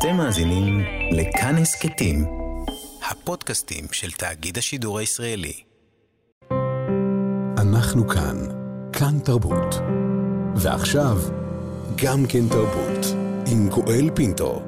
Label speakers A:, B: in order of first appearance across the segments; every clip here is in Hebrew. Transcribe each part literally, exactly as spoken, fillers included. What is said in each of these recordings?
A: אתם מאזינים לכאן הסכתים, הפודקאסטים של תאגיד השידור הישראלי.
B: אנחנו כאן, כאן תרבות. ועכשיו, גם כן תרבות, עם גואל פינטו.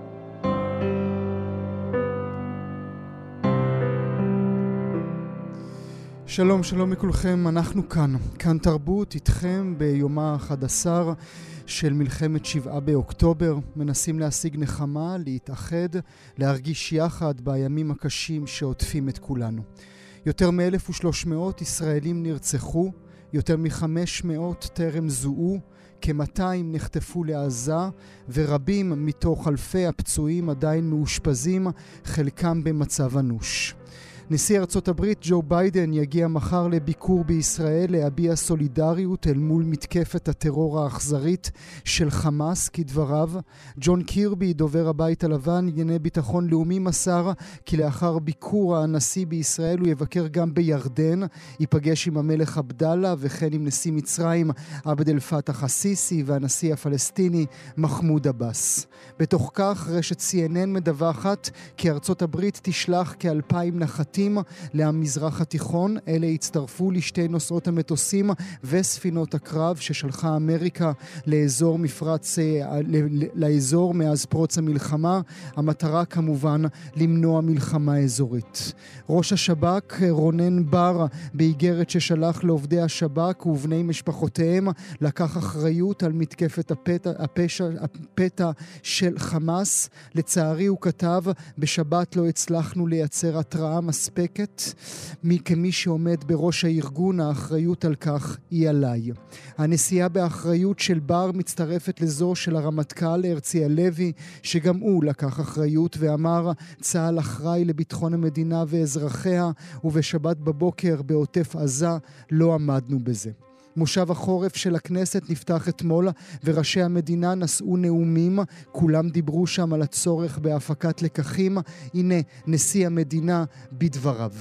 C: שלום, שלום לכולכם, אנחנו כאן, כאן תרבות, איתכם ביומה ה-אחד עשר של מלחמת שבעה באוקטובר, מנסים להשיג נחמה, להתאחד, להרגיש יחד בימים הקשים שעוטפים את כולנו. יותר מ-אלף ושלוש מאות ישראלים נרצחו, יותר מ-חמש מאות טרם זוהו, כ-מאתיים נחטפו לעזה, ורבים מתוך אלפי הפצועים עדיין מאושפזים, חלקם במצב אנוש. נשיא ארצות הברית ג'ו ביידן יגיע מחר לביקור בישראל להביע סולידריות אל מול מתקפת הטרור האכזרית של חמאס כדבריו. ג'ון קירבי, דובר הבית הלבן לענייני ביטחון לאומי, מסר כי לאחר ביקור הנשיא בישראל הוא יבקר גם בירדן, ייפגש עם המלך עבדאללה וכן עם נשיא מצרים עבד אל פתח א-סיסי והנשיא הפלסטיני מחמוד עבאס. בתוך כך רשת סי אן אן מדווחת כי ארצות הברית תשלח כאלפיים נחתים למזרח התיכון. אלה הצטרפו לשתי נוסעות המטוסים וספינות הקרב ששלחה אמריקה לאזור מפרץ, לאזור מאז פרוץ המלחמה. המטרה כמובן למנוע מלחמה אזורית. ראש השב"כ רונן בר באיגרת ששלח לעובדי השב"כ ובני משפחותיהם לקח אחריות על מתקפת הפתע, הפשע, הפתע של חמאס. לצערי הוא כתב, בשבת לא הצלחנו לייצר התראה מספקת מי כמי שעומד בראש הארגון, האחריות על כך היא עליי. הנסיעה באחריות של בר מצטרפת לזו של הרמטכ"ל הרצי הלוי, שגם הוא לקח אחריות ואמר צה"ל אחראי לביטחון המדינה ואזרחיה, ובשבת בבוקר בעוטף עזה לא עמדנו בזה. מושב החורף של הכנסת נפתח אתמול וראשי המדינה נשאו נאומים, כולם דיברו שם על הצורך בהפקת לקחים. הנה נשיא המדינה בדבריו.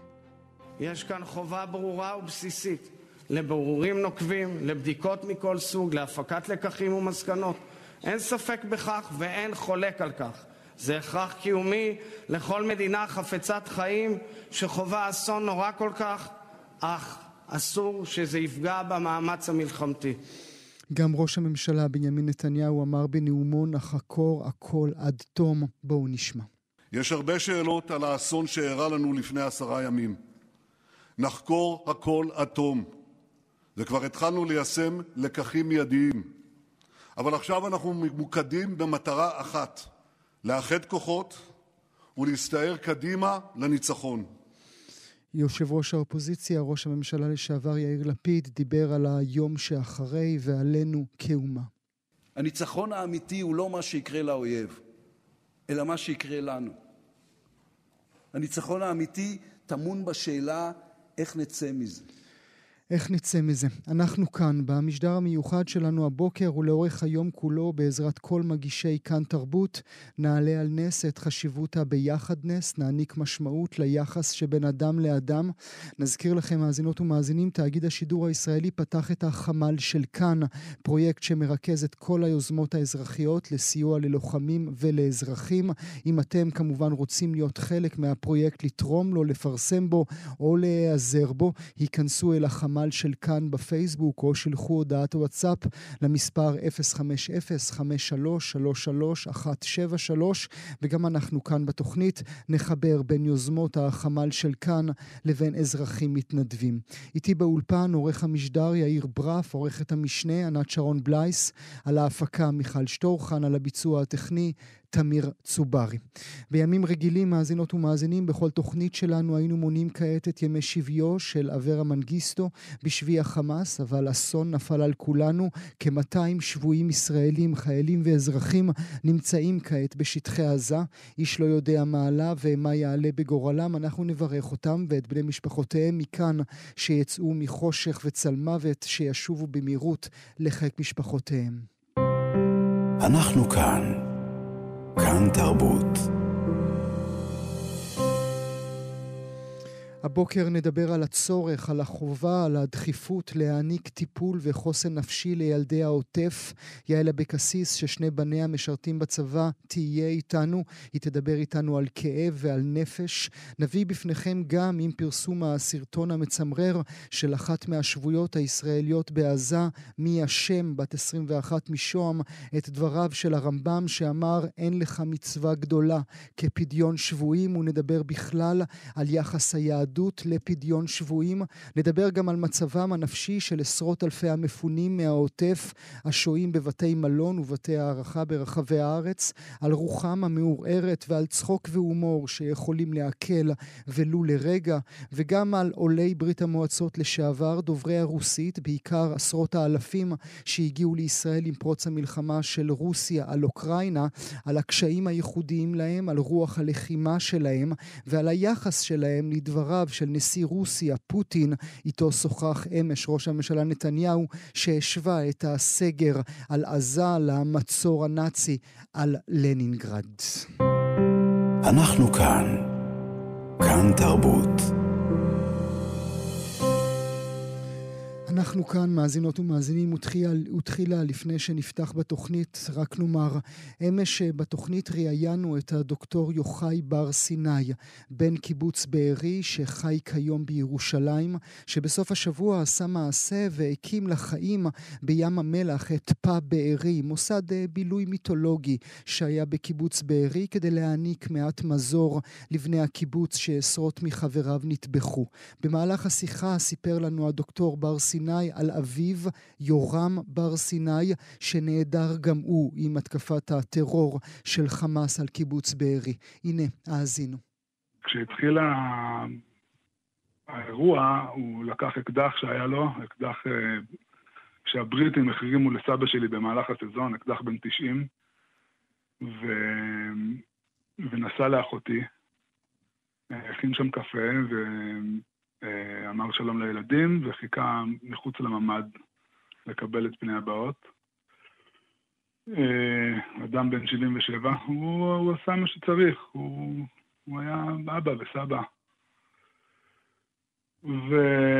D: יש כאן חובה ברורה ובסיסית לברורים נוקבים, לבדיקות מכל סוג, להפקת לקחים ומסקנות. אין ספק בכך ואין חולק על כך. זה הכרח קיומי לכל מדינה חפצת חיים שחובה אסון נורא כל כך, אך אסור שזה יפגע במאמץ המלחמתי.
C: גם ראש הממשלה בנימין נתניהו אמר בנאומו נחקור הכל עד תום. בואו נשמע.
E: יש הרבה שאלות על האסון שאירע לנו לפני עשרה ימים. נחקור הכל עד תום. וכבר התחלנו ליישם לקחים מיידיים. אבל עכשיו אנחנו ממוקדים במטרה אחת, לאחד כוחות ולהסתער קדימה לניצחון.
C: יושב ראש האופוזיציה, ראש הממשלה לשעבר יאיר לפיד, דיבר על היום שאחרי ועלינו כאומה.
F: הניצחון האמיתי הוא לא מה שיקרה לאויב, אלא מה שיקרה לנו. הניצחון האמיתי טמון בשאלה איך נצא מזה.
C: איך נצא מזה? אנחנו כאן במשדר המיוחד שלנו הבוקר ולאורך היום כולו בעזרת כל מגישי כאן תרבות נעלה על נס את חשיבות הביחדנס, נעניק משמעות ליחס שבין אדם לאדם. נזכיר לכם מאזינות ומאזינים, תאגיד השידור הישראלי פתח את החמ"ל של כאן, פרויקט שמרכז את כל היוזמות האזרחיות לסיוע ללוחמים ולאזרחים. אם אתם כמובן רוצים להיות חלק מהפרויקט, לתרום לו, לפרסם בו או להיעזר בו, היכנסו אל החמ"ל של כאן בפייסבוק או שלחו הודעת וואטסאפ למספר אפס חמש אפס חמש שלוש שלוש שלוש אחת שבע שלוש, וגם אנחנו כאן בתוכנית נחבר בין יוזמות החמ"ל של כאן לבין אזרחים מתנדבים. איתי באולפן עורך המשדר יאיר ברף, עורכת המשנה ענת שרון בלייס, על ההפקה מיכל שטורחן, על הביצוע הטכני תמיר צוברי. בימים רגילים, מאזינות ומאזינים, בכל תוכנית שלנו היינו מונים כעת את ימי שביו של אברה מנגיסטו בשבי החמאס, אבל אסון נפל על כולנו. כ-מאתיים שבויים ישראלים, חיילים ואזרחים נמצאים כעת בשטחי עזה. איש לא יודע מה עלה ומה יעלה בגורלם. אנחנו נברך אותם ואת בני משפחותיהם מכאן שיצאו מחושך וצל מוות, שישובו במהירות לחיק משפחותיהם.
A: אנחנו כאן, כאן תרבות.
C: הבוקר נדבר על הצורך, על החובה, על הדחיפות להעניק טיפול וחוסן נפשי לילדי העוטף. יעל אבקסיס, ששני בניה משרתים בצבא, תהיה איתנו. היא תדבר איתנו על כאב ועל נפש. נביא בפניכם גם עם פרסום הסרטון המצמרר של אחת מהשבויות הישראליות בעזה, מי השם, בת עשרים ואחת משוהם, את דבריו של הרמב"ם שאמר אין לך מצווה גדולה כפדיון שבויים, ונדבר בכלל על יחס היהדות לפדיון שבויים. נדבר גם על מצבם הנפשי של עשרות אלפי המפונים מהעוטף, השוהים בבתי מלון ובתי הערכה ברחבי הארץ, על רוחם המעורערת ועל צחוק והומור שיכולים להקל ולו לרגע, וגם על עולי ברית המועצות לשעבר, דוברי הרוסית, בעיקר עשרות האלפים שהגיעו לישראל עם פרוץ המלחמה של רוסיה על אוקראינה, על הקשיים הייחודיים להם, על רוח הלחימה שלהם ועל היחס שלהם לדבריו של נשיא רוסיה פוטין, איתו שוחח אמש ראש הממשלה נתניהו, שהשווה את הסגר על עזה למצור הנאצי על לנינגרד.
B: אנחנו כאן, כאן תרבות.
C: אנחנו כאן, מאזינות ומאזינים, ותחילה לפני שנפתח בתוכנית, רק נאמר, אמש בתוכנית ראיינו את הדוקטור יוחאי בר סיני, בן קיבוץ בארי, שחי כיום בירושלים, שבסוף השבוע עשה מעשה והקים לחיים בים המלח את פאב בארי, מוסד בילוי מיתולוגי שהיה בקיבוץ בארי, כדי להעניק מעט מזור לבני הקיבוץ שעשרות מחבריו נטבחו. במהלך השיחה סיפר לנו הדוקטור בר סיני על אביו יורם בר סיני, שנעדר גם הוא עם התקפת הטרור של חמאס על קיבוץ בארי. הנה, האזינו.
G: כשהתחיל האירוע, הוא לקח אקדח שהיה לו, אקדח שהבריטים החרימו לסבא שלי במהלך הסזון, אקדח בן תשעים, ו... ונסע לאחותי, הכין שם קפה, ו... אמר שלום לילדים וחיכה מחוץ לממד לקבל את פני הבאות. אדם בן שבעים ושבע, הוא, הוא עשה מה שצריך, הוא, הוא היה אבא וסבא. ו...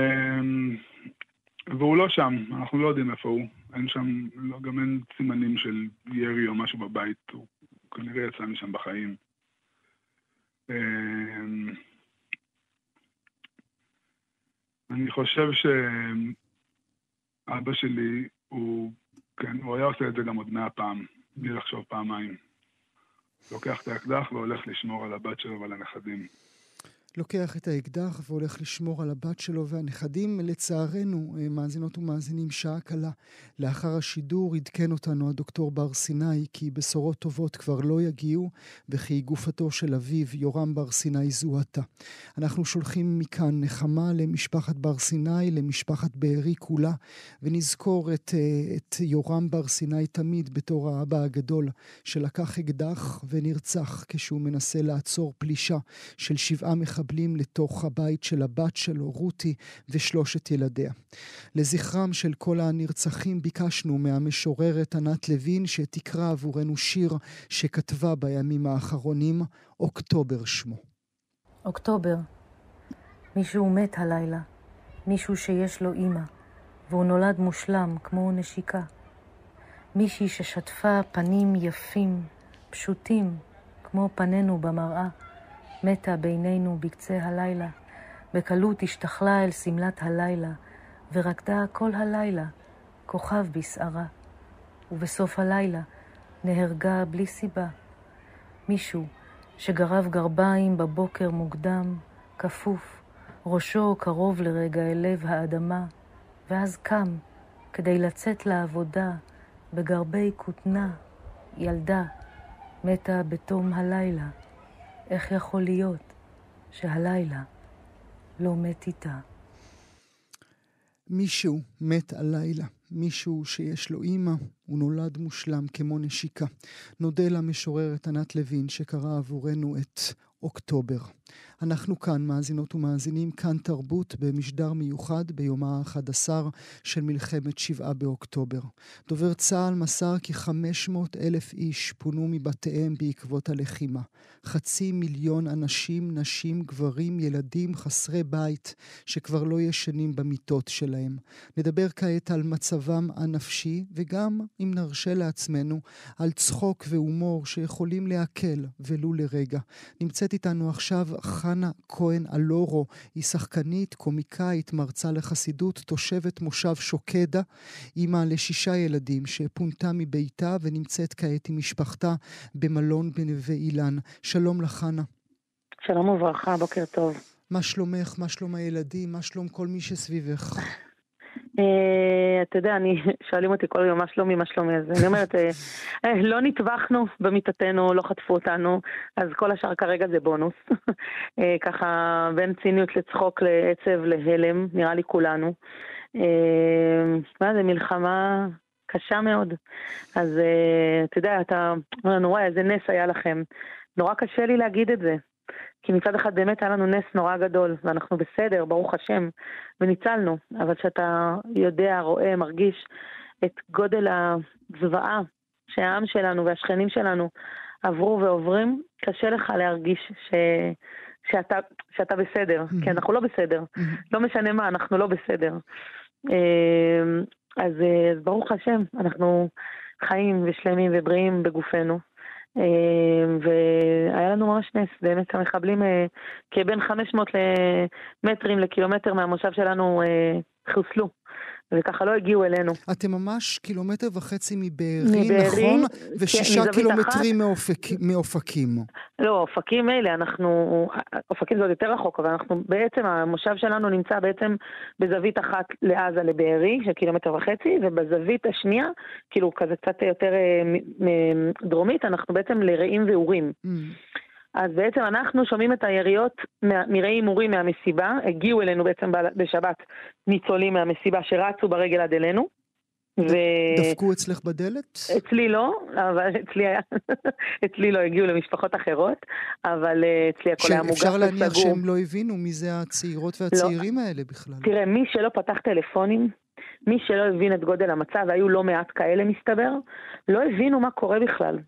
G: והוא לא שם, אנחנו לא יודעים איפה הוא. אין שם, לא, גם אין סימנים של ירי או משהו בבית, הוא כנראה יצא משם בחיים. אני חושב שאבא שלי, הוא, כן, הוא היה עושה את זה גם עוד מאה פעם, בלי לחשוב פעמיים. לוקח את האקדח והולך לשמור על הבת שלו ועל הנכדים.
C: לוקח את האקדח והולך לשמור על הבת שלו והנכדים. לצערנו, מאזינות ומאזינים, שעה קלה לאחר השידור עדכן אותנו הדוקטור בר סיני כי בשורות טובות כבר לא יגיעו, וכי גופתו של אביו יורם בר סיני זוהתה. אנחנו שולחים מכאן נחמה למשפחת בר סיני, למשפחת בארי כולה, ונזכור את, את יורם בר סיני תמיד בתור האבא הגדול שלקח אקדח ונרצח כשהוא מנסה לעצור פלישה של שבעה מחבלים לתוך הבית של הבת שלו, רותי, ושלושת ילדיה. לזכרם של כל הנרצחים ביקשנו מהמשוררת ענת לוין שתקרא עבורנו שיר שכתבה בימים האחרונים, אוקטובר שמו.
H: אוקטובר. מישהו מת הלילה, מישהו שיש לו אמא, והוא נולד מושלם כמו נשיקה. מישהי ששטפה פנים יפים, פשוטים, כמו פנינו במראה, מתה בינינו בקצה הלילה, בקלות השתחלה אל סמלת הלילה, ורקדה כל הלילה, כוכב בשערה. ובסוף הלילה נהרגה בלי סיבה. מישהו שגרב גרביים בבוקר מוקדם, כפוף, ראשו קרוב לרגע אל לב האדמה, ואז קם כדי לצאת לעבודה בגרבי כותנה. ילדה מתה בתום הלילה. איך יכול להיות שהלילה לא מת איתה?
C: מישהו מת הלילה, מישהו שיש לו אימא, הוא נולד מושלם כמו נשיקה. נודה למשוררת ענת לוין שקרא עבורנו את אוקטובר. אנחנו כאן, מאזינות ומאזינים, כאן תרבות במשדר מיוחד ביום ה-אחד עשר של מלחמת שבעה באוקטובר. דובר צה"ל מסר כי חמש מאות אלף איש פונו מבתיהם בעקבות הלחימה. חצי מיליון אנשים, נשים, גברים, ילדים, חסרי בית, שכבר לא ישנים במיטות שלהם. נדבר כעת על מצבם הנפשי, וגם, אם נרשה לעצמנו, על צחוק והומור שיכולים להקל ולו לרגע. נמצאת איתנו עכשיו חנה כהן אלורו, היא שחקנית, קומיקאית, מרצה לחסידות, תושבת מושב שוקדה, אימא לשישה ילדים שפונתה מביתה ונמצאת כעת עם משפחתה במלון בנווה אילן. שלום לך, חנה.
I: שלום וברכה, בוקר טוב.
C: מה שלומך? מה שלום הילדים? מה שלום כל מי שסביבך?
I: אתה יודע, שואלים אותי כל יום מה שלומי, מה שלומי, אז אני אומרת, לא נטבחנו במיטתנו, לא חטפו אותנו, אז כל השאר כרגע זה בונוס. ככה בין ציניות לצחוק, לעצב, להלם, נראה לי כולנו. זה מלחמה קשה מאוד. אז אתה יודע, אתה אומר לנו, וואי, איזה נס היה לכם. נורא קשה לי להגיד את זה. כי מצד אחד באמת היה לנו נס נורא גדול, ואנחנו בסדר, ברוך השם, וניצלנו. אבל שאתה יודע, רואה, מרגיש את גודל הזוועה שהעם שלנו והשכנים שלנו עברו ועוברים, קשה לך להרגיש ש... שאתה, שאתה בסדר, mm-hmm. כי אנחנו לא בסדר. Mm-hmm. לא משנה מה, אנחנו לא בסדר. אז, אז ברוך השם, אנחנו חיים ושלמים ובריאים בגופנו. והיה לנו ממש נס, באמת המחבלים כבין חמש מאות מטרים לקילומטר מהמושב שלנו חוסלו, וככה לא הגיעו אלינו.
C: אתם ממש קילומטר וחצי מבארי, נכון? ושישה קילומטרים מאופקים.
I: לא, אופקים אלה, אנחנו, אופקים זה עוד יותר רחוק, אבל אנחנו בעצם, המושב שלנו נמצא בעצם בזווית אחת לעזה לבארי, של קילומטר וחצי, ובזווית השנייה, כאילו כזה קצת יותר דרומית, אנחנו בעצם לרעים ואורים. אז בעצם אנחנו שומעים את היריות מרעים מורים מהמסיבה, הגיעו אלינו בעצם בשבת ניצולים מהמסיבה שרצו ברגל עד אלינו.
C: דפקו אצלך בדלת?
I: אצלי לא, אבל אצלי היה, אצלי לא הגיעו למשפחות אחרות, אבל אצלי הכל היה מוגף וסגור.
C: שאפשר להניח שהם לא הבינו מי זה הצעירות והצעירים האלה בכלל. תראה,
I: מי שלא פתח טלפונים, מי שלא הבין את גודל המצב, והיו לא מעט כאלה מסתבר, לא הבינו מה קורה בכלל.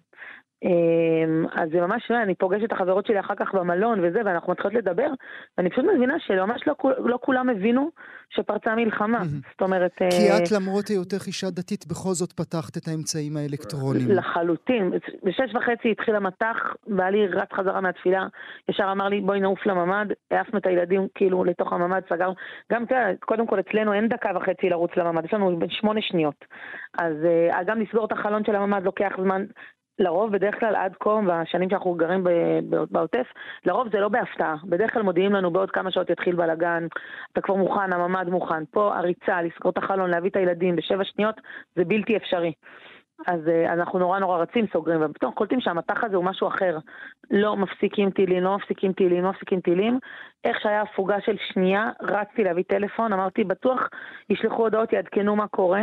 I: אז זה ממש, אני פוגשת את החברות שלי אחר כך במלון וזה, ואנחנו מתחילות לדבר, ואני פשוט מבינה שממש לא, לא כולם הבינו שפרצה מלחמה. זאת אומרת...
C: כי את למרות היותך אישה דתית בכל זאת פתחת את האמצעים האלקטרוניים.
I: לחלוטין. בשש וחצי התחיל המתח, בעלי רץ חזרה מהתפילה, ישר אמר לי בואי נעוף לממד, העפנו את הילדים כאילו לתוך הממד, סגר. גם קודם כל אצלנו אין דקה וחצי לרוץ לממד, יש לנו בין שמונה שניות. אז גם לסגור את החלון של הממד לוקח זמן, לרוב בדרך כלל עד כה, והשנים שאנחנו גרים בעוטף, לרוב זה לא בהפתעה. בדרך כלל מודיעים לנו בעוד כמה שעות יתחיל בלגן, אתה כבר מוכן, הממד מוכן. פה הריצה, לסגור את החלון, להביא את הילדים בשבע שניות, זה בלתי אפשרי. אז אנחנו נורא נורא רצים, סוגרים, ובתוך קולטים שהמתח הזה הוא משהו אחר. לא מפסיקים טילים, לא מפסיקים טילים, לא מפסיקים טילים. איך שהיה הפוגה של שנייה, רצתי להביא טלפון, אמרתי, בטוח ישלחו הודעות, יעדכנו מה קורה.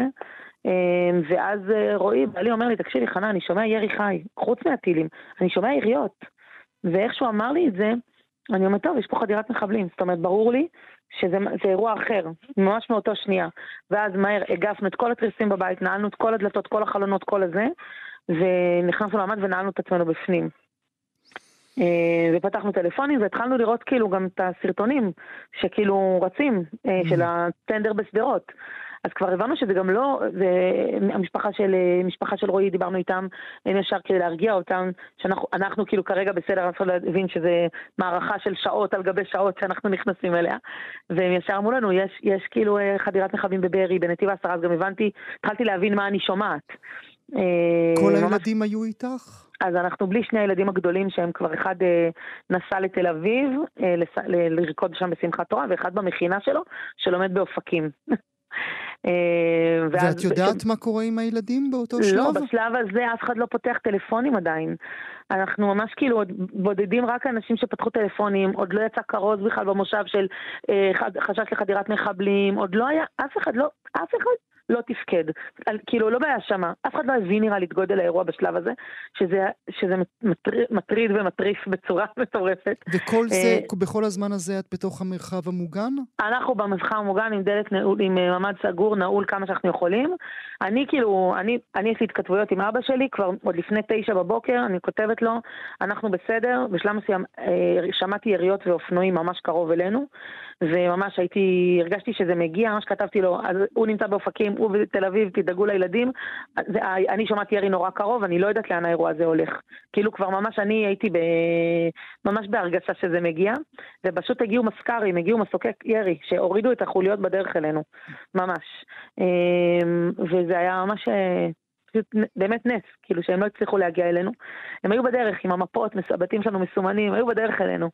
I: ואז רועי, בעלי אומר לי, תקשיבי חנה, אני שומע ירי חי, חוץ מהטילים, אני שומע יריות. ואיכשהו אמר לי את זה, אני אומר, טוב, יש פה חדירת מחבלים. זאת אומרת, ברור לי שזה זה אירוע אחר, ממש מאותו שנייה. ואז מהר הגפנו את כל התריסים בבית, נעלנו את כל הדלתות, כל החלונות, כל הזה, ונכנסנו למד ונעלנו את עצמנו בפנים. ופתחנו טלפונים והתחלנו לראות כאילו גם את הסרטונים שכאילו רצים של הטנדר בסדרות. אז כבר הבנו שזה גם לא, זה המשפחה של, משפחה של רועי, דיברנו איתם, הם ישר כדי להרגיע אותם, שאנחנו אנחנו כאילו כרגע בסדר, אני צריך להבין שזה מערכה של שעות על גבי שעות שאנחנו נכנסים אליה, והם ישר אמרו לנו, יש, יש כאילו חדירת מחבלים בבארי, בנתיב העשרה, אז גם הבנתי, התחלתי להבין מה אני שומעת.
C: כל הילדים היו איתך?
I: אז אנחנו בלי שני הילדים הגדולים שהם כבר אחד נסע לתל אביב, לרקוד שם בשמחת תורה, ואחד במכינה שלו, שלומד באופקים.
C: ואת יודעת מה קורה עם הילדים באותו שלב?
I: לא, בשלב הזה אף אחד לא פותח טלפונים עדיין. אנחנו ממש כאילו בודדים רק אנשים שפתחו טלפונים, עוד לא יצא כרוז בכלל במושב של חשש לחדירת מחבלים, עוד לא היה, אף אחד לא, אף אחד לא תפקד. כאילו, לא בעיה שמה. אף אחד לא הבין נראה לי את גודל האירוע בשלב הזה, שזה, שזה מטריד ומטריף בצורה מטורפת.
C: וכל זה, בכל הזמן הזה את בתוך המרחב המוגן?
I: אנחנו במרחב המוגן עם דלת נעול, עם ממד סגור, נעול כמה שאנחנו יכולים. אני כאילו, אני, אני יש לי התכתבויות עם אבא שלי, כבר עוד לפני תשע בבוקר, אני כותבת לו, אנחנו בסדר, בשלב מסוים שמעתי יריות ואופנועים ממש קרוב אלינו, וממש הייתי, הרגשתי שזה מגיע, ממש כתבתי לו, אז הוא נמצא באופקים, הוא בתל אביב, תדאגו לילדים, זה, אני שמעתי ירי נורא קרוב, אני לא יודעת לאן האירוע הזה הולך. כאילו כבר ממש אני הייתי ב, ממש בהרגשה שזה מגיע, ופשוט הגיעו מסקרים, הגיעו מסוקי ירי, שהורידו את החוליות בדרך אלינו, ממש. וזה היה ממש באמת נס, כאילו שהם לא הצליחו להגיע אלינו. הם היו בדרך עם המפות, הבתים שלנו מסומנים, היו בדרך אלינו.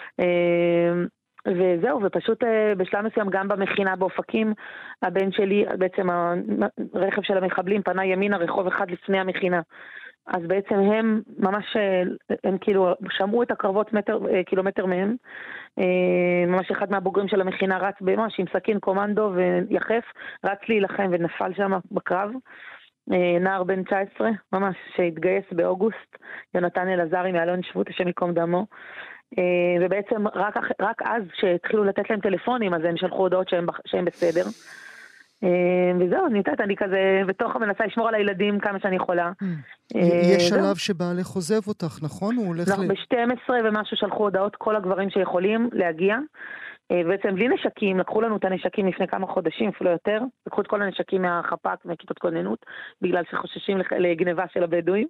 I: וזהו, ופשוט בשלב מסוים גם במכינה באופקים, הבן שלי, בעצם הרכב של המחבלים פנה ימינה רחוב אחד לפני המכינה. אז בעצם הם ממש, הם כאילו שמעו את הקרבות מטר, קילומטר מהם. ממש אחד מהבוגרים של המכינה רץ ממש עם סכין קומנדו ויחף, רץ להילחם ונפל שם בקרב. נער בן תשע עשרה, ממש, שהתגייס באוגוסט, יונתן אלעזרי מאלון שבות, השם יקום דמו. ובעצם רק, רק אז שהתחילו לתת להם טלפונים, אז הם שלחו הודעות שהם, שהם בסדר. וזהו, ניתת, אני כזה בתוך המנסה לשמור על הילדים כמה שאני יכולה.
C: יש שלב שבעלך עוזב אותך, נכון? הוא הולך ל...
I: ב-שתים עשרה ומשהו שלחו הודעות כל הגברים שיכולים להגיע. בעצם בלי נשקים, לקחו לנו את הנשקים לפני כמה חודשים, אפילו יותר, לקחו את כל הנשקים מהחפ"ק, מכיתות כוננות, בגלל שחוששים לגניבה של הבדואים,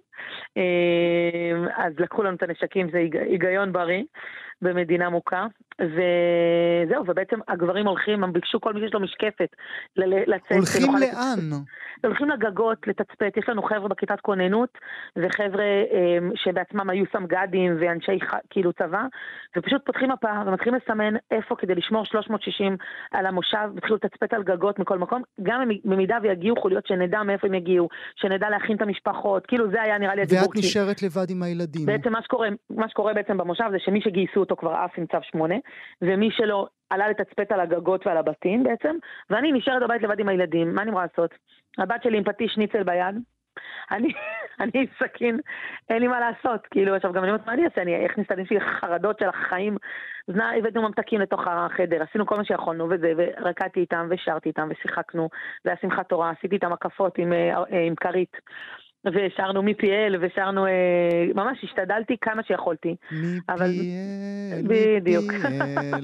I: אז לקחו לנו את הנשקים, זה היגיון בריא, במדינה מוכה, וזהו, ובעצם הגברים הולכים, הם ביקשו כל מי שיש לו משקפת, לצאת.
C: הולכים לאן?
I: הולכים לגגות, לתצפת, יש לנו חבר'ה בכיתת כוננות, וחבר'ה שבעצמם היו סמג"דים ואנשי כאילו צבא, ופשוט פותחים מפה ומתחילים לסמן איפה כדי לשמור שלוש מאות שישים על המושב, התחילו לתצפת על גגות מכל מקום, גם במידה ויגיעו חוליות שנדע מאיפה הם יגיעו, שנדע להכין את המשפחות, כאילו זה היה נראה לי הדיבור.
C: ואת נשארת לבד עם הילדים.
I: בעצם מה שקורה, מה שקורה בעצם במושב זה שמי שגייסו אותו כבר אף עם צו שמונה, ומי שלא עלה לתצפת על הגגות ועל הבתים בעצם, ואני נשארת בבית לבד עם הילדים. מה אני אמורה לעשות? הבת שלי עם פטיש שניצל ביד, אני, אני עם סכין, אין לי מה לעשות, כאילו, עכשיו גם אני אומרת, מה אני אעשה? אני, איך נסתדים שלי חרדות של החיים, אז נע, הבאנו ממתקים לתוך החדר, עשינו כל מה שיכולנו, וזה, ורקדתי איתם, ושרתי איתם, ושיחקנו, והיה שמחת תורה, עשיתי איתם הקפות עם, עם קרית, ושרנו מפיאל, ושרנו, ממש השתדלתי כמה שיכולתי.
C: מפיאל,
I: בדיוק.
C: מפיאל.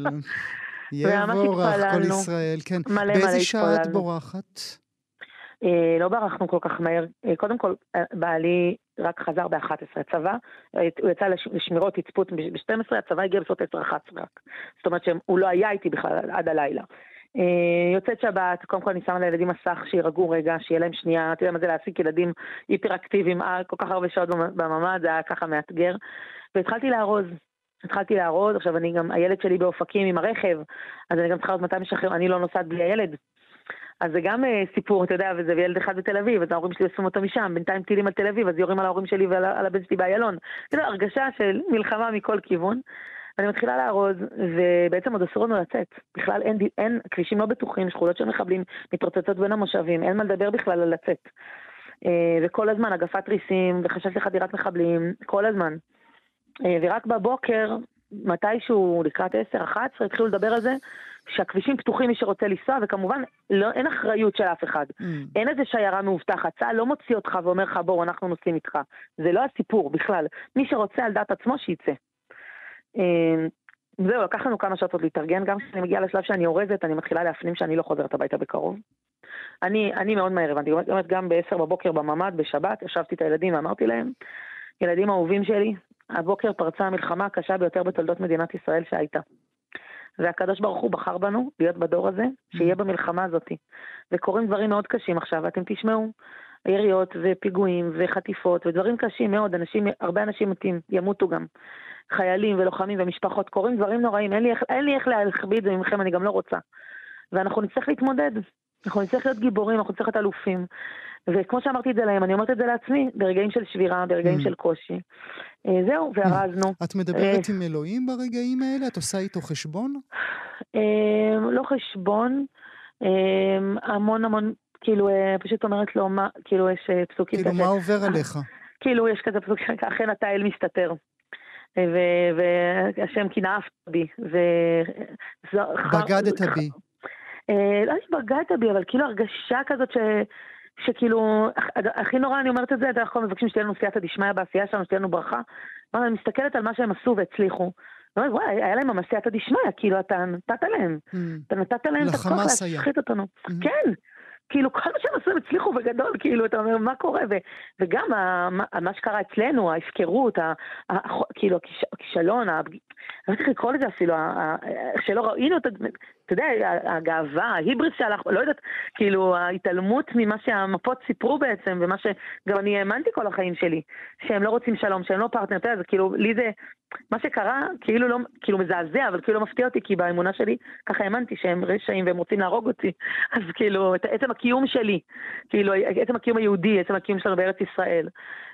C: יבורך כל ישראל, כן.
I: מלא
C: באיזה שעה את בורחת?
I: לא ברחנו כל כך מהר. קודם כל, בעלי רק חזר ב-אחת עשרה, הצבא, הוא יצא לשמירות תצפות ב-שתים עשרה, הצבא הגיע בסוף עשר אחת עשרה רק. זאת אומרת שהוא לא היה איתי בכלל עד הלילה. יוצאת שבת, קודם כל אני שמה לילדים מסך שירגעו רגע, שיהיה להם שנייה, אתה יודע מה זה להעסיק ילדים היפראקטיביים, כל כך הרבה שעות בממ"ד, זה היה ככה מאתגר, והתחלתי לארוז, התחלתי לארוז, עכשיו אני גם, הילד שלי באופקים עם הרכב, אז אני גם צריכה עוד מתי משחרר, אני לא נוסעת בלי הילד, אז זה גם סיפור, אתה יודע, וזה ילד אחד בתל אביב, אז ההורים שלי עושים אותו משם, בינתיים טילים על תל אביב, אז יורים על ההורים שלי ועל הבן שלי באיילון, זה הרגשה של מלחמה מכל כיוון, אני מתחילה לארוז, ובעצם עוד אסור לנו לצאת. בכלל אין, אין, כבישים לא בטוחים, שכולות של מחבלים מתרוצצות בין המושבים, אין מה לדבר בכלל על לצאת. וכל הזמן, אגפת ריסים, וחשש לחדירת מחבלים, כל הזמן. ורק בבוקר, מתישהו לקראת עשר אחת עשרה, התחילו לדבר על זה, שהכבישים פתוחים מי שרוצה לנסוע, וכמובן לא, אין אחריות של אף אחד. Mm. אין איזה שיירה מאובטחת, צה"ל לא מוציא אותך ואומר לך, בואו, אנחנו נוסעים איתך. זה לא הסיפור בכלל. מי שרוצה על דעת עצמו, שיצא. זהו, לקח לנו כמה שעות עוד להתארגן, גם כשאני מגיעה לשלב שאני אורזת, אני מתחילה להפנים שאני לא חוזרת הביתה בקרוב. אני, אני מאוד מהר הבנתי, גם ב-עשר בבוקר בממ"ד, בשבת, ישבתי את הילדים ואמרתי להם, ילדים אהובים שלי, הבוקר פרצה המלחמה הקשה ביותר בתולדות מדינת ישראל שהייתה. והקדוש ברוך הוא בחר בנו להיות בדור הזה, שיהיה במלחמה הזאת. וקורים דברים מאוד קשים עכשיו, ואתם תשמעו, יריות ופיגועים וחטיפות ודברים קשים מאוד, אנשים, הרבה אנשים מתים, ימותו גם. חיילים ולוחמים ומשפחות, קוראים דברים נוראים, אין לי איך, אין לי איך להכביד זה ממכם, אני גם לא רוצה. ואנחנו נצטרך להתמודד, אנחנו נצטרך להיות גיבורים, אנחנו נצטרך להיות אלופים. וכמו שאמרתי את זה להם, אני אומרת את זה לעצמי, ברגעים של שבירה, ברגעים של קושי. זהו, והרזנו.
C: את מדברת עם אלוהים ברגעים האלה? את עושה איתו חשבון?
I: לא חשבון, המון המון, כאילו, פשוט אומרת לו, מה, כאילו, יש פסוקים
C: כאילו,
I: כזה.
C: מה עובר עליך?
I: כאילו, יש כזה פסוק, אכן אתה אל מסתתר. והשם כנעף בי.
C: בגדת בי.
I: לא שבגדת בי, אבל כאילו הרגשה כזאת ש... שכאילו, הכי נורא אני אומרת את זה, אנחנו מבקשים שתהיה לנו סייעתא דשמיא בעשייה שלנו, שתהיה לנו ברכה. אני מסתכלת על מה שהם עשו והצליחו. אני אומרת, וואי, היה להם סייעתא דשמיא, כאילו אתה נתת להם. אתה נתת להם את הכוח להשחית אותנו. כן. כאילו, כל מה שהם עשו הם הצליחו בגדול, כאילו, אתה אומר, מה קורה? ו, וגם ה, מה שקרה אצלנו, ההפקרות, ה, ה, כאילו, הכישלון, ה, אני לא צריך לקרוא לזה אפילו, ה, ה, שלא ראינו, אתה יודע, הגאווה, ההיבריס שהלך, לא יודעת, כאילו, ההתעלמות ממה שהמפות סיפרו בעצם, ומה שגם אני האמנתי כל החיים שלי, שהם לא רוצים שלום, שהם לא פרטנר, אתה יודע, זה כאילו, לי זה, מה שקרה, כאילו לא, כאילו מזעזע, אבל כאילו לא מפתיע אותי, כי באמונה שלי, ככה האמנתי שהם רשעים והם רוצים להרוג אותי, אז כאילו, את עצם הקיום שלי, כאילו, עצם הקיום היהודי, עצם הקיום שלנו בארץ ישראל.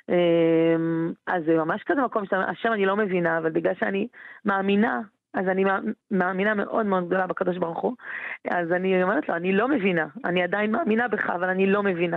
I: אז זה ממש כזה מקום שהשם אני לא מבינה, אבל בגלל שאני מאמינה, אז אני מאמינה מאוד מאוד גדולה בקדוש ברוך הוא, אז אני אומרת לו, אני לא מבינה, אני עדיין מאמינה בך, אבל אני לא מבינה.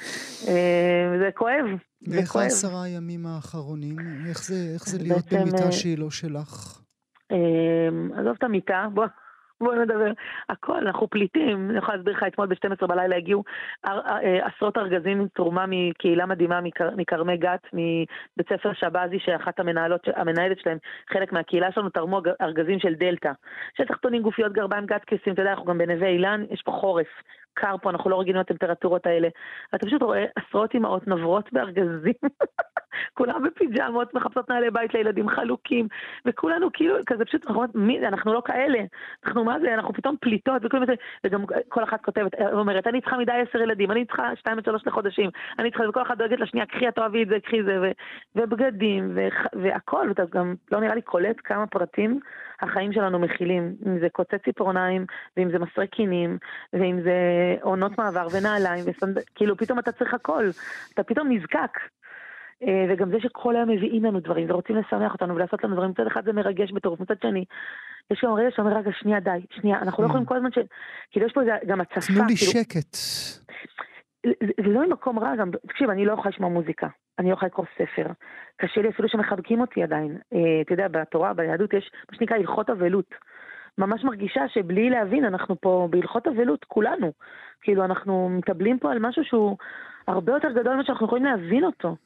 I: זה כואב.
C: ואיך העשרה הימים האחרונים? איך זה, איך זה להיות במיטה שהיא לא שלך?
I: עזוב את המיטה, בוא. בואו נדבר, הכל, אנחנו פליטים, אני יכולה להסביר לך, אתמול ב-שתים עשרה בלילה הגיעו עשרות ארגזים תרומה מקהילה מדהימה מקרמי גת, מבית ספר שבזי, שאחת המנהלות, המנהלת שלהם, חלק מהקהילה שלנו תרמו ארגזים של דלטה, שתחתונים גופיות גרביים גת כסים, אתה יודע, אנחנו גם בנווה אילן, יש פה חורף, קר פה, אנחנו לא רגילים לטמפרטורות האלה, אתה פשוט רואה עשרות אמהות נברות בארגזים, כולם בפיג'מות, מחפשות נעלי בית לילדים חלוקים, וכולנו כאילו, כזה פשוט, אנחנו לא כאלה, אנחנו מה זה, אנחנו פתאום פליטות, וגם כל אחת כותבת, אומרת, אני צריכה מדי עשר ילדים, אני צריכה שתיים עד שלוש לחודשים, אני צריכה, וכל אחת דואגת לשנייה, קחי, תאהבי את זה, קחי זה, ובגדים, והכל, ואתה גם לא נראה לי קולט כמה פרטים החיים שלנו מכילים, אם זה קוצץ ציפורניים, ואם זה מסרי קינים, ואם זה עונות מעבר ונעליים, כאילו פתאום אתה צריך הכל, אתה פתאום נזקק. וגם זה שכל היום מביאים לנו דברים, ורוצים לשמח אותנו ולעשות לנו דברים, מצד אחד זה מרגש בטורף, מצד שני, יש גם רגע שאומר, רגע, שנייה, די, שנייה, אנחנו לא יכולים כל הזמן ש... כאילו יש פה גם הצפה.
C: תנו לי שקט.
I: זה לא ממקום רע, גם, תקשיב, אני לא יכולה לשמוע מוזיקה, אני לא יכולה לקרוא ספר, קשה לי אפילו שמחבקים אותי עדיין, אתה יודע, בתורה, ביהדות יש מה שנקרא הלכות אבלות, ממש מרגישה שבלי להבין, אנחנו פה בהלכות אבלות, כולנו, כאילו אנחנו מטבלים פה על משהו שהוא הרבה יותר גדול ממה שאנחנו יכולים להבין אותו.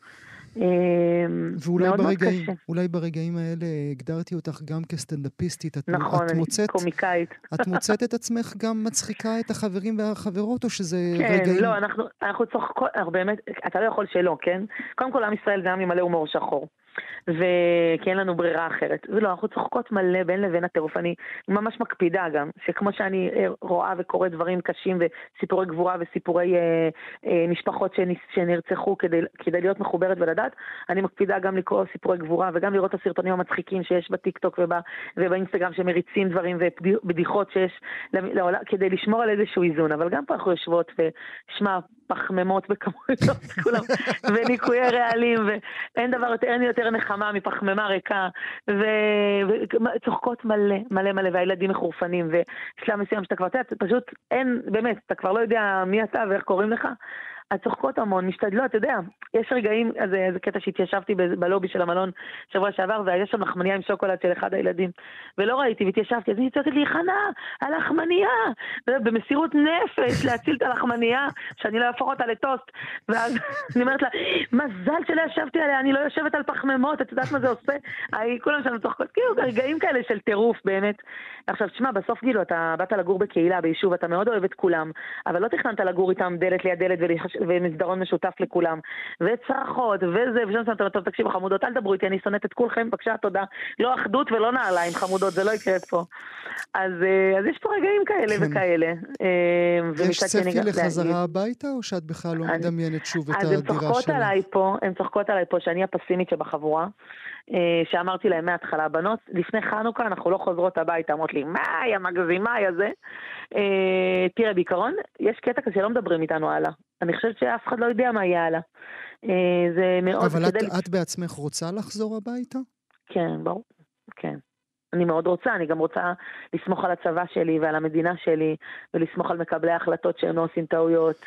C: ואולי ברגעים, אולי ברגעים האלה הגדרתי אותך גם כסטנדאפיסטית.
I: נכון, אני קומיקאית.
C: את מוצאת את עצמך גם מצחיקה את החברים והחברות, או שזה
I: רגעים?
C: כן,
I: לא, אנחנו, אנחנו צוחקות, באמת, אתה לא יכול שלא, כן? קודם כל, עם ישראל גם ממלא הומור שחור. וכי אין לנו ברירה אחרת. ולא, אנחנו צוחקות מלא בין לבין הטירוף. אני ממש מקפידה גם, שכמו שאני רואה וקורא דברים קשים וסיפורי גבורה וסיפורי אה, אה, משפחות שנרצחו כדי, כדי להיות מחוברת ולדעת, אני מקפידה גם לקרוא סיפורי גבורה וגם לראות את הסרטונים המצחיקים שיש בטיקטוק ובא, ובאינסטגרם שמריצים דברים ובדיחות שיש לעולה, כדי לשמור על איזשהו איזון. אבל גם פה אנחנו יושבות ושמע פחממות בכמויות כולם, וניקויי רעלים, ואין דבר יותר, אין יותר נחמה מפחממה ריקה, וצוחקות מלא, מלא מלא, והילדים מחורפנים, ושלב מסוים שאתה כבר, אתה פשוט, אין, באמת, אתה כבר לא יודע מי אתה ואיך קוראים לך, הצוחקות המון, משתדלות, אתה יודע, יש רגעים, אז זה קטע שהתיישבתי בלובי של המלון שבוע שעבר, והיה שם לחמניה עם שוקולד של אחד הילדים, ולא ראיתי, והתיישבתי, אז אני צועקת לי, חנה, הלחמניה, במסירות נפש, להציל את הלחמניה, שאני לא אהפוך אותה לטוסט, ואז אני אומרת לה, מזל שלא ישבתי עליה, אני לא יושבת על פחממות, את יודעת מה זה עושה? כולם שם צוחקות, כאילו, רגעים כאלה של טירוף, באמת. עכשיו, תשמע, בסוף גילו, אתה באת לגור בקהילה, ביישוב, אתה מאוד אוהב את כולם, אבל לא תכננת לגור איתם דלת ליד דלת ומסדרון משותף לכולם, וצרחות, וזה, ושם שם, טוב, תקשיב, חמודות, אל דברו איתי, אני שונאת את כולכם, בבקשה, תודה. לא אחדות ולא נעליים, חמודות, זה לא יקרה פה. אז, אז יש פה רגעים כאלה כן. וכאלה.
C: יש צפי לחזרה הביתה, או שאת בכלל לא מדמיינת שוב את הדירה שלה?
I: אז הן צוחקות עליי פה, הן צוחקות עליי פה, שאני הפסימית שבחבורה, שאמרתי להם מההתחלה, בנות, לפני חנוכה אנחנו לא חוזרות הביתה, אמרות לי, מה היה מגזימה, היה זה? תראה, בעיקרון, יש קטע כזה שלא מדברים איתנו הלאה. אני חושבת שאף אחד לא יודע מה יהיה הלאה. זה מאוד...
C: אבל את, את בעצמך רוצה לחזור הביתה?
I: כן, ברור, כן. אני מאוד רוצה, אני גם רוצה לסמוך על הצבא שלי ועל המדינה שלי, ולסמוך על מקבלי ההחלטות שהם לא עושים טעויות,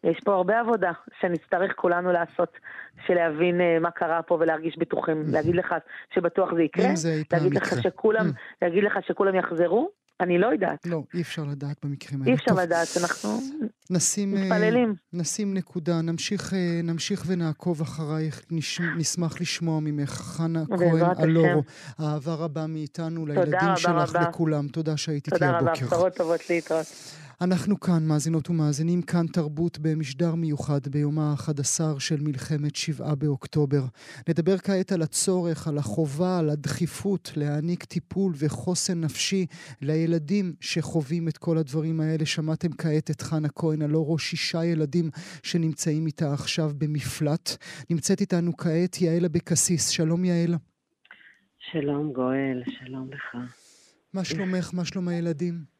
I: יש פה הרבה עבודה שנצטרך כולנו לעשות, של להבין מה קרה פה ולהרגיש בטוחים. להגיד לך שבטוח זה יקרה, להגיד לך שכולם, להגיד לך שכולם יחזרו, אני לא יודעת.
C: לא, אי אפשר לדעת במקרים האלה.
I: אי אפשר לדעת, אנחנו מתפללים.
C: נשים נקודה, נמשיך, נמשיך ונעקוב אחרייך, נשמח לשמוע ממך, חנה כהן אלור, אהבה רבה מאיתנו, לילדים שלך, לכולם. תודה שהיית איתי הבוקר.
I: תודה רבה, בשורות טובות להתראות.
C: אנחנו כאן, מאזינות ומאזינים, כאן תרבות במשדר מיוחד ביום ה-אחד עשר של מלחמת שבעה באוקטובר. נדבר כעת על הצורך, על החובה, על הדחיפות להעניק טיפול וחוסן נפשי לילדים שחווים את כל הדברים האלה. שמעתם כעת את חנה כהן אלור, שישה ילדים שנמצאים איתה עכשיו במפלט. נמצאת איתנו כעת יעל אבקסיס. שלום יעל.
J: שלום גואל, שלום לך.
C: מה שלומך? מה שלום הילדים?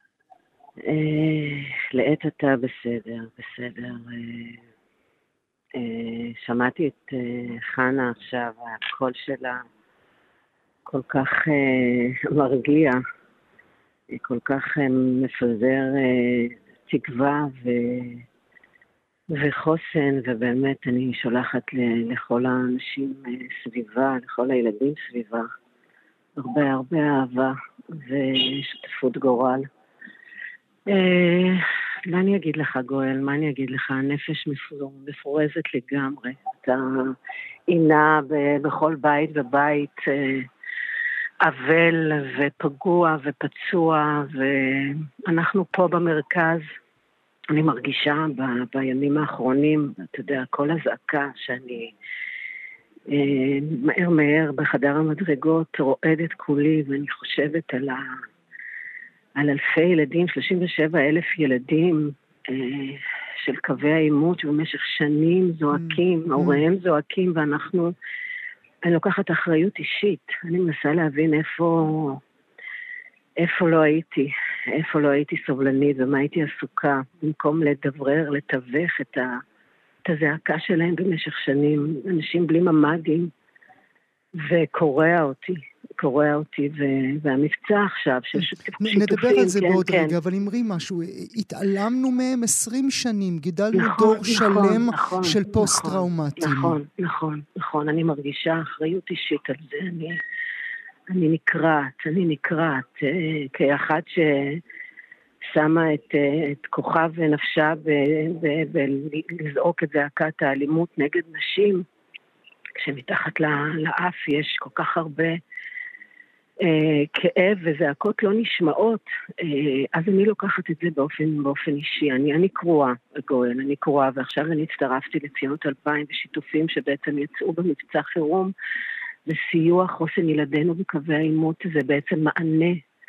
J: לעת אתה בסדר, בסדר. שמעתי את חנה עכשיו, הקול שלה כל כך מרגיע, כל כך מפזר תקווה וחוסן, ובאמת אני שולחת לכל האנשים סביבה, לכל הילדים סביבה, הרבה הרבה אהבה ושותפות גורל. מה אני אגיד לך גואל, מה אני אגיד לך, הנפש מפורזת לגמרי, אתה עינה בכל בית ובית אבל ופגוע ופצוע, ואנחנו פה במרכז, אני מרגישה ב- בימים האחרונים, אתה יודע, כל הזעקה שאני מהר מהר בחדר המדרגות רועדת כולי, ואני חושבת על ה... על אלפי ילדים, שלושים ושבעה אלף ילדים אה, של קווי האימות שבמשך שנים זועקים, mm. הוריהם זועקים, ואנחנו, אני לוקחת אחריות אישית, אני מנסה להבין איפה, איפה לא הייתי, איפה לא הייתי סובלנית ומה הייתי עסוקה, במקום לדברר, לתווך את, ה, את הזעקה שלהם במשך שנים, אנשים בלי ממדים, וקורע אותי. קורא אותי, והמבצע עכשיו של שיתופים.
C: נדבר על זה בעוד רגע, אבל אמרי משהו, התעלמנו מהם עשרים שנים, גידלנו דור שלם של פוסט-טראומטיים.
J: נכון, נכון, נכון, אני מרגישה אחריות אישית על זה, אני נקראת, אני נקראת, כאחת ששמה את כוחה ונפשה ולזעוק את זעקת האלימות נגד נשים, כשמתחת לאף יש כל כך הרבה Uh, כאב וזעקות לא נשמעות, uh, אז אני לוקחת את זה באופן, באופן אישי. אני, אני קרואה, גואל, אני קרואה, ועכשיו אני הצטרפתי לציונות אלפיים ושיתופים שבעצם יצאו במבצע חירום, וסיוע חוסן ילדינו בקווי האימות, זה בעצם מענה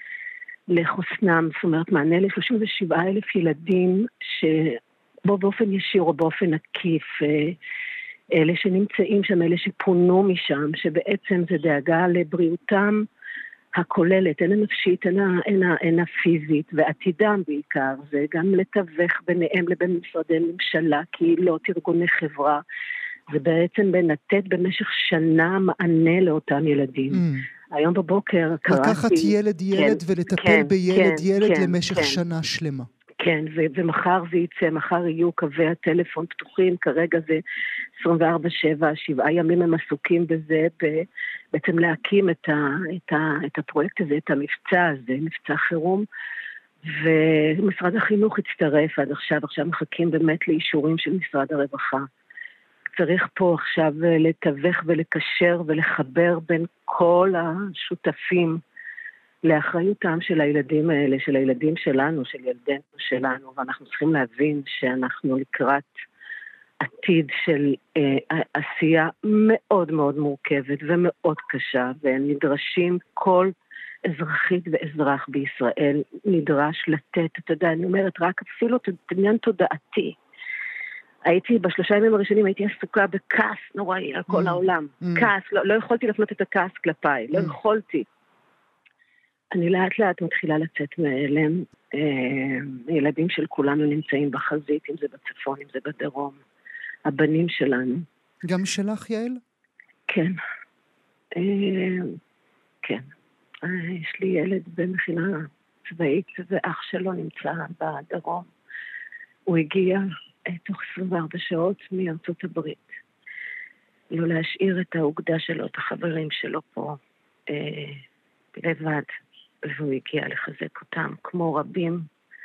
J: לחוסנם, זאת אומרת, מענה ל-שלושים ושבעה אלף ילדים, שבו באופן ישיר או באופן עקיף, uh, אלה שנמצאים שם, אלה שפונו משם, שבעצם זה דאגה לבריאותם, הכוללת, הן הנפשית, הן הפיזית, ועתידם בעיקר, זה גם לתווך ביניהם לבין משרדי ממשלה, קהילות, ארגוני חברה, זה בעצם לתת במשך שנה מענה לאותם ילדים. Mm. היום בבוקר קראתי... לקחת ילד ילד כן, ולטפל כן, בילד כן, ילד כן, למשך כן. שנה שלמה. כן, ו- ומחר זה יצא, מחר יהיו קווי הטלפון פתוחים, כרגע זה עשרים וארבע שבע, שבעה ימים הם עסוקים בזה, ב- בעצם להקים את, ה- את, ה- את הפרויקט הזה, את המבצע הזה, מבצע חירום, ומשרד החינוך הצטרף עד עכשיו, עכשיו מחכים באמת לאישורים של משרד הרווחה. צריך פה עכשיו לתווך ולקשר ולחבר בין כל השותפים, לאחריותם של הילדים האלה, של הילדים שלנו, של ילדינו שלנו, ואנחנו צריכים להבין שאנחנו לקראת עתיד של אה, עשייה מאוד מאוד מורכבת ומאוד קשה, ונדרשים כל אזרחית ואזרח בישראל נדרש לתת, אתה יודע, אני אומרת רק אפילו את עניין תודעתי. הייתי בשלושה ימים הראשונים, הייתי עסוקה בכעס נוראי על כל mm. העולם. Mm. כעס, לא, לא יכולתי לפנות את הכעס כלפיי, mm. לא יכולתי. אני לאט לאט מתחילה לצאת מאלם, ילדים של כולנו נמצאים בחזית, אם זה בצפון, אם זה בדרום, הבנים שלנו.
C: גם שלך, יעל?
J: כן, כן. יש לי ילד במכינה צבאית, ואח שלו נמצא בדרום. הוא הגיע תוך עשרים וארבע שעות מארצות הברית. לא להשאיר את האוגדה שלו, את החברים שלו פה אה, לבד, והוא הגיע לחזק אותם, כמו רבים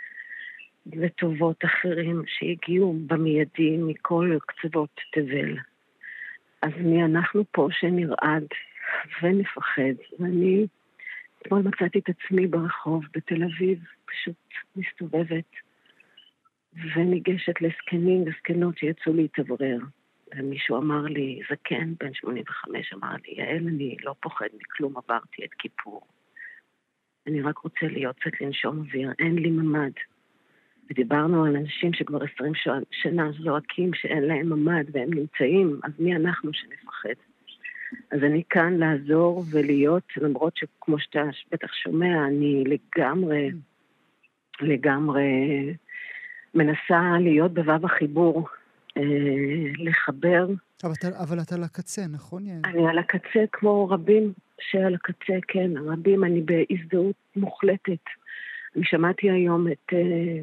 J: וטובות אחרים שהגיעו במיידי מכל קצוות תבל. אז מי אנחנו פה שנרעד ונפחד, ואני אתמול מצאתי את עצמי ברחוב בתל אביב, פשוט מסתובבת, וניגשת לזקנים וזקנות שיצאו להתאוורר. ומישהו אמר לי, זקן, בן שמונים וחמש, אמר לי, יעל, אני לא פוחד מכלום, עברתי את כיפור. אני רק רוצה להיות קצת לנשום אוויר, אין לי ממד. ודיברנו על אנשים שכבר עשרים שנה זועקים שאין להם ממד והם נמצאים, אז מי אנחנו שנפחד? אז אני כאן לעזור ולהיות, למרות שכמו שאתה בטח שומע, אני לגמרי, לגמרי מנסה להיות בבב החיבור, אה, לחבר.
C: אבל אתה, אבל אתה על הקצה, נכון? יעל?
J: אני על הקצה כמו רבים שעל הקצה, כן, רבים, אני בהזדהות מוחלטת. אני שמעתי היום את... אה,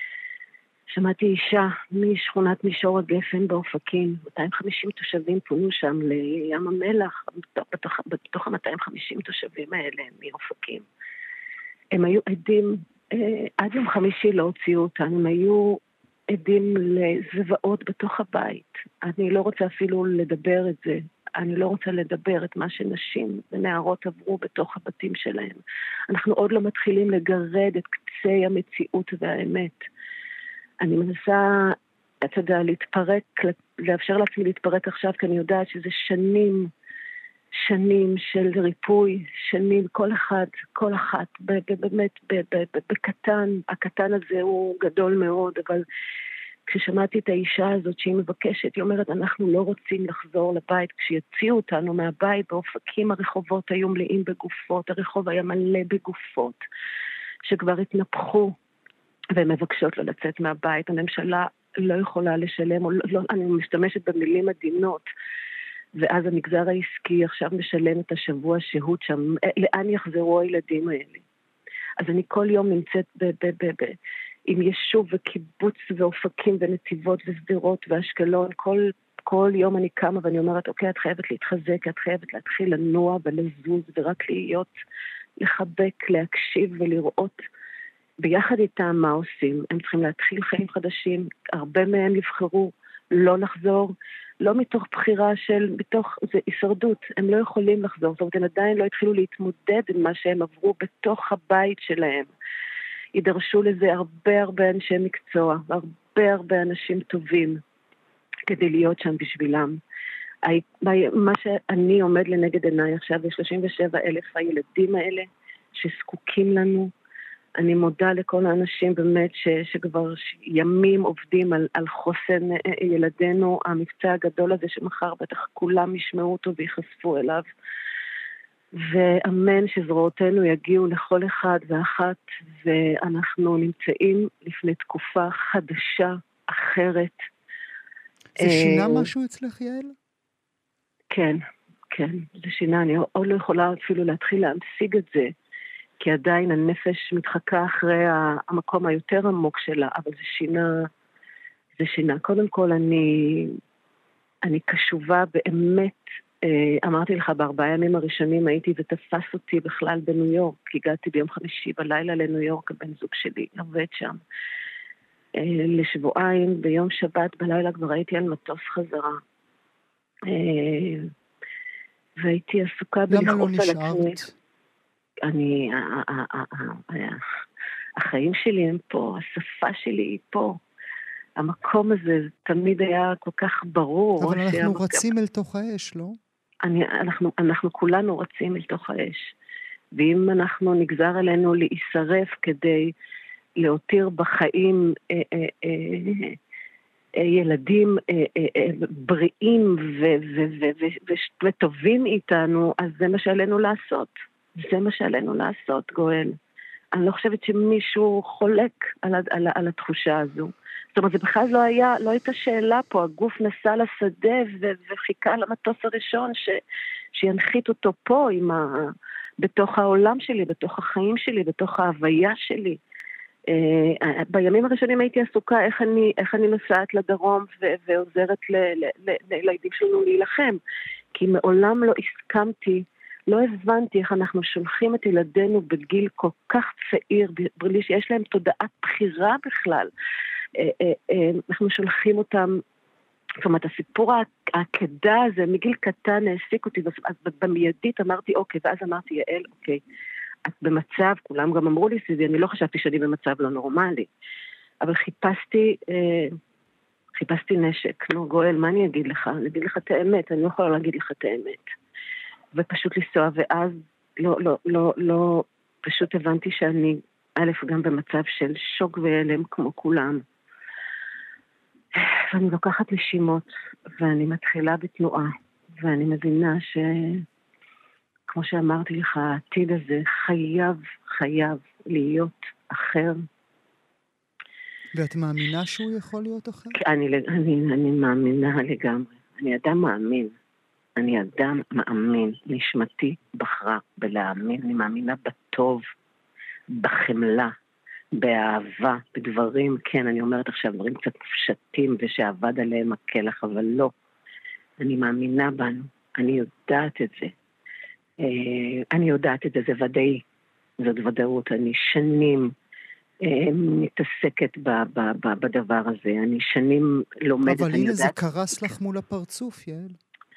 J: שמעתי אישה משכונת מישור הגפן באופקים, מאתיים וחמישים תושבים פונו שם לים המלח, בתוך, בתוך ה-מאתיים וחמישים תושבים האלה מאופקים. הם היו עדים, אה, עד יום חמישי לא הוציאו אותם, הם היו עדים לזוועות בתוך הבית. אני לא רוצה אפילו לדבר את זה, אני לא רוצה לדבר את מה שנשים ונערות עברו בתוך הבתים שלהם. אנחנו עוד לא מתחילים לגרד את קצי המציאות והאמת. אני מנסה, אתה יודע, להתפרק, לאפשר לעצמי להתפרק עכשיו, כי אני יודעת שזה שנים, שנים של ריפוי, שנים, כל אחד, כל אחת, באמת, בקטן, הקטן הזה הוא גדול מאוד, אבל כששמעתי את האישה הזאת שהיא מבקשת, היא אומרת, אנחנו לא רוצים לחזור לבית, כשיציאו אותנו מהבית, באופקים הרחובות היו מלאים בגופות, הרחוב היה מלא בגופות, שכבר התנפחו, והן מבקשות לא לצאת מהבית. הממשלה לא יכולה לשלם, או לא, אני משתמשת במילים עדינות, ואז המגזר העסקי עכשיו משלם את השבוע שהות שם, לאן יחזרו הילדים האלה? אז אני כל יום נמצאת ב, ב, ב, ב, עם יישוב וקיבוץ ואופקים ונתיבות וסדרות ואשקלון, כל, כל יום אני קמה ואני אומרת, אוקיי, את חייבת להתחזק, את חייבת להתחיל לנוע ולזוז ורק להיות, לחבק, להקשיב ולראות, ביחד איתם מה עושים. הם צריכים להתחיל חיים חדשים, הרבה מהם יבחרו לא לחזור, לא מתוך בחירה של, מתוך, זה הישרדות, הם לא יכולים לחזור, זאת אומרת, הם עדיין לא התחילו להתמודד עם מה שהם עברו בתוך הבית שלהם. יידרשו לזה הרבה הרבה אנשי מקצוע, הרבה הרבה אנשים טובים, כדי להיות שם בשבילם. מה שאני עומד לנגד עיניי עכשיו, יש שלושים ושבעה אלף הילדים האלה, שזקוקים לנו, אני מודה לכל האנשים באמת ש, שכבר ימים עובדים על, על חוסן ילדינו, המבצע הגדול הזה שמחר בטח כולם ישמעו אותו ויחשפו אליו, ואמן שזרועותינו יגיעו לכל אחד ואחת, ואנחנו נמצאים לפני תקופה חדשה, אחרת.
C: זה שינה משהו אצלך, יעל?
J: כן, כן, זה שינה, אני עוד לא יכולה אפילו להתחיל להמשיג את זה, כי עדיין הנפש מתחקה אחרי המקום היותר עמוק שלה, אבל זה שינה, זה שינה. קודם כל אני, אני קשובה באמת, אמרתי לך, בארבעה ימים הראשונים הייתי ותפס אותי בכלל בניו יורק, הגעתי ביום חמישי בלילה לניו יורק, הבן זוג שלי עובד שם. לשבועיים, ביום שבת בלילה כבר הייתי על מטוס חזרה. והייתי עסוקה בלכעוס על עצמי.
C: למה לא נשארת?
J: אני, החיים שלי הם פה, השפה שלי היא פה. המקום הזה תמיד היה כל כך ברור.
C: אבל אנחנו רצים אל תוך האש, לא?
J: אני, אנחנו, אנחנו כולנו רצים אל תוך האש. ואם אנחנו נגזר עלינו להישרף כדי להותיר בחיים אה, אה, אה, אה, ילדים אה, אה, אה, בריאים ו, ו, ו, ו, ו, וטובים איתנו, אז זה מה שעלינו לעשות. זה מה שעלינו לעשות, גואל. אני לא חושבת שמישהו חולק על, על, על התחושה הזו. זאת אומרת, זה בכלל לא היה, לא הייתה שאלה פה, הגוף נסע לשדה ו, וחיכה למטוס הראשון ש, שינחית אותו פה עם ה, בתוך העולם שלי, בתוך החיים שלי, בתוך ההוויה שלי. בימים הראשונים הייתי עסוקה איך אני, איך אני נוסעת לדרום ו- ועוזרת לילדים שלנו להילחם, כי מעולם לא הסכמתי, לא הבנתי איך אנחנו שולחים את ילדינו בגיל כל כך צעיר, בלי שיש להם תודעת בחירה בכלל. אנחנו שולחים אותם, זאת אומרת, הסיפור העקדה הזה מגיל קטן העסיק אותי, אז במיידית אמרתי אוקיי, ואז אמרתי יעל, אוקיי, את במצב, כולם גם אמרו לי סביבי, אני לא חשבתי שאני במצב לא נורמלי, אבל חיפשתי, אה, חיפשתי נשק. נו, גואל, מה אני אגיד לך? אני אגיד לך את האמת, אני לא יכולה להגיד לך את האמת. ופשוט לנסוע, ואז לא, לא, לא, לא, פשוט הבנתי שאני, א', גם במצב של שוק והלם כמו כולם. ואני לוקחת נשימות, ואני מתחילה בתנועה, ואני מבינה ש... כמו שאמרתי לך, העתיד הזה חייב, חייב להיות אחר.
C: ואת מאמינה שהוא יכול להיות אחר?
J: אני, אני, אני מאמינה לגמרי. אני אדם מאמין. אני אדם מאמין. נשמתי בחרה בלהאמין. אני מאמינה בטוב, בחמלה, באהבה, בדברים, כן, אני אומרת עכשיו, דברים קצת פשטים ושעבד עליהם הכלח, אבל לא. אני מאמינה בנו. אני יודעת את זה. אני יודעת את זה, זה ודאי, זאת ודאות, אני שנים מתעסקת בדבר הזה, אני שנים לומדת.
C: אבל הנה זה קרס לך מול הפרצוף, יעל.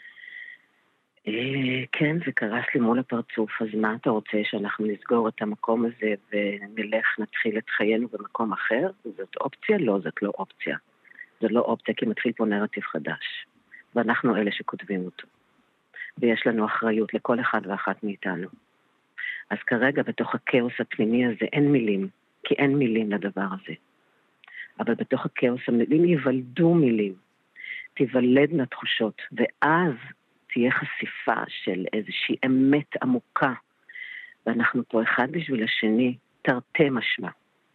J: כן, זה קרס לי מול הפרצוף, אז מה אתה רוצה, שאנחנו נסגור את המקום הזה ונלך, נתחיל את חיינו במקום אחר? זאת אופציה? לא, זאת לא אופציה. זאת לא אופציה, כי מתחיל פה נרטיב חדש, ואנחנו אלה שכותבים אותו. ויש לנו אחריות לכל אחד ואחת מאיתנו. אז כרגע בתוך הכאוס הפנימי הזה אין מילים, כי אין מילים לדבר הזה. אבל בתוך הכאוס המילים יוולדו מילים, תיוולדנה תחושות, ואז תהיה חשיפה של איזושהי אמת עמוקה, ואנחנו פה אחד בשביל השני, תרתי משמע.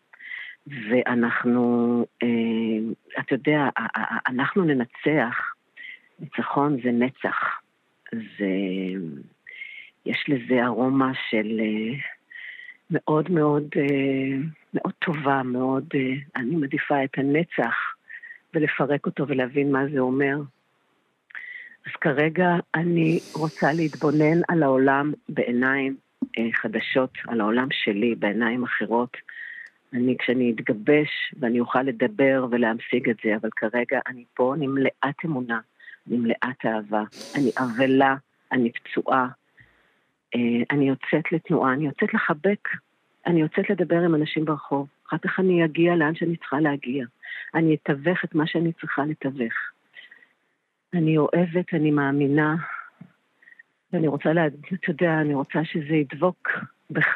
J: ואנחנו, אה, אתה יודע, אנחנו ננצח, ניצחון זה נצח, זה, יש לזה ארומה של מאוד מאוד, מאוד טובה, מאוד, אני מעדיפה את הנצח ולפרק אותו ולהבין מה זה אומר. אז כרגע אני רוצה להתבונן על העולם בעיניים חדשות, על העולם שלי בעיניים אחרות. אני, כשאני אתגבש ואני אוכל לדבר ולהמשיג את זה, אבל כרגע אני פה, אני מלאת אמונה. אני מלאת אהבה, אני אבלה, אני פצועה, אני יוצאת לתנועה, אני יוצאת לחבק, אני יוצאת לדבר עם אנשים ברחוב, אחר כך אני אגיע לאן שאני צריכה להגיע, אני אתווך את מה שאני צריכה לתווך. אני אוהבת, אני מאמינה, ואני רוצה, לה, אתה יודע, אני רוצה שזה ידבוק בך,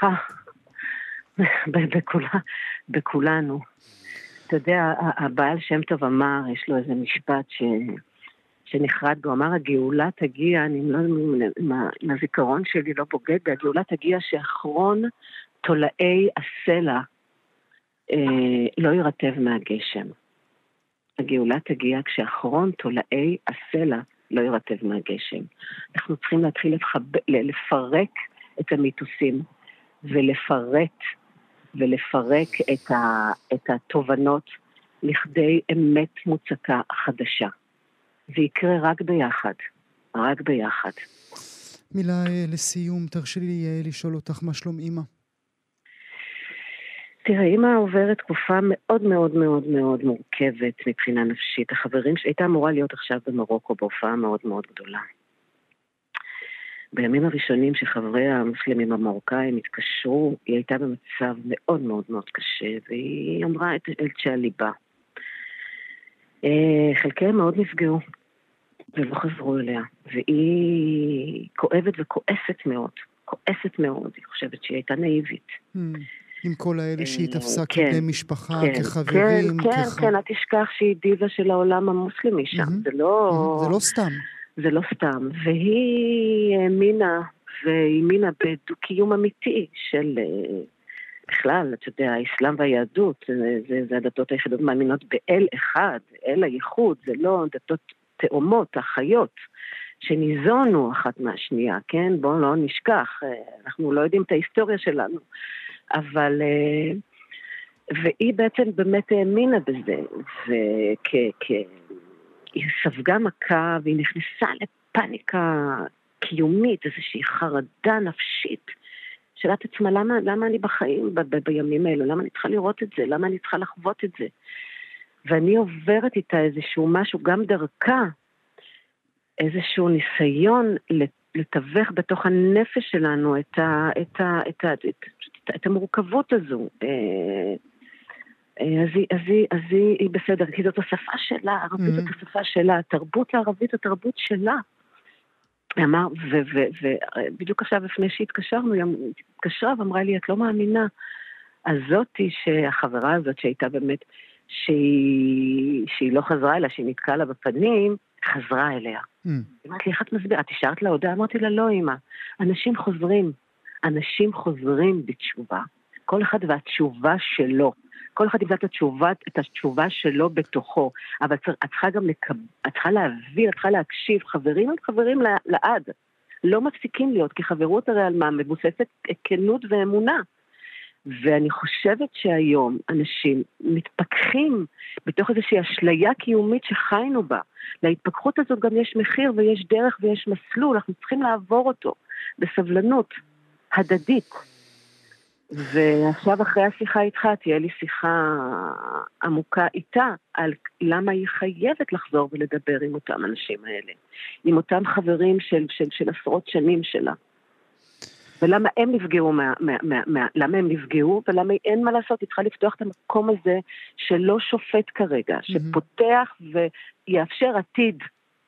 J: בכולה, בכולנו. אתה יודע, הבעל שם טוב אמר, יש לו איזה משפט ש... שנחרד בו, אמר, הגאולה תגיע, אני לא, עם הזיכרון שלי לא בוגד, הגאולה תגיע שאחרון תולעי הסלע אה, לא ירטב מהגשם. הגאולה תגיע כשאחרון תולעי הסלע לא ירטב מהגשם. אנחנו צריכים להתחיל לתחב... לפרק את המיתוסים, ולפרט, ולפרק את, ה... את התובנות לכדי אמת מוצקה חדשה. זה יקרה רק ביחד, רק ביחד.
C: מילה לסיום, תרשי לי לשאול אותך מה שלום אמא.
J: תראה, אמא עוברת תקופה מאוד מאוד מאוד מאוד מורכבת מבחינה נפשית. החברים שהייתה אמורה להיות עכשיו במרוקו בהופעה מאוד מאוד גדולה. בימים הראשונים שחברי המוסלמים המרוקאים התקשרו, היא הייתה במצב מאוד מאוד מאוד קשה, והיא אמרה את שעליבה. חלקם מאוד נפגעו ולא חזרו אליה, והיא כואבת וכועסת מאוד, כועסת מאוד, היא חושבת שהיא הייתה נאיבית.
C: עם כל האלה שהיא תפסה כבני משפחה, כחברים.
J: כן, כן, את תשכח שהיא דיבה של העולם המוסלמי שם, זה לא...
C: זה לא סתם.
J: זה לא סתם, והיא האמינה, והאמינה בדו-קיום אמיתי של... בכלל, אתה יודע, האסלאם והיהדות, זה, זה, זה הדתות היחידות מאמינות באל אחד, אל הייחוד, זה לא דתות תאומות, החיות, שניזונו אחת מהשנייה, כן? בואו לא נשכח, אנחנו לא יודעים את ההיסטוריה שלנו, אבל והיא בעצם באמת האמינה בזה, והיא ספגה מכה, והיא נכנסה לפאניקה קיומית, איזושהי חרדה נפשית, שאלת עצמה, למה, למה אני בחיים ב- ב- בימים האלו? למה אני צריכה לראות את זה? למה אני צריכה לחוות את זה? ואני עוברת איתה איזשהו משהו, גם דרכה, איזשהו ניסיון לתווך בתוך הנפש שלנו את, ה, את, ה, את, ה, את, את המורכבות הזו. אז, היא, אז, היא, אז היא, היא בסדר, כי זאת השפה שלה, הערבית זאת השפה שלה, התרבות הערבית זאת התרבות שלה. אמר, ובדיוק עכשיו לפני שהתקשרנו, היא התקשרה ואמרה לי, את לא מאמינה, הזאתי שהחברה הזאת שהייתה באמת, שהיא, שהיא לא חזרה אליה, שהיא נתקעה לה בפנים, חזרה אליה. Mm. אמרת לי, איך את מסבירה? את השארת לה הודעה? אמרתי לה, לא אמא. אנשים חוזרים, אנשים חוזרים בתשובה. כל אחד והתשובה שלו. כל אחד ימצא את התשובה, את התשובה שלו בתוכו. אבל את צריכה גם לקב... את צריכה להביא, את צריכה להקשיב. חברים הם חברים לעד. לא מפסיקים להיות, כי חברות הרי על מה? מבוססת כנות ואמונה. ואני חושבת שהיום אנשים מתפכחים בתוך איזושהי אשליה קיומית שחיינו בה. להתפכחות הזאת גם יש מחיר ויש דרך ויש מסלול, אנחנו צריכים לעבור אותו בסבלנות הדדית. ועכשיו אחרי השיחה איתך תהיה לי שיחה עמוקה איתה על למה היא חייבת לחזור ולדבר עם אותם אנשים האלה, עם אותם חברים של, של, של עשרות שנים שלה. ולמה הם נפגעו, מה, מה, מה, מה, למה הם נפגעו, ולמה אין מה לעשות, היא צריכה לפתוח את המקום הזה שלא שופט כרגע, שפותח ויאפשר עתיד.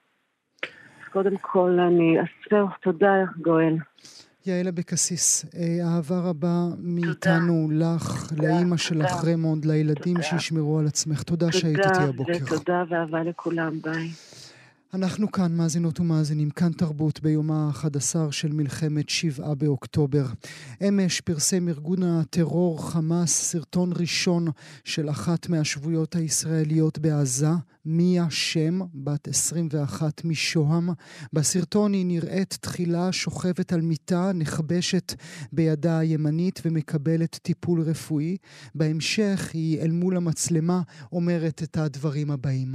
J: אז קודם כל אני, אז זהו, תודה גואל.
C: יעל אבקסיס, אהבה רבה מאיתנו לך, לאמא שלך רמונד, לילדים שישמרו על עצמך. תודה שהיית איתי הבוקר.
J: תודה ואהבה לכולם, ביי.
C: אנחנו כאן, מאזינות ומאזינים, כאן תרבות ביום ה-אחד עשר של מלחמת שבעה באוקטובר. אמש פרסם ארגון הטרור חמאס סרטון ראשון של אחת מהשבויות הישראליות בעזה, מיה שם, בת עשרים ואחת משוהם. בסרטון היא נראית תחילה שוכבת על מיטה, נכבשת בידה הימנית ומקבלת טיפול רפואי. בהמשך היא אל מול המצלמה אומרת את הדברים הבאים.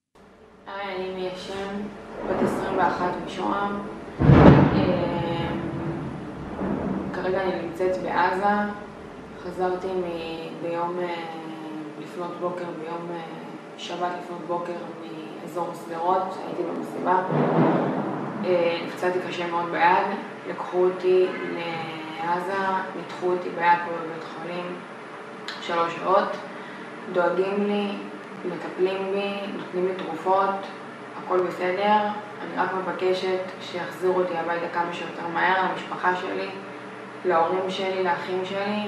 K: אני מיה שם, בת עשרים ואחת משוהם. כרגע אני נמצאת בעזה. חזרתי ביום לפנות בוקר, ביום שבת לפנות בוקר מאזור סדרות, הייתי במסיבה. נפצעתי קשה מאוד ביד, לקחו אותי לעזה, ניתחו אותי בעכו בבית חולים שלוש שעות, דואגים לי, מטפלים בי, נותנים לי תרופות, הכל בסדר. אני רק מבקשת שיחזירו אותי הביתה כמה שיותר מהר, למשפחה שלי, להורים שלי, לאחים שלי.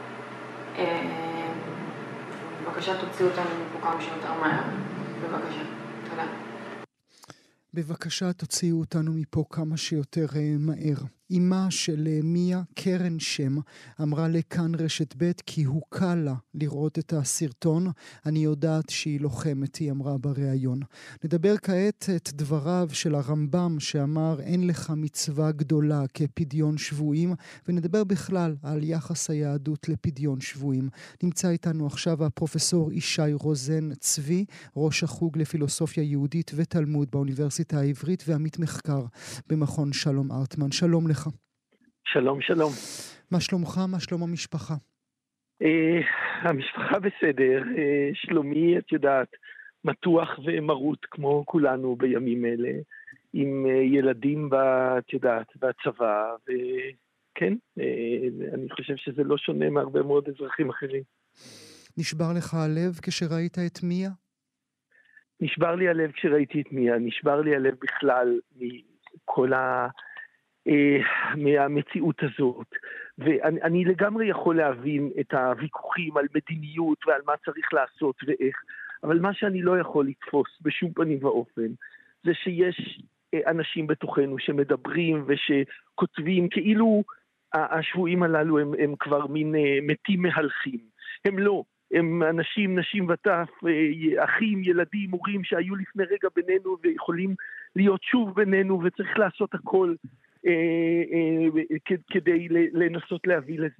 K: בבקשה תוציאו אותנו מפה כמה שיותר מהר. בבקשה. תודה.
C: בבקשה תוציאו אותנו מפה כמה שיותר מהר. אימה של מיה, קרן שם, אמרה לכאן רשת ב' כי הוא קל לה לראות את הסרטון. אני יודעת שהיא לוחמת, היא אמרה בריאיון. נדבר כעת את דבריו של הרמב"ם שאמר אין לך מצווה גדולה כפדיון שבויים, ונדבר בכלל על יחס היהדות לפדיון שבויים. נמצא איתנו עכשיו הפרופסור ישי רוזן צבי, ראש החוג לפילוסופיה יהודית ותלמוד באוניברסיטה העברית ועמית מחקר במכון שלום ארטמן. שלום לך.
L: שלום, שלום.
C: מה שלומך? מה שלום המשפחה?
L: אה, המשפחה בסדר. אה, שלומי, את יודעת, מתוח ומרות כמו כולנו בימים אלה, עם אה, ילדים, את יודעת, בצבא, וכן, אה, אני חושב שזה לא שונה מהרבה מאוד אזרחים אחרים. נשבר לך הלב כשראית את מיה? נשבר לי הלב כשראיתי את מיה, נשבר לי הלב בכלל מכל ה... מהמציאות הזאת, ואני אני לגמרי יכול להבין את הוויכוחים על מדיניות ועל מה צריך לעשות ואיך, אבל מה שאני לא יכול לתפוס בשום פנים ואופן, זה שיש אנשים בתוכנו שמדברים ושכותבים כאילו השבויים הללו הם, הם כבר מין מתים מהלכים. הם לא, הם אנשים, נשים וטף, אחים, ילדים, הורים שהיו לפני רגע בינינו ויכולים להיות שוב בינינו, וצריך לעשות הכל כדי לנסות להביא לזה.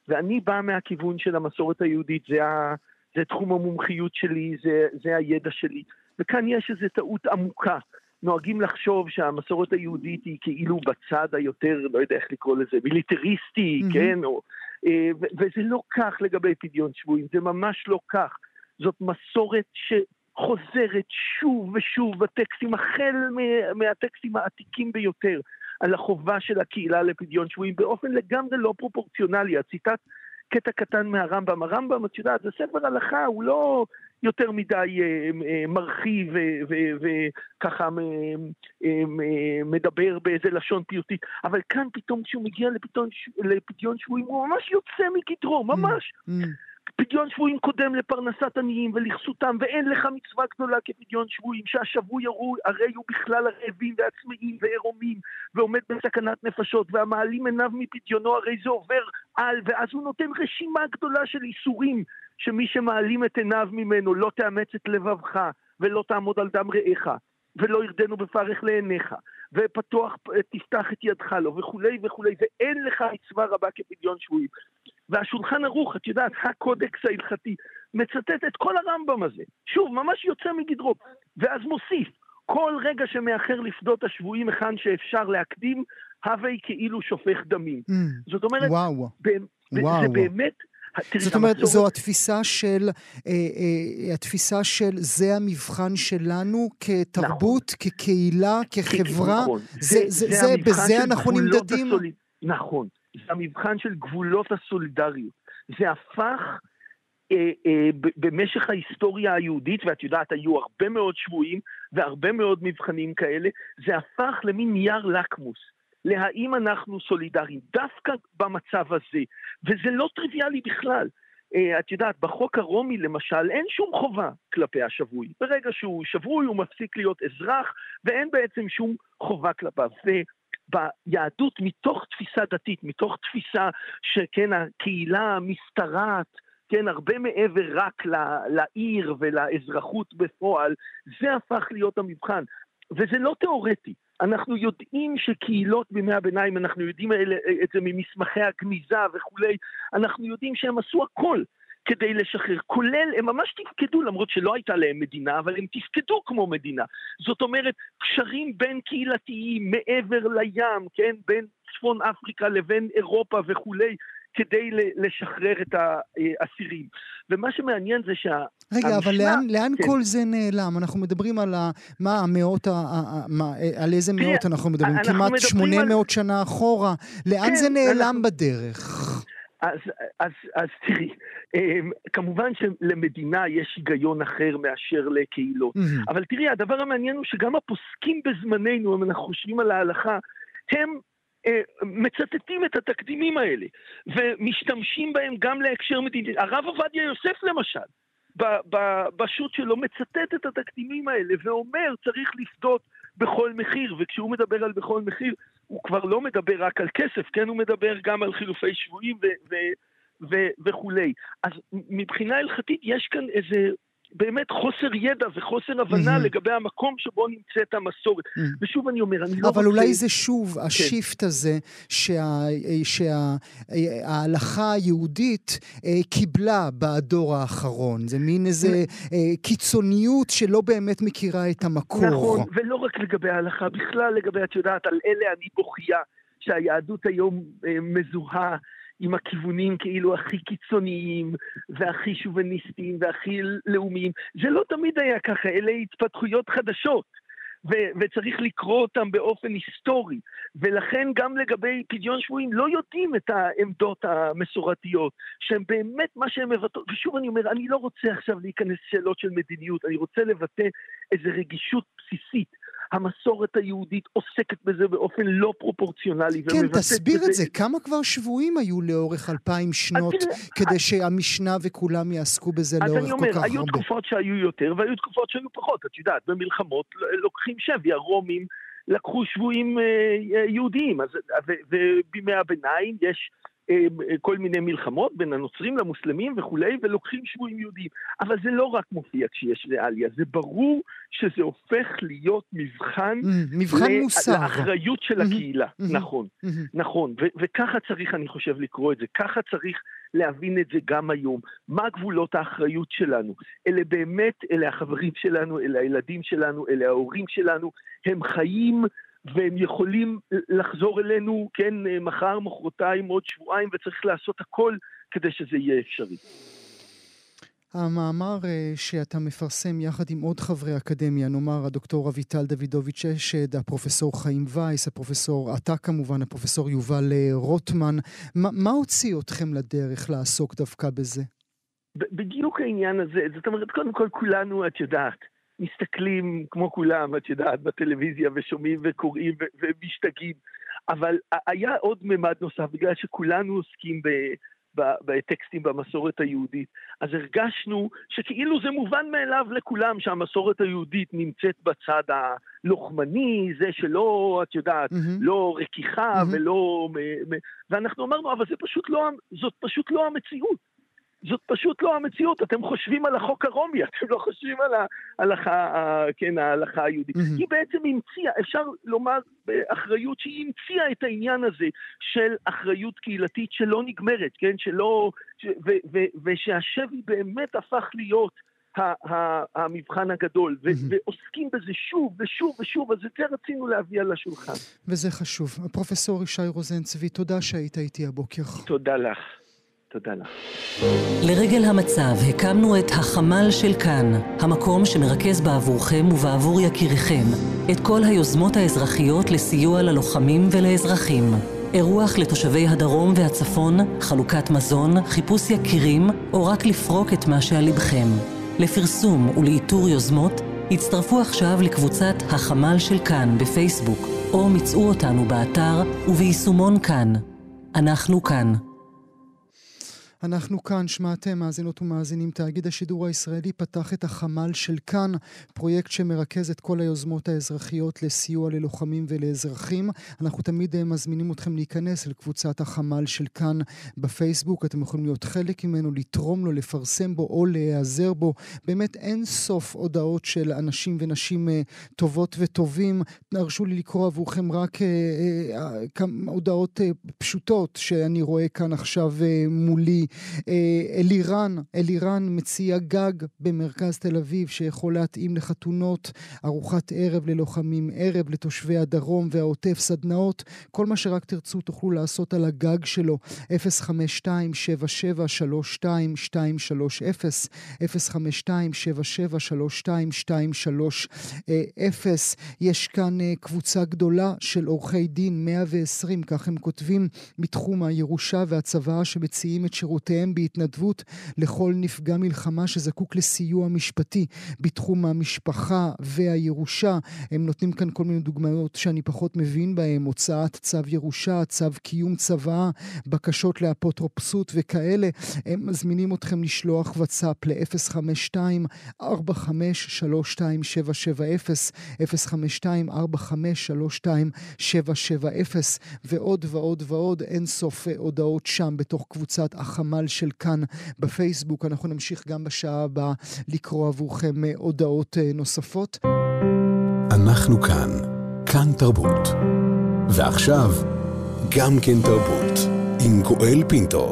L: ואני בא מהכיוון של המסורת היהודית, זה, ה, זה תחום המומחיות שלי, זה, זה הידע שלי. וכאן יש איזו טעות עמוקה. נוהגים לחשוב שהמסורת היהודית היא כאילו בצד היותר, לא יודע איך לקרוא לזה, מיליטריסטי, mm-hmm. כן? או, ו- וזה לא כך לגבי פדיון שבויים, זה ממש לא כך. זאת מסורת שחוזרת שוב ושוב בטקסטים, החל מהטקסטים העתיקים ביותר, על החובה של הקהילה לפדיון שבויים, באופן לגמרי לא פרופורציונלי. הציטט קטע קטן מהרמב"ם. הרמב"ם, את יודעת, זה ספר הלכה, הוא לא יותר מדי מרחיב וככה מדבר באיזה לשון פיוטית, אבל כאן פתאום כשהוא מגיע לפדיון שבויים, הוא ממש יוצא מגדרו, ממש. פדיון שבויים קודם לפרנסת עניים ולכסותם, ואין לך מצווה גדולה כפדיון שבויים, שהשבוי הרי הוא בכלל הרעבים והצמאים ועירומים, ועומד בסכנת נפשות, והמעלים עיניו מפדיונו, הרי זה עובר על, ואז הוא נותן רשימה גדולה של איסורים, שמי שמעלים את עיניו ממנו, לא תאמץ את לבבך, ולא תעמוד על דם רעך, ולא ירדנו בפרך לעיניך, ופתוח תפתח את ידך לו, וכולי וכולי, ואין לך מצווה רבה כפדיון שבויים. והשולחן ערוך, את יודעת, הקודקס ההלכתי, מצטט את כל הרמב"ם הזה. שוב, ממש יוצא מגדרו. ואז מוסיף, כל רגע שמאחר לפדות השבויים היכן שאפשר להקדים, הווי כאילו שופך דמים. Mm. זאת אומרת,
C: וואו.
L: ב-
C: וואו.
L: זה באמת...
C: זאת אומרת, זו התפיסה של, אה, אה, התפיסה של זה המבחן שלנו כתרבות, נכון. כקהילה, כחברה,
L: נכון.
C: זה, זה, זה, זה, בזה אנחנו נמדדים?
L: הסוליד... נכון. זה המבחן של גבולות הסולידריות. זה הפך אה, אה, במשך ההיסטוריה היהודית, ואת יודעת, היו הרבה מאוד שבויים והרבה מאוד מבחנים כאלה, זה הפך למין נייר לקמוס, להאם אנחנו סולידריים, דווקא במצב הזה, וזה לא טריוויאלי בכלל. אה, את יודעת, בחוק הרומי למשל, אין שום חובה כלפי השבוי. ברגע שהוא שבוי, הוא מפסיק להיות אזרח, ואין בעצם שום חובה כלפיו. ו... ביהדות, מתוך תפיסה דתית, מתוך תפיסה שכן, הקהילה משתרעת, כן, הרבה מעבר רק לעיר ולאזרחות בפועל, זה הפך להיות המבחן. וזה לא תיאורטי. אנחנו יודעים שקהילות בימי הביניים, אנחנו יודעים את זה ממסמכי הגניזה וכולי, אנחנו יודעים שהם עשו הכל כדי לשחרר, כולל, הם ממש תפקדו, למרות שלא הייתה להם מדינה, אבל הם תפקדו כמו מדינה. זאת אומרת, קשרים בין קהילתיים, מעבר לים, כן, בין צפון אפריקה לבין אירופה וכולי, כדי לשחרר את האסירים. ומה שמעניין זה שה...
C: רגע, המשנה, אבל לאן, לאן כן. כל זה נעלם? אנחנו מדברים על ה, מה המאות, ה, ה, מה, על איזה תראה, מאות אנחנו מדברים? אנחנו כמעט שמונה מאות על... שנה אחורה. לאן כן, זה נעלם אנחנו... בדרך?
L: אז, אז, אז תראי, כמובן שלמדינה יש היגיון אחר מאשר לקהילות. Mm-hmm. אבל תראי, הדבר המעניין הוא שגם הפוסקים בזמננו, אם אנחנו חושבים על ההלכה, הם מצטטים את התקדימים האלה, ומשתמשים בהם גם להקשר מדיני. הרב עובדיה יוסף למשל, בשו"ת שלו מצטט את התקדימים האלה, ואומר צריך לפדות בכל מחיר, וכשהוא מדבר על בכל מחיר, הוא כבר לא מדבר רק על כסף, כן, הוא מדבר גם על חילופי שבויים ו- ו- ו- וכולי. אז מבחינה הלכתית יש כאן איזה באמת חוסר ידע וחוסר הבנה mm-hmm. לגבי המקום שבו נמצאת המסורת. Mm-hmm. ושוב אני אומר, אני לא
C: אבל
L: רוצה...
C: אולי זה שוב, כן. השיפט הזה, שההלכה היהודית קיבלה בדור האחרון. זה מין איזה קיצוניות שלא באמת מכירה את המקור.
L: נכון, ולא רק לגבי ההלכה, בכלל לגבי, את יודעת, על אלה אני בוכייה, שהיהדות היום מזוהה, עם הכיוונים כאילו הכי קיצוניים, והכי שוביניסטיים, והכי לאומיים. זה לא תמיד היה ככה, אלה התפתחויות חדשות, ו- וצריך לקרוא אותם באופן היסטורי, ולכן גם לגבי פדיון שבויים לא יודעים את העמדות המסורתיות, שהן באמת מה שהן מבטאות, ושוב אני אומר, אני לא רוצה עכשיו להיכנס שאלות של מדיניות, אני רוצה לבטא איזו רגישות בסיסית, המסורת היהודית עוסקת בזה באופן לא פרופורציונלי.
C: כן, תסביר את זה. כמה כבר שבויים היו לאורך אלפיים שנות, כדי שהמשנה וכולם יעסקו בזה לאורך כל כך הרבה?
L: אז אני אומר, היו תקופות שהיו יותר, והיו תקופות שהיו פחות. את יודעת, במלחמות לוקחים שבי, הרומים לקחו שבויים יהודיים, ובימי הביניים יש כל מיני מלחמות בין הנוצרים למוסלמים וכולי, ולוקחים שבויים יהודים. אבל זה לא רק מופיע כשיש ריאליה, זה ברור שזה הופך להיות מבחן,
C: מבחן מוסר.
L: לאחריות של הקהילה. נכון, נכון. וככה צריך, אני חושב, לקרוא את זה. ככה צריך להבין את זה גם היום. מה גבולות האחריות שלנו? אלה באמת, אלה החברים שלנו, אלה הילדים שלנו, אלה ההורים שלנו, הם חיים והם יכולים לחזור אלינו, כן, מחר, מחרתיים, עוד שבועיים, וצריך לעשות הכל כדי שזה יהיה אפשרי.
C: המאמר שאתה מפרסם יחד עם עוד חברי אקדמיה, נאמר הדוקטור אביטל דוידוביץ' אשד, הפרופסור חיים וייס, הפרופסור, אתה כמובן, הפרופסור יובל רוטמן, מה, מה הוציא אתכם לדרך לעסוק דווקא בזה?
L: בדיוק העניין הזה, זאת אומרת, קודם כל כולנו, את יודעת, מסתכלים כמו כולם, את יודעת, בטלוויזיה ושומעים וקוראים ו- ומשתגעים, אבל היה עוד ממד נוסף, בגלל שכולנו עוסקים ב... בטקסטים במסורת היהודית, אז הרגשנו שכאילו זה מובן מאליו לכולם שהמסורת היהודית נמצאת בצד הלוחמני, זה שלא, את יודעת, mm-hmm. לא רקיחה mm-hmm. ולא... ואנחנו אמרנו, אבל זה פשוט לא, זאת פשוט לא המציאות. זאת פשוט לא המציאות, אתם חושבים על החוק הרומי, אתם לא חושבים על ההלכה, כן, ההלכה היהודית. Mm-hmm. היא בעצם המציאה, אפשר לומר באחריות שהיא המציאה את העניין הזה של אחריות קהילתית שלא נגמרת, כן, שלא, ו, ו, ושהשבי באמת הפך להיות המבחן הגדול, ו- mm-hmm. ועוסקים בזה שוב ושוב ושוב, אז את זה רצינו להביא על השולחן.
C: וזה חשוב. הפרופסור ישי רוזן-צבי, תודה שהיית איתי הבוקר.
L: תודה לך. תודה לך.
M: לרגל המצב הקמנו את החמ"ל של כאן, המקום שמרכז בעבורכם ובעבור יקיריכם את כל היוזמות האזרחיות לסיוע ללוחמים ולאזרחים. אירוח לתושבי הדרום והצפון, חלוקת מזון, חיפוש יקירים או רק לפרוק את מה שעל לבכם. לפרסום ולאיתור יוזמות הצטרפו עכשיו לקבוצת החמ"ל של כאן בפייסבוק או מצאו אותנו באתר וביישומון כאן. אנחנו כאן.
C: אנחנו כאן, שמעתם, מאזינות ומאזינים, תאגיד השידור הישראלי פתח את החמ"ל של כאן, פרויקט שמרכז את כל היוזמות האזרחיות לסיוע ללוחמים ולאזרחים. אנחנו תמיד מזמינים אתכם להיכנס לקבוצת החמ"ל של כאן בפייסבוק, אתם יכולים להיות חלק ממנו, לתרום לו, לפרסם בו או להיעזר בו. באמת אין סוף הודעות של אנשים ונשים טובות וטובים. הרשו לי לקרוא עבורכם רק כמה הודעות פשוטות שאני רואה כאן עכשיו מולי. אלירן, אלירן מציע גג במרכז תל אביב שיכול להתאים לחתונות, ארוחת ערב ללוחמים, ערב לתושבי הדרום והעוטף, סדנאות, כל מה שרק תרצו תוכלו לעשות על הגג שלו. אפס חמש שתיים שבע שבע שלוש שתיים שתיים שלוש אפס, אפס חמש שתיים שבע שבע שלוש שתיים שתיים שלוש אפס. יש כאן קבוצה גדולה של עורכי דין, מאה ועשרים, כך הם כותבים, מתחום הירושה והצוואה, שמציעים את שירותיהם בהתנדבות לכל נפגע מלחמה שזקוק לסיוע משפטי בתחום המשפחה והירושה. הם נותנים כאן כל מיני דוגמאות שאני פחות מבין בהם, הוצאת צו ירושה, צו קיום צוואה, בקשות לאפוטרופסות וכאלה. הם מזמינים אתכם לשלוח וואטסאפ ל-אפס חמש שתיים ארבע חמש שלוש שתיים שבע שבע אפס, אפס חמש שתיים ארבע חמש שלוש שתיים שבע שבע אפס, ועוד ועוד ועוד, אין סוף הודעות שם בתוך קבוצת החמ"ל של כאן בפייסבוק. אנחנו נמשיך גם בשעה הבאה לקרוא עבורכם הודעות נוספות.
B: אנחנו כאן, כאן תרבות. ועכשיו, גם כן תרבות, עם גואל פינטו.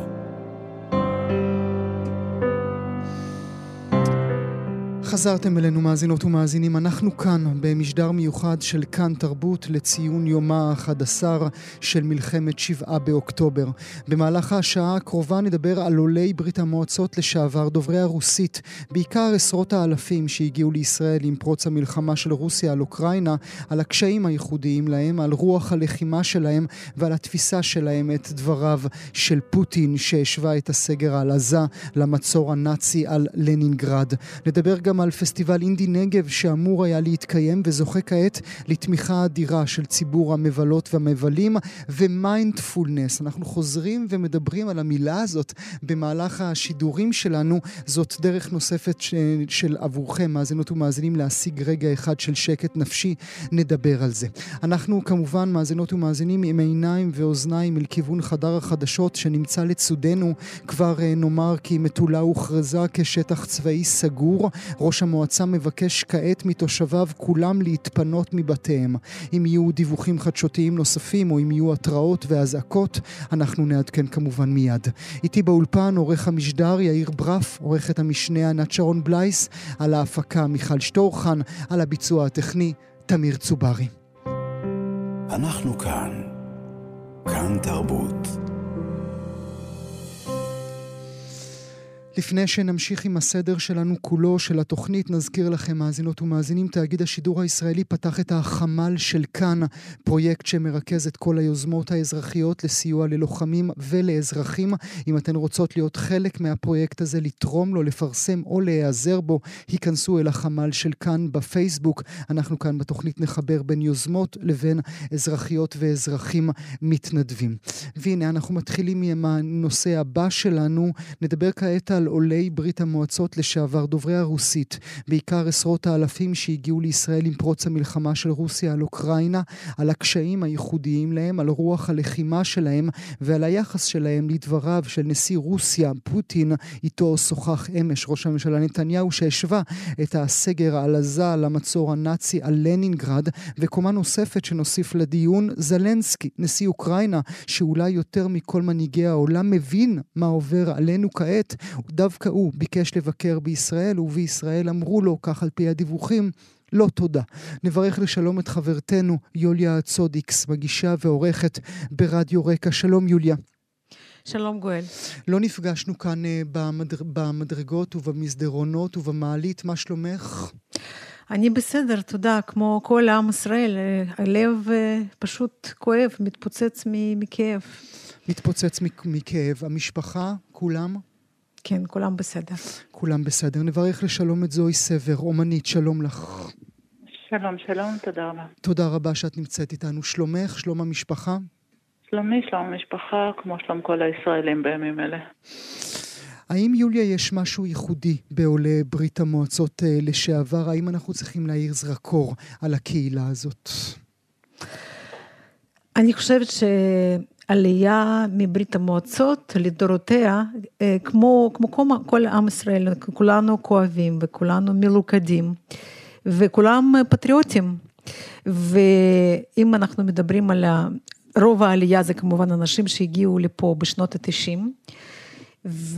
C: חזרתם אלינו מאזינות ומאזינים, אנחנו כאן במשדר מיוחד של כאן תרבות לציון יומה ה-אחד עשר של מלחמת שבעה באוקטובר. במהלך השעה הקרובה נדבר על עולי ברית המועצות לשעבר, דוברי הרוסית, בעיקר עשרות האלפים שהגיעו לישראל עם פרוץ המלחמה של רוסיה על אוקראינה, על הקשיים הייחודיים להם, על רוח הלחימה שלהם ועל התפיסה שלהם את דבריו של פוטין שהשווה את הסגר על עזה למצור הנאצי על לנינגרד. נדבר גם על על פסטיבל אינדי נגב שאמור היה להתקיים וזוכה כעת לתמיכה אדירה של ציבור המבלות והמבלים ומיינדפולנס. אנחנו חוזרים ומדברים על המילה הזאת במהלך השידורים שלנו. זאת דרך נוספת ש... של עבורכם, מאזינות ומאזינים, להשיג רגע אחד של שקט נפשי. נדבר על זה. אנחנו כמובן מאזינות ומאזינים עם עיניים ואוזניים אל כיוון חדר החדשות שנמצא לצודנו. כבר נאמר כי מטולה הוכרזה כשטח צבאי סגור. ראש המועצה מבקש כעת מתושביו כולם להתפנות מבתיהם. אם יהיו דיווחים חדשותיים נוספים או אם יהיו התראות והזעקות, אנחנו נעדכן כמובן מיד. איתי באולפן עורך המשדר יאיר ברף, עורכת המשנה ענת שרון בלייס, על ההפקה מיכל שטורחן, על הביצוע הטכני תמיר צוברי.
A: אנחנו כאן. כאן תרבות.
C: לפני שנמשיך עם הסדר שלנו כולו של התוכנית, נזכיר לכם, מאזינות ומאזינים, תאגיד השידור הישראלי פתח את החמ"ל של כאן, פרויקט שמרכז את כל היוזמות האזרחיות לסיוע ללוחמים ולאזרחים. אם אתן רוצות להיות חלק מהפרויקט הזה, לתרום לו, לפרסם או להיעזר בו, היכנסו אל החמ"ל של כאן בפייסבוק. אנחנו כאן בתוכנית נחבר בין יוזמות לבין אזרחיות ואזרחים מתנדבים. והנה, אנחנו מתחילים עם הנושא הבא שלנו. נדבר כעת על עולי ברית המועצות לשעבר דוברי הרוסית, בעיקר עשרות האלפים שהגיעו לישראל עם פרוץ המלחמה של רוסיה על אוקראינה, על הקשיים הייחודיים להם, על רוח הלחימה שלהם ועל היחס שלהם לדבריו של נשיא רוסיה פוטין, איתו שוחח אמש ראש הממשלה נתניהו, שהשווה את הסגר על עזה על המצור הנאצי על לנינגרד. וקומה נוספת שנוסיף לדיון, זלנסקי, נשיא אוקראינה, שאולי יותר מכל מנהיגי העולם מבין מה עובר עלינו כעת, דווקא הוא ביקש לבקר בישראל, ובישראל אמרו לו, כך על פי הדיווחים, לא תודה. נברך לשלום את חברתנו יוליה צודיקס, מגישה ועורכת ברדיו רקע. שלום יוליה.
N: שלום גואל.
C: לא נפגשנו כאן במדר... במדרגות ובמסדרונות ובמעלית, מה שלומך?
N: אני בסדר, תודה, כמו כל עם ישראל, הלב פשוט כואב, מתפוצץ מכאב.
C: מתפוצץ מכאב. המשפחה, כולם?
N: כן, כולם בסדר.
C: כולם בסדר. נברך לשלום את זוהי סבר, אומנית, שלום לך.
O: שלום, שלום, תודה רבה.
C: תודה רבה שאת נמצאת איתנו. שלומך, שלום המשפחה?
O: שלומי, שלום המשפחה, כמו שלום כל הישראלים בימים אלה.
C: האם יוליה יש משהו ייחודי בעולי ברית המועצות לשעבר? האם אנחנו צריכים להאיר זרקור על הקהילה הזאת?
N: אני חושבת ש... עלייה מברית המועצות לדורותיה, כמו, כמו כל, כל עם ישראל, כולנו כואבים וכולנו מלוכדים, וכולם פטריוטים. ואם אנחנו מדברים על רוב העלייה, זה כמובן אנשים שהגיעו לפה בשנות ה-תשעים, ו...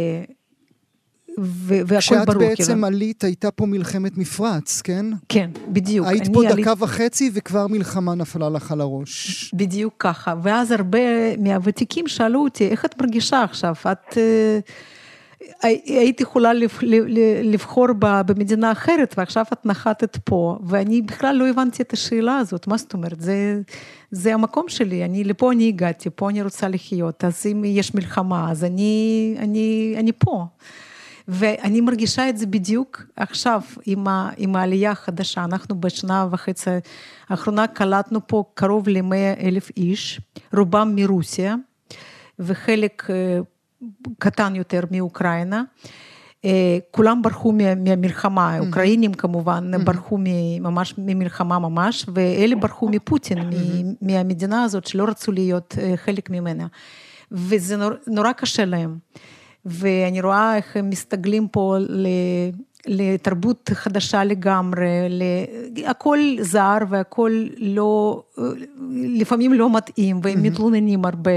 C: כשאת בעצם עלית, הייתה פה מלחמת מפרץ, כן?
N: כן, בדיוק.
C: היית פה דקה וחצי וכבר מלחמה נפלה לך על הראש.
N: בדיוק ככה, ואז הרבה מהוותיקים שאלו אותי, איך את מרגישה עכשיו? את היית יכולה לבחור במדינה אחרת, ועכשיו את נחתת פה, ואני בכלל לא הבנתי את השאלה הזאת, מה זאת אומרת? זה, זה המקום שלי, אני, לפה אני הגעתי, פה אני רוצה לחיות, אז אם יש מלחמה, אז אני, אני, אני פה. ואני מרגישה את זה בדיוק עכשיו עם, ה, עם העלייה החדשה. אנחנו בשנה וחצי האחרונה קלטנו פה קרוב ל-מאה אלף איש, רובם מרוסיה, וחלק קטן יותר מאוקראינה. כולם ברחו מהמלחמה, mm-hmm. אוקראינים כמובן mm-hmm. ברחו ממש ממלחמה ממש, ואלה ברחו מפוטין, mm-hmm. מהמדינה הזאת שלא רצו להיות חלק ממנה. וזה נור, נורא קשה להם. ואני רואה איך הם מסתגלים פה לתרבות חדשה לגמרי, הכל זר והכל לא, לפעמים לא מתאים, והם מתלוננים הרבה,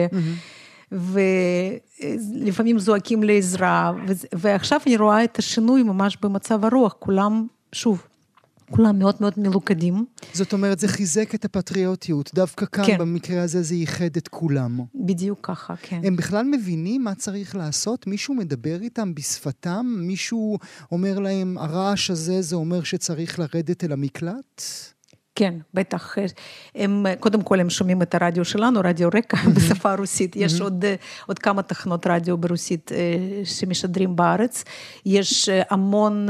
N: ולפעמים זועקים לעזרה, ועכשיו אני רואה את השינוי ממש במצב הרוח, כולם, שוב, כולם מאוד מאוד מלוכדים.
C: זאת אומרת, זה חיזק את הפטריוטיות, דווקא כאן כן. במקרה הזה זה ייחד את כולם.
N: בדיוק ככה, כן.
C: הם בכלל מבינים מה צריך לעשות? מישהו מדבר איתם בשפתם? מישהו אומר להם, הרעש הזה זה אומר שצריך לרדת אל המקלט?
N: כן, בטח. הם, קודם כל הם שומעים את הרדיו שלנו, רדיו רקע בשפה הרוסית. יש עוד, עוד כמה תחנות רדיו ברוסית שמשדרים בארץ. יש המון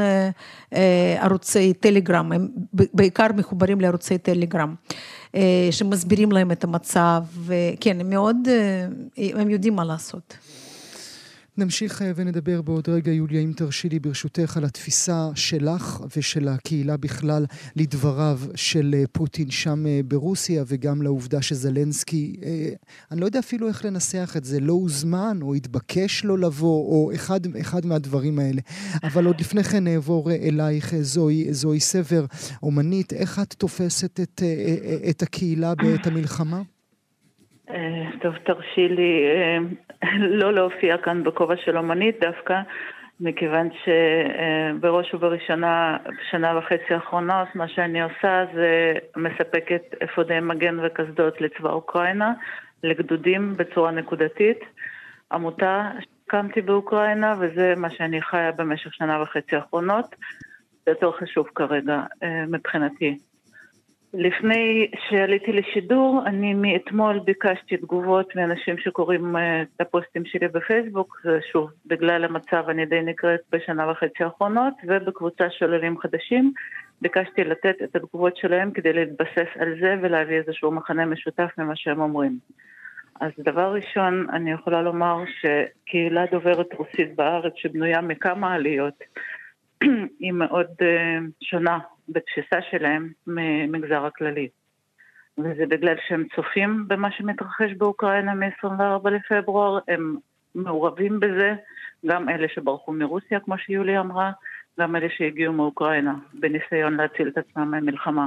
N: ערוצי טלגרם, הם בעיקר מחוברים לערוצי טלגרם, שמסבירים להם את המצב, וכן, הם מאוד, הם יודעים מה לעשות.
C: נמשיך ונדבר בעוד רגע, יוליה, אם תרשי לי ברשותך, על התפיסה שלך ושל הקהילה בכלל לדבריו של פוטין שם ברוסיה, וגם לעובדה שזלנסקי, אני לא יודע אפילו איך לנסח את זה, לא הוזמן או התבקש לו לבוא, או אחד, אחד מהדברים האלה. אבל עוד לפני כן נעבור אלייך, זוהי, זוהי סבר, אומנית, איך את תופסת את, את הקהילה בעת המלחמה?
O: טוב, תרשי לי לא להופיע כאן בכובע של אומנית דווקא, מכיוון שבראש ובראשונה, בשנה וחצי האחרונות, מה שאני עושה זה מספקת אפודי מגן וקסדות לצבא אוקראינה, לגדודים בצורה נקודתית. עמותה שקמתי באוקראינה, וזה מה שאני חיה במשך שנה וחצי האחרונות. זה יותר חשוב כרגע מבחינתי. לפני שעליתי לשידור, אני מאתמול ביקשתי תגובות מאנשים שקוראים את הפוסטים שלי בפייסבוק, ושוב, בגלל המצב אני די נקראת בשנה וחצי האחרונות, ובקבוצה של עולים חדשים, ביקשתי לתת את התגובות שלהם כדי להתבסס על זה ולהביא איזשהו מחנה משותף ממה שהם אומרים. אז דבר ראשון, אני יכולה לומר שקהילה דוברת רוסית בארץ שבנויה מכמה עליות, היא מאוד שונה בתפיסה שלהם ממגזר הכללי. וזה בגלל שהם צופים במה שמתרחש באוקראינה מ-עשרים וארבעה לפברואר, הם מעורבים בזה, גם אלה שברחו מרוסיה, כמו שיולי אמרה, גם אלה שהגיעו מאוקראינה, בניסיון להציל את עצמם מהמלחמה.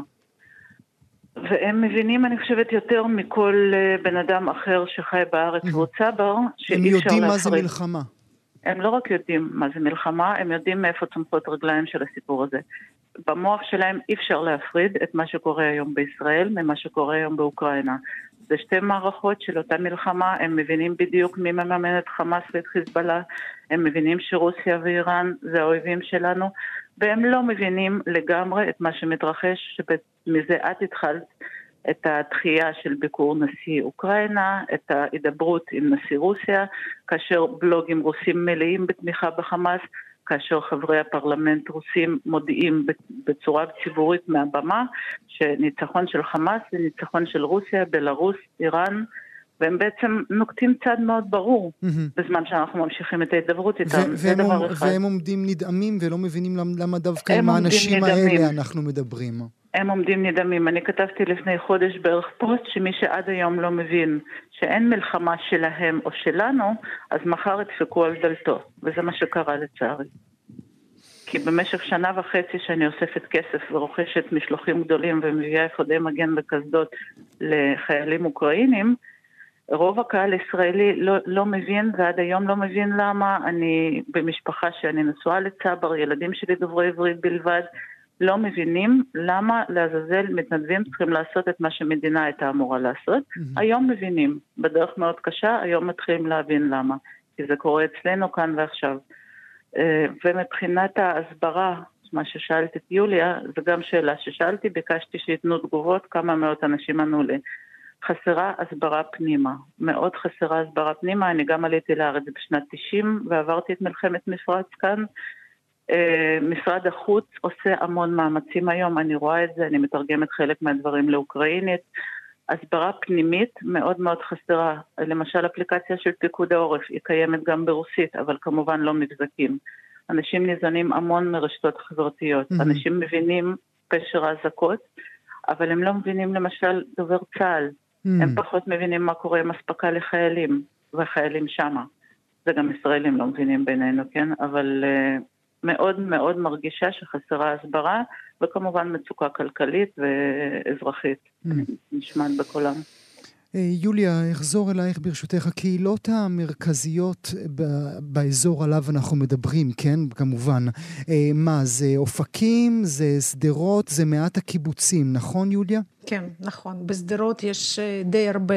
O: והם מבינים, אני חושבת, יותר מכל בן אדם אחר שחי בארץ והוא צבר, שאי אפשר להפריד.
C: הם יודעים מה זה מלחמה.
O: הם לא רק יודעים מה זה מלחמה, הם יודעים מאיפה צומחות רגליים של הסיפור הזה. במוח שלהם אי אפשר להפריד את מה שקורה היום בישראל ממה שקורה היום באוקראינה. זה שתי מערכות של אותה מלחמה, הם מבינים בדיוק מי מממן את חמאס ואת חיזבאללה, הם מבינים שרוסיה ואיראן זה האויבים שלנו, והם לא מבינים לגמרי את מה שמתרחש, שמזה את התחלת את התחייה של ביקור נשיא אוקראינה, את ההידברות עם נשיא רוסיה, כאשר בלוגים רוסים מלאים בתמיכה בחמאס, כאשר חברי הפרלמנט רוסים מודיעים בצורה ציבורית מהבמה, שניצחון של חמאס זה ניצחון של רוסיה, בלרוס, איראן, והם בעצם נוקטים צד מאוד ברור, בזמן שאנחנו ממשיכים את ההידברות איתם. זה דבר אחד.
C: והם עומדים נדהמים ולא מבינים למה דווקא עם האנשים האלה אנחנו מדברים.
O: הם עומדים נדהמים. אני כתבתי לפני חודש בערך פוסט שמי שעד היום לא מבין שאין מלחמה שלהם או שלנו, אז מחר ידפקו על דלתו. וזה מה שקרה לצערי. כי במשך שנה וחצי שאני אוספת כסף ורוכשת משלוחים גדולים ומביאה אפודי מגן וקסדות לחיילים אוקראינים, רוב הקהל הישראלי לא, לא מבין, ועד היום לא מבין למה. אני במשפחה שאני נשואה לצבר, ילדים שלי דוברי עברית בלבד, לא מבינים למה לעזאזל מתנדבים צריכים לעשות את מה שמדינה הייתה אמורה לעשות. Mm-hmm. היום מבינים, בדרך מאוד קשה, היום מתחילים להבין למה. כי זה קורה אצלנו כאן ועכשיו. ומבחינת ההסברה, מה ששאלת את יוליה, זה גם שאלה ששאלתי, ביקשתי שיתנו תגובות, כמה מאות אנשים ענו לי. חסרה הסברה פנימה, מאוד חסרה הסברה פנימה. אני גם עליתי לארץ בשנת תשעים ועברתי את מלחמת מפרץ כאן. משרד החוץ עושה המון מאמצים היום, אני רואה את זה, אני מתרגמת חלק מהדברים לאוקראינית. הסברה פנימית מאוד מאוד חסרה, למשל אפליקציה של פיקוד העורף, היא קיימת גם ברוסית, אבל כמובן לא מבזקים. אנשים ניזונים המון מרשתות חברתיות, mm-hmm. אנשים מבינים פשר האזעקות, אבל הם לא מבינים למשל דובר צה"ל, mm-hmm. הם פחות מבינים מה קורה עם אספקה לחיילים, וחיילים שמה. זה גם ישראלים לא מבינים בינינו, כן? אבל uh, מאוד מאוד מרגישה שחסרה הסברה, וכמובן מצוקה כלכלית ואזרחית, mm. נשמעת בקולם.
C: יוליה, אחזור אלייך ברשותך, הקהילות המרכזיות באזור עליו אנחנו מדברים, כן, כמובן. מה, זה אופקים, זה סדרות, זה מעט הקיבוצים, נכון יוליה?
N: כן, נכון. בסדרות יש די הרבה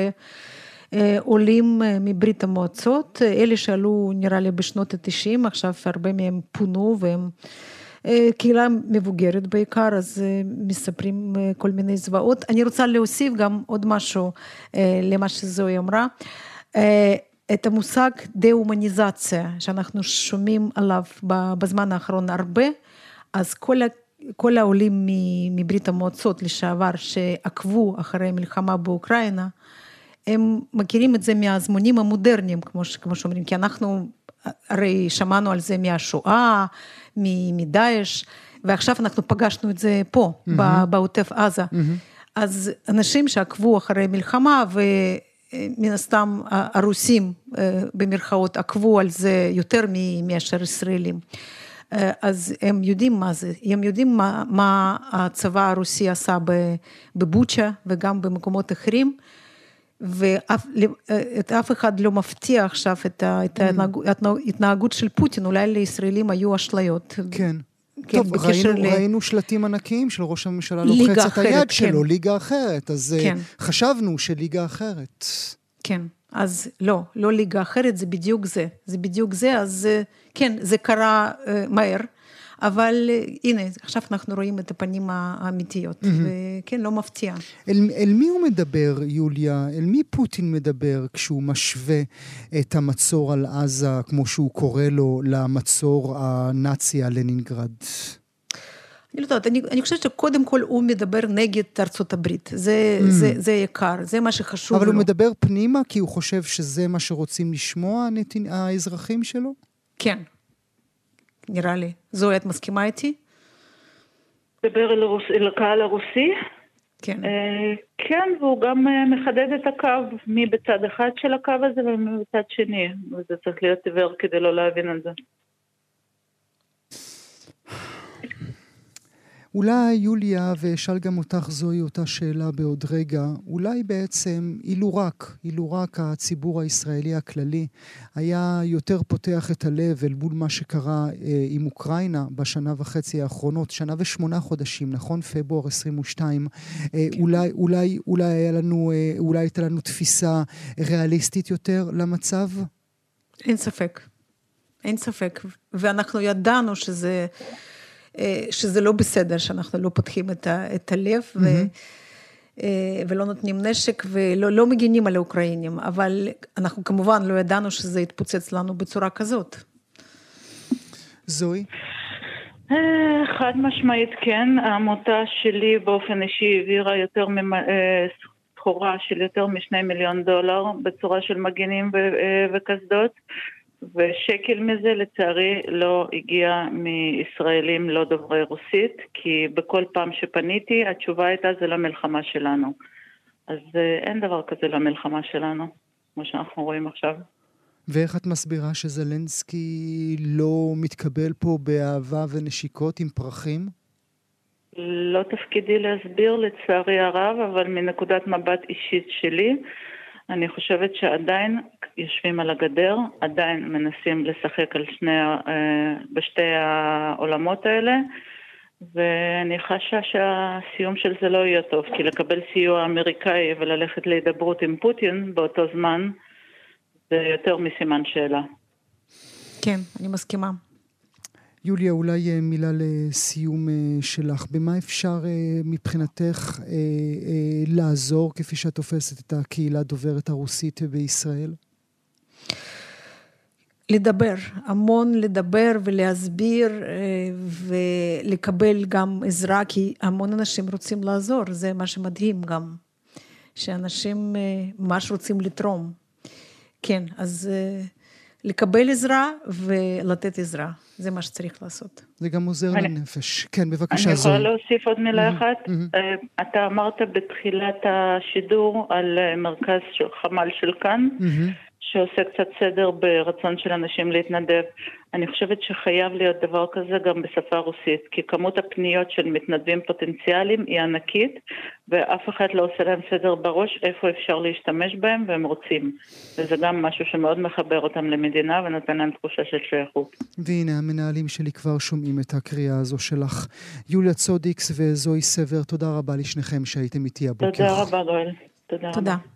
N: עולים מברית המועצות, אלה שעלו נראה לי בשנות ה-תשעים, עכשיו הרבה מהם פונו והם קהילה מבוגרת בעיקר, אז מספרים כל מיני זוועות. אני רוצה להוסיף גם עוד משהו למה שזוהי אמרה. את המושג דה-הומניזציה, שאנחנו שומעים עליו בזמן האחרון הרבה, אז כל, כל העולים מברית המועצות לשעבר שעקבו אחרי מלחמה באוקראינה, הם מכירים את זה מהזמונים המודרניים, כמו, כמו שאומרים, כי אנחנו הרי שמענו על זה מהשואה, מדאעש, ועכשיו אנחנו פגשנו את זה פה, mm-hmm. בעוטף עזה. Mm-hmm. אז אנשים שעקבו אחרי מלחמה, ומן הסתם הרוסים במרכאות עקבו על זה יותר מאשר ישראלים. אז הם יודעים מה זה, הם יודעים מה, מה הצבא הרוסי עשה בבוצ'ה וגם במקומות אחרים, ואף אחד לא מפתיע עכשיו את ההתנהגות של פוטין, אולי לישראלים היו אשליות.
C: כן. טוב, ראינו שלטים ענקיים של ראש הממשלה לוחץ את היד שלו, ליגה אחרת, אז חשבנו שליגה אחרת.
N: כן, אז לא, לא ליגה אחרת, זה בדיוק זה, זה בדיוק זה, אז כן, זה קרה מהר, אבל הנה, עכשיו אנחנו רואים את הפנים האמיתיות, וכן, לא מפתיע.
C: אל, אל מי הוא מדבר, יוליה? אל מי פוטין מדבר כשהוא משווה את המצור על עזה, כמו שהוא קורא לו, למצור הנאצי על לנינגרד?
N: אני לא יודעת, אני, אני חושבת שקודם כל הוא מדבר נגד ארצות הברית, זה, mm. זה, זה יקר, זה מה שחשוב
C: אבל
N: לו.
C: אבל הוא מדבר פנימה, כי הוא חושב שזה מה שרוצים לשמוע האזרחים שלו?
N: כן. נראה לי. זו, את מסכימה איתי?
O: דבר אל, הרוס, אל הקהל הרוסי?
N: כן.
O: אה, כן, והוא גם מחדד את הקו, מי בצד אחד של הקו הזה ומי בצד שני. וזה צריך להיות עיוור כדי לא להבין על זה.
C: אולי יוליה, ואשאל גם אותך זוהי אותה שאלה בעוד רגע, אולי בעצם אילו רק, אילו רק הציבור הישראלי הכללי היה יותר פותח את הלב אל מול מה שקרה אה, עם אוקראינה בשנה וחצי האחרונות, שנה ושמונה חודשים, נכון? פברואר עשרים ושתיים, אה, כן. אולי, אולי, אולי היה לנו, אה, אולי הייתה לנו תפיסה ריאליסטית יותר למצב?
N: אין ספק. אין ספק. ואנחנו ידענו שזה... שזה לא בסדר, שאנחנו לא פותחים את, ה, את הלב, ו, mm-hmm. ולא נותנים נשק, ולא לא מגינים על האוקראינים, אבל אנחנו כמובן לא ידענו שזה יתפוצץ לנו בצורה כזאת.
C: זוהי?
O: חד משמעית כן, העמותה שלי באופן אישי העבירה יותר סחורה של יותר משני מיליון דולר, בצורה של מגינים וקסדות, ושקל מזה לצערי לא הגיע מישראלים לא דוברי רוסית, כי בכל פעם שפניתי התשובה הייתה זה למלחמה שלנו. אז אין דבר כזה למלחמה שלנו, כמו שאנחנו רואים עכשיו.
C: ואיך את מסבירה שזלנסקי לא מתקבל פה באהבה ונשיקות עם פרחים?
O: לא תפקידי להסביר לצערי הרב, אבל מנקודת מבט אישית שלי, אני חושבת שעדיין יושבים על הגדר, עדיין מנסים לשחק על שני, בשתי העולמות האלה, ואני חשה שהסיום של זה לא יהיה טוב, כי לקבל סיוע אמריקאי וללכת להידברות עם פוטין באותו זמן, זה יותר מסימן שאלה.
N: כן, אני מסכימה.
C: יוליה, אולי מילה לסיום שלך. במה אפשר מבחינתך לעזור, כפי שאת תופסת את הקהילה דוברת הרוסית בישראל?
N: לדבר, המון לדבר ולהסביר ולקבל גם עזרה, כי המון אנשים רוצים לעזור, זה מה שמדהים גם, שאנשים ממש רוצים לתרום. כן, אז לקבל עזרה ולתת עזרה, זה מה שצריך לעשות.
C: זה גם עוזר לנפש. כן, בבקשה.
O: אני יכולה להוסיף עוד מילה אחת? אתה אמרת בתחילת השידור על מרכז חמ"ל של כאן, שעושה קצת סדר ברצון של אנשים להתנדב. אני חושבת שחייב להיות דבר כזה גם בשפה רוסית, כי כמות הפניות של מתנדבים פוטנציאליים היא ענקית, ואף אחד לא עושה להם סדר בראש איפה אפשר להשתמש בהם, והם רוצים. וזה גם משהו שמאוד מחבר אותם למדינה, ונותן להם תחושה של שייכות.
C: והנה, המנהלים שלי כבר שומעים את הקריאה הזו שלך. יוליה צודיקס וזוהי סבר, תודה רבה לשניכם שהייתם איתי הבוקר.
O: תודה רבה, גואל. תודה,
N: תודה.
O: רבה.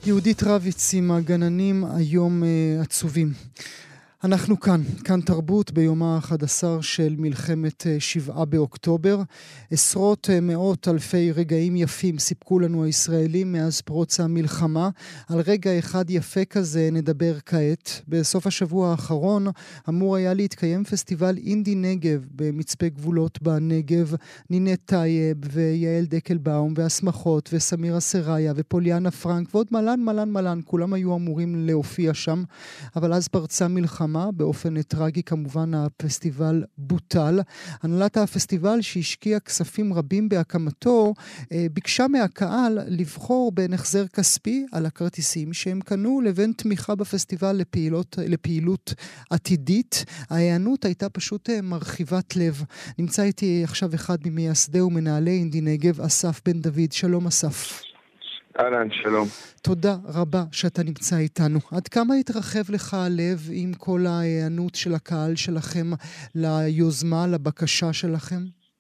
C: יהודית רביץ עם הגננים היום uh, עצובים. אנחנו כאן, כאן תרבות ביומה ה-אחד עשר של מלחמת שבעה באוקטובר. עשרות מאות אלפי רגעים יפים סיפקו לנו הישראלים מאז פרוץ המלחמה. על רגע אחד יפה כזה נדבר כעת. בסוף השבוע האחרון אמור היה להתקיים פסטיבל אינדי נגב במצפה גבולות בנגב. נינת טייב ויעל דקלבאום והסמכות וסמירה סריה ופוליאנה פרנק ועוד מלן מלן מלן. כולם היו אמורים להופיע שם, אבל אז פרצה מלחמה. באופן טרגי כמובן הפסטיבל בוטל. הנהלת הפסטיבל שהשקיע כספים רבים בהקמתו ביקשה מהקהל לבחור בין החזר כספי על הכרטיסים שהם קנו לבין תמיכה בפסטיבל לפעילות, לפעילות עתידית. ההיענות הייתה פשוט מרחיבת לב. נמצא איתי עכשיו אחד ממייסדי ומנהלי אינדי נגב, אסף בן דוד. שלום אסף.
P: אהלן, שלום.
C: תודה רבה שאתה נמצא איתנו. עד כמה התרחב לך הלב עם כל ההיענות של הקהל שלכם ליוזמה, לבקשה שלכם?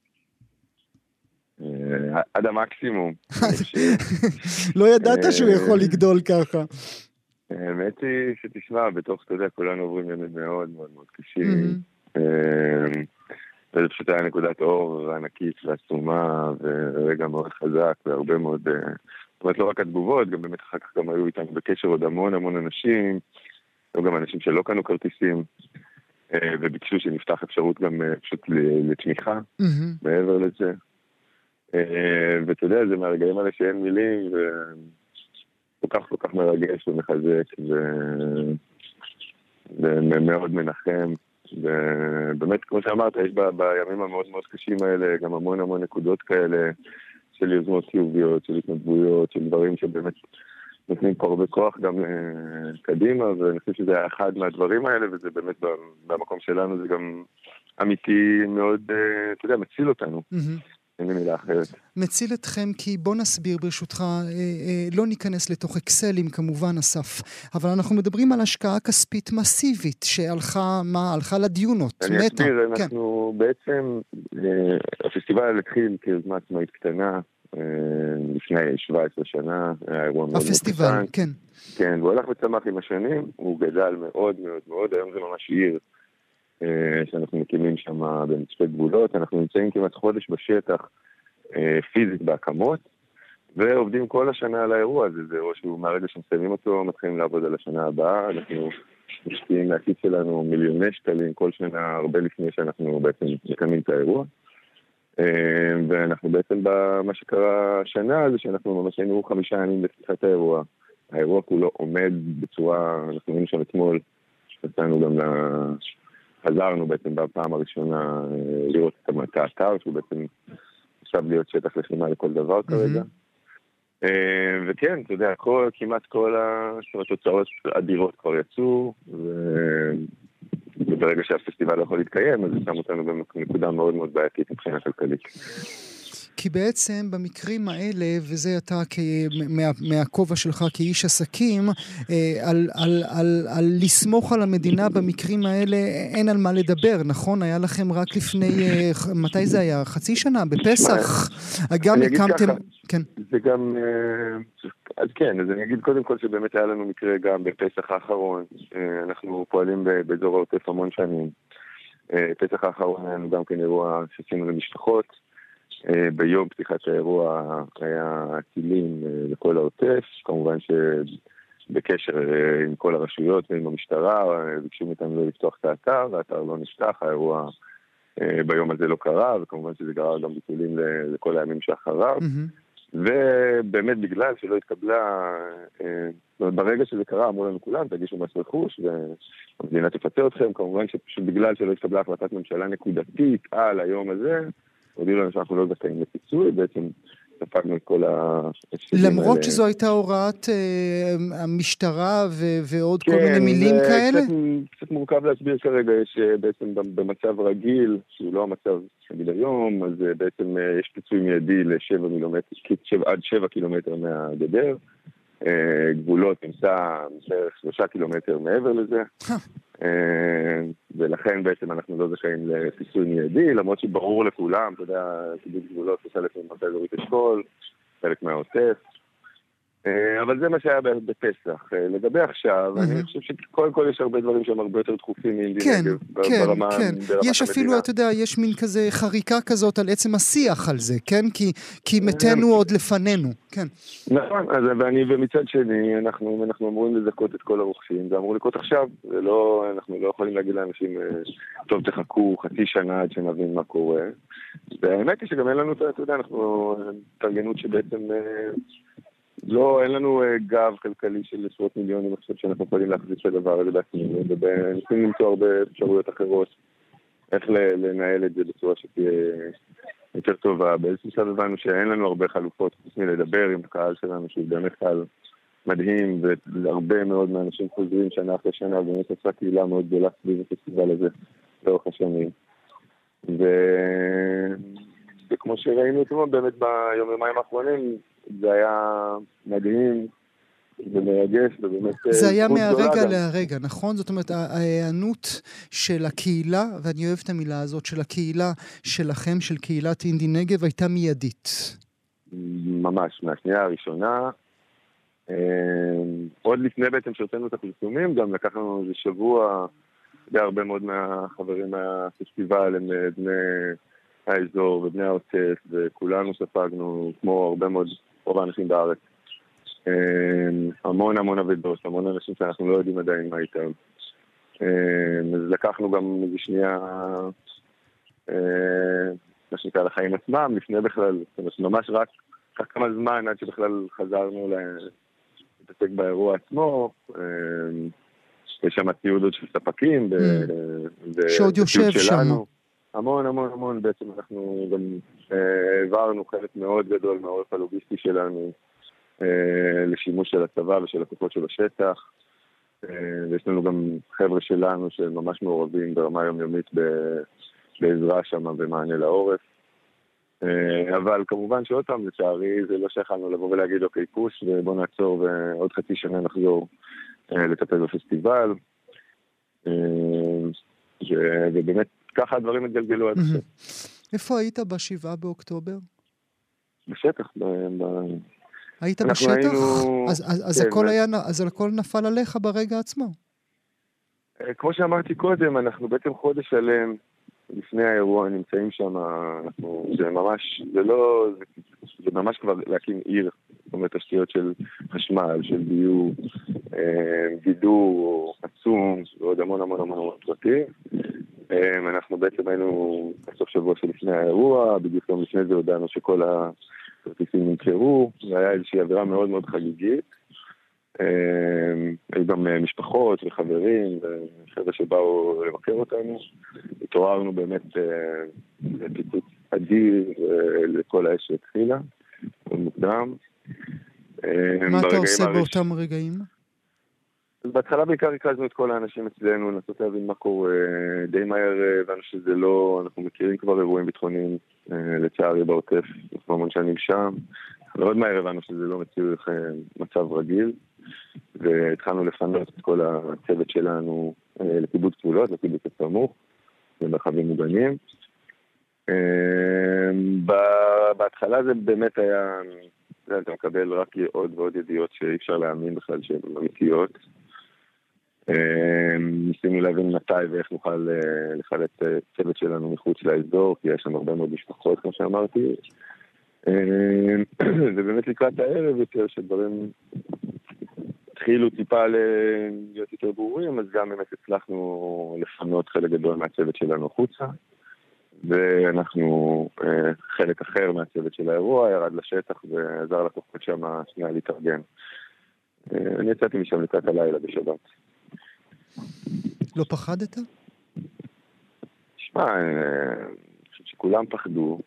P: עד המקסימום.
C: לא ידעת שהוא יכול לגדול ככה.
P: האמת היא שתשמע, בתוך, אתה יודע, כולנו עוברים ימים מאוד מאוד מאוד קשים. וזה פשוט היה נקודת אור ענקית ועצומה, ורגע מאוד חזק, והרבה מאוד... זאת אומרת, לא רק התגובות, גם באמת אחר כך גם היו איתנו בקשר עוד המון המון אנשים, היו גם אנשים שלא קנו כרטיסים, וביקשו שנפתח אפשרות גם פשוט לתמיכה, מעבר לזה. ואתה יודע, זה מהרגעים האלה שאין מילים, וכל כך כל כך מרגש ומחזק, ומאוד מנחם. ובאמת, כמו שאמרת, יש בימים המאוד מאוד קשים האלה גם המון המון נקודות כאלה, של יוזמות חיוביות, של התנדבויות, של דברים שבאמת נותנים פה הרבה כוח גם קדימה, ואני חושב שזה היה אחד מהדברים האלה, וזה באמת במקום שלנו, זה גם אמיתי מאוד, אתה יודע, מציל אותנו. אין לי מילה אחרת.
C: מציל אתכם כי בוא נסביר ברשותך, אה, אה, לא ניכנס לתוך אקסלים כמובן אסף, אבל אנחנו מדברים על השקעה כספית מסיבית שהלכה, מה, הלכה לדיונות.
P: אני מתה. אסביר, כן. אנחנו בעצם, אה, הפסטיבל התחיל כיוזמה עצמאית קטנה, אה, לפני שבע עשרה שנה,
C: הפסטיבל, מאוד כן.
P: כן, הוא הלך וצמח עם השנים, הוא גדל מאוד מאוד מאוד, היום זה ממש עיר, שאנחנו מקימים שם במצפה גבולות, אנחנו נמצאים כמעט חודש בשטח פיזית בהקמות, ועובדים כל השנה על האירוע הזה, זה אירוע שהוא מהרגע שמסיימים אותו, מתחילים לעבוד על השנה הבאה, אנחנו משקיעים מהכיס שלנו מיליוני שקלים כל שנה, הרבה לפני שאנחנו בעצם מקיימים את האירוע, ואנחנו בעצם במה שקרה השנה זה שאנחנו ממש היינו חמישה ימים לפתיחת האירוע, האירוע כולו עומד בצורה, אנחנו היינו שם אתמול, שפתנו גם ל... חזרנו בעצם בפעם הראשונה לראות את האתר, שהוא בעצם עכשיו להיות שטח לחימה לכל דבר כרגע. וכן, אתה יודע, כמעט כל התוצאות אדירות כבר יצאו, וברגע שהפסטיבל לא יכול להתקיים, אז שם אותנו בנקודה מאוד מאוד בעייתית מבחינה כלכלית.
C: כי בעצם במקרים האלה, וזה אתה מה, מהכובע שלך כאיש עסקים, על, על, על, על לסמוך על המדינה במקרים האלה אין על מה לדבר, נכון? היה לכם רק לפני, מתי זה היה? חצי שנה? בפסח? גם הקמתם... כן.
P: זה גם... אז כן, אז אני אגיד קודם כל שבאמת היה לנו מקרה גם בפסח האחרון. אנחנו פועלים באזור העוטף המון שנים. פסח האחרון היה לנו גם כן אירוע שעשינו למשפחות. ביום פתיחת האירוע היה טילים לכל העוטף, כמובן שבקשר עם כל הרשויות ועם המשטרה, ביקשו מאיתנו לא לפתוח את האתר, והאתר לא נפתח, האירוע ביום הזה לא קרה, וכמובן שזה גרר גם ביטולים לכל הימים שאחריו, ובאמת בגלל שלא התקבלה, ברגע שזה קרה אמרו לנו כולם, תגישו מס רכוש, והמדינה תפצה אתכם, כמובן שפשוט בגלל שלא התקבלה החלטת ממשלה נקודתית על היום הזה, הודיעו לנו שאנחנו לא זכאים לפיצוי, בעצם ספגנו את כל ה...
C: למרות שזו הייתה הוראת המשטרה ועוד כל מיני מילים כאלה?
P: כן, קצת מורכב להסביר כרגע, יש בעצם במצב רגיל, שהוא לא המצב נגיד היום, אז בעצם יש פיצוי מיידי לשבע קילומטר, עד שבע קילומטר מהגדר, גבולות נמצא בערך שלושה קילומטר מעבר לזה, ולכן בעצם אנחנו לא זכאים לפיצוי מיידי, למרות שברור לכולם, אתה יודע, קיבוץ גבולות זה חלק ממועצה אזורית אשכול, חלק מהעוטף, אבל זה מה שהיה בפסח. לגבי עכשיו, אני חושב שקודם כל יש הרבה דברים שהם הרבה יותר דחופים מאינדי נגב.
C: כן, כן, כן. יש אפילו, אתה יודע, יש מין כזה חריקה כזאת על עצם השיח על זה, כן? כי מתנו עוד לפנינו, כן.
P: נכון, ואני ומצד שני, אנחנו אמורים לזכות את כל הרוכשים, זה אמור לקרות עכשיו, אנחנו לא יכולים להגיד לאנשים, טוב, תחכו חצי שנה עד שנבין מה קורה. והאמת היא שגם אין לנו, אתה יודע, אנחנו תרגנות שבעצם לא, אין לנו גב כלכלי של עשרות מיליונים, אני חושב שאנחנו יכולים להחזיק את הדבר הזה בעצמנו, וניסים למצוא הרבה אפשרויות אחרות, איך לנהל את זה בצורה שתהיה יותר טובה. באיזשהו שלב הבנו שאין לנו הרבה חלופות, חוץ מלדבר עם הקהל שלנו, שהוא באמת קהל מדהים, והרבה מאוד מהאנשים חוזרים שנה אחרי שנה, ובאמת עושה קהילה מאוד גדולה סביב הפסטיבל הזה לאורך השנים. ו... וכמו שראינו אתמול, באמת ביום יומיים האחרונים, זה היה מדהים ומרגש, ובאמת...
C: זה היה מהרגע להרגע, נכון? זאת אומרת, ההיענות של הקהילה, ואני אוהב את המילה הזאת, של הקהילה שלכם, של קהילת אינדי נגב, הייתה מיידית.
P: ממש, מהשנייה הראשונה. עוד לפני בעצם שהוצאנו את הפרסומים, גם לקח לנו איזה שבוע, די הרבה מאוד מהחברים מהפסטיבל, הם בני האזור ובני העוטף, וכולנו ספגנו, כמו הרבה מאוד, רוב האנשים בארץ. המון המון עבדות, המון אנשים שאנחנו לא יודעים עדיין מה איתם. אז לקחנו גם איזו שנייה, מה שנקרא לחיים עצמם, לפני בכלל, ממש רק כך כמה זמן עד שבכלל חזרנו להתעסק באירוע עצמו. יש שם ציוד עוד של ספקים,
C: שעוד יושב שם.
P: המון המון המון, בעצם אנחנו גם העברנו חלק מאוד גדול מהעורף הלוגיסטי שלנו לשימוש של הצבא ושל הכוחות של השטח, ויש לנו גם חבר'ה שלנו שממש מעורבים ברמה יומיומית בעזרה שם במענה לעורף. אבל כמובן שעוד פעם לצערי זה לא שיכלנו לבוא ולהגיד אוקיי פוש ובוא נעצור ועוד חצי שנה נחזור לטפל בפסטיבל, ובאמת ככה הדברים התגלגלו עד עכשיו.
C: איפה היית בשבעה באוקטובר?
P: בשטח.
C: היית בשטח? אז הכל נפל עליך ברגע עצמו.
P: כמו שאמרתי קודם, אנחנו בעצם חודש שלם לפני האירוע נמצאים שם, זה ממש, זה לא, זה ממש כבר להקים עיר, זאת אומרת, תשתיות של חשמל, של ביוב, גידור, עצום, ועוד המון המון המון המון פרטים. אנחנו בעצם היינו בסוף שבוע שלפני האירוע, בדיוק גם לפני זה הודענו שכל הכרטיסים נמכרו, והיה איזושהי אווירה מאוד מאוד חגיגית. היו גם משפחות וחברים וחבר'ה שבאו לבקר אותנו. התעוררנו באמת לפיצוץ אדיר לכל האש שהתחילה, מוקדם.
C: מה אתה עושה באותם רגעים?
P: אז בהתחלה בעיקר ריכזנו את כל האנשים אצלנו, לנסות להבין מה קורה. די מהר הבנו שזה לא, אנחנו מכירים כבר אירועים ביטחוניים לצערי בעוטף, אנחנו המון שנים שם. מאוד מהר הבנו שזה לא מצריך מצב רגיל, והתחלנו לפנות את כל הצוות שלנו לקיבוץ גבולות, לקיבוץ הסמוך, במרחבים מוגנים. בהתחלה זה באמת היה, אתה מקבל רק עוד ועוד ידיעות שאי אפשר להאמין בכלל שהן אמיתיות. ניסינו להבין מתי ואיך נוכל לחלט צוות שלנו מחוץ לאזור, כי יש שם הרבה מאוד משפחות, כמו שאמרתי. ובאמת לקראת הערב יותר, שדברים התחילו טיפה להיות יותר ברורים, אז גם באמת הצלחנו לפנות חלק גדול מהצוות שלנו החוצה, ואנחנו, חלק אחר מהצוות של האירוע, ירד לשטח ועזר לכוחות שם שנייה להתארגן. אני יצאתי משם לקראת הלילה בשבת.
C: לא פחדת?
P: שמע, אני חושב שכולם פחדו.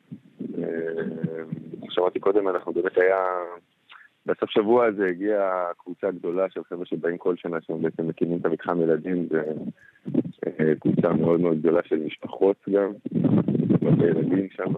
P: שמעתי קודם, אנחנו באמת היה, בסוף שבוע הזה הגיעה קבוצה גדולה של חבר'ה שבאים כל שנה, שהם בעצם מקימים את המתחם ילדים, וקבוצה מאוד מאוד גדולה של משפחות גם, וילדים שם.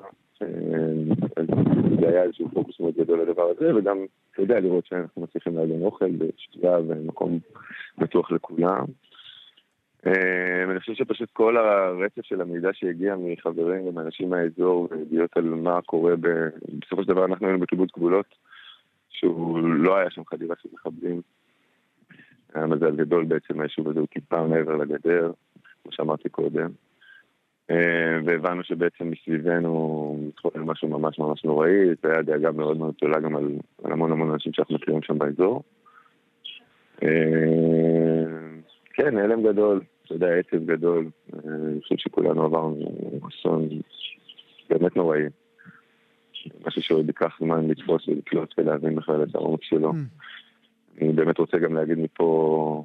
P: זה היה איזשהו פוקוס מאוד גדול לדבר הזה, וגם, אתה יודע, לראות שאנחנו מצליחים להגן אוכל בשתייה ומקום בטוח לכולם. אני חושב שפשוט כל הרצף של המידע שהגיע מחברים ומאנשים מהאזור וידיעות על מה קורה, בסופו של דבר אנחנו היינו בקיבוץ גבולות, שהוא לא היה שם חדירה של מחבלים. היה מזל גדול בעצם, היישוב הזה הוא טיפה מעבר לגדר, כמו שאמרתי קודם. והבנו שבעצם מסביבנו מתחולל משהו ממש ממש נוראי, זה היה דאגה מאוד מאוד גדולה גם על, על המון המון אנשים שאנחנו מכירים שם באזור. כן, הלם גדול, אתה יודע, עצב גדול, אני חושב שכולנו עברנו אסון באמת נוראי. משהו שעוד ייקח זמן לתפוס ולקלוט ולהבין בכלל את העומק שלו. אני באמת רוצה גם להגיד מפה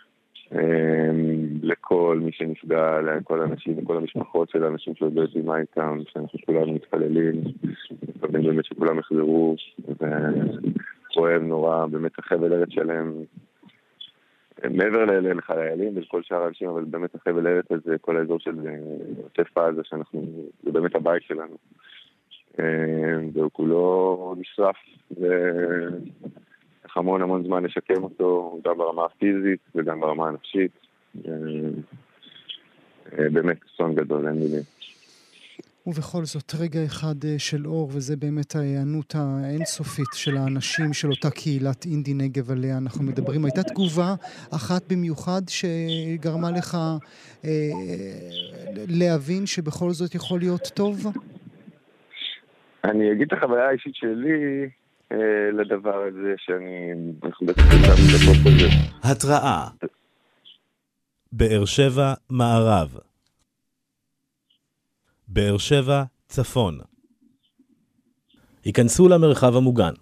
P: לכל מי שנפגע, לכל האנשים, לכל המשפחות של האנשים שעוד לא יודעים מה איתם, שאנחנו כולנו מתפללים, מקווים באמת שכולם יחזרו, וכואב נורא, באמת החבל ארץ שלהם, מעבר לחיילים ולכל שאר האנשים, אבל באמת החבל ארץ הזה, כל האזור של עוטף עזה, שאנחנו, זה באמת הבית שלנו. והוא כולו נשרף, ו... המון המון זמן לשקם אותו, גם ברמה הפיזית וגם ברמה הנפשית. באמת אסון גדול, אין מילים.
C: ובכל זאת, רגע אחד של אור, וזה באמת ההיענות האינסופית של האנשים של אותה קהילת אינדי נגב עליה אנחנו מדברים. הייתה תגובה אחת במיוחד שגרמה לך אה, להבין שבכל זאת יכול להיות טוב?
P: אני אגיד את החוויה האישית שלי, לדבר הזה שאני בעצם גם לדבר הזה.
Q: התראה באר שבע מערב, באר שבע צפון, היכנסו למרחב המוגן.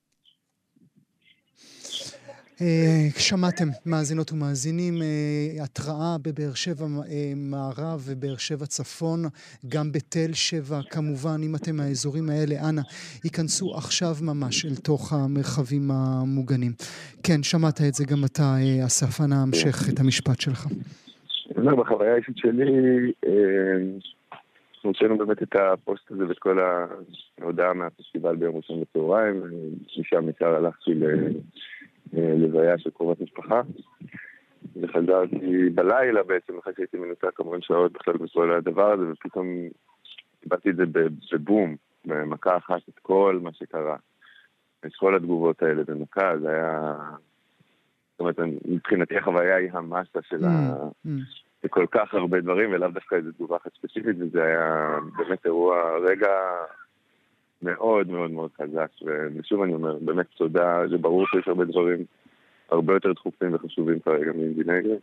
C: שמעתם מאזינות ומאזינים, התראה בבאר שבע מערב ובאר שבע צפון, גם בתל שבע כמובן. אם אתם מהאזורים האלה, אנא, ייכנסו עכשיו ממש אל תוך המרחבים המוגנים. כן, שמעת את זה גם אתה, אסף, אנא המשך את המשפט שלך.
P: בחוויה האישית שלי, אנחנו הוצאנו באמת את הפוסט הזה ואת כל ההודעה מהפסטיבל ביום ראשון בצהריים, משם יצר הלכתי ל... לוויה של קרובת משפחה, וחזרתי בלילה בעצם, אחרי שהייתי מנותק כמובן שעות בכלל בכל הדבר הזה, ופתאום קיבלתי את זה בבום, במכה אחת, את כל מה שקרה, את כל התגובות האלה במכה. זה היה, זאת אומרת, מבחינתי החוויה היא המסה של ה... זה כל כך הרבה דברים, ולאו דווקא איזו תגובה אחת ספציפית, וזה היה באמת אירוע, רגע מאוד מאוד מאוד חזק, ושוב אני אומר, באמת תודה, זה ברור שיש הרבה דברים הרבה יותר דחופים וחשובים כרגע מאינדי נגב,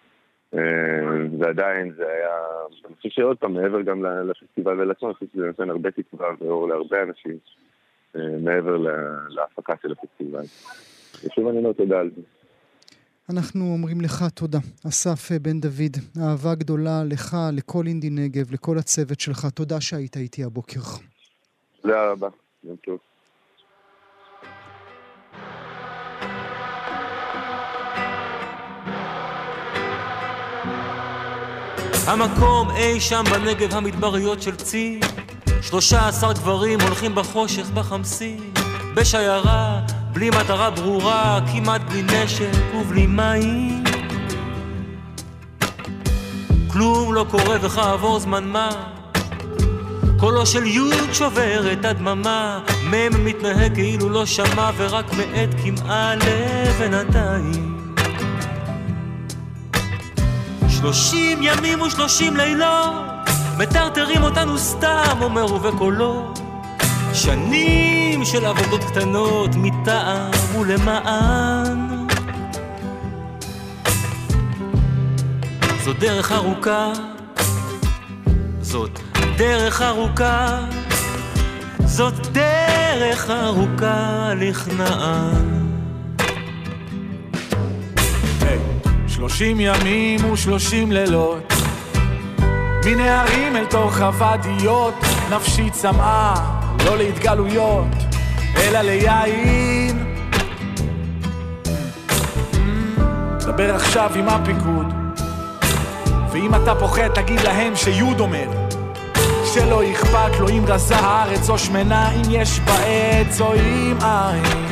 P: ועדיין זה היה, אני חושב שעוד פעם, מעבר גם לפסטיבל ולעצמו, אני חושב שזה נותן הרבה תקווה ואור להרבה אנשים, מעבר להפקה של הפסטיבל. ושוב אני אומר תודה על זה.
C: אנחנו אומרים לך תודה, אסף בן דוד, אהבה גדולה לך, לכל אינדי נגב, לכל הצוות שלך, תודה שהיית איתי הבוקר.
P: תודה רבה, יום טוב.
R: המקום אי שם בנגב המדבריות של צי, שלושה עשר גברים הולכים בחושך בחמסי, בשיירה, בלי מטרה ברורה, כמעט בלי נשק ובלי מים. כלום לא קורה וכעבור זמן מה, קולו של יוד שובר את הדממה, מם מתנהג כאילו לא שמע ורק מעט כמעה לבינתיים. שלושים ימים ושלושים לילות מטרטרים אותנו סתם, אומר ובקולו, שנים של עבודות קטנות מטעם ולמען. זו דרך ארוכה, זאת דרך ארוכה, זאת דרך ארוכה לכנען.
S: שלושים ימים ושלושים לילות, מנהרים אל תוך הוואדיות, נפשי צמאה, לא להתגלויות, אלא ליין. דבר עכשיו עם הפיקוד, ואם אתה פוחד תגיד להם שיוד אומר, שלא אכפת לו אם רזה הארץ או שמנה, אם יש בעץ או אם אין.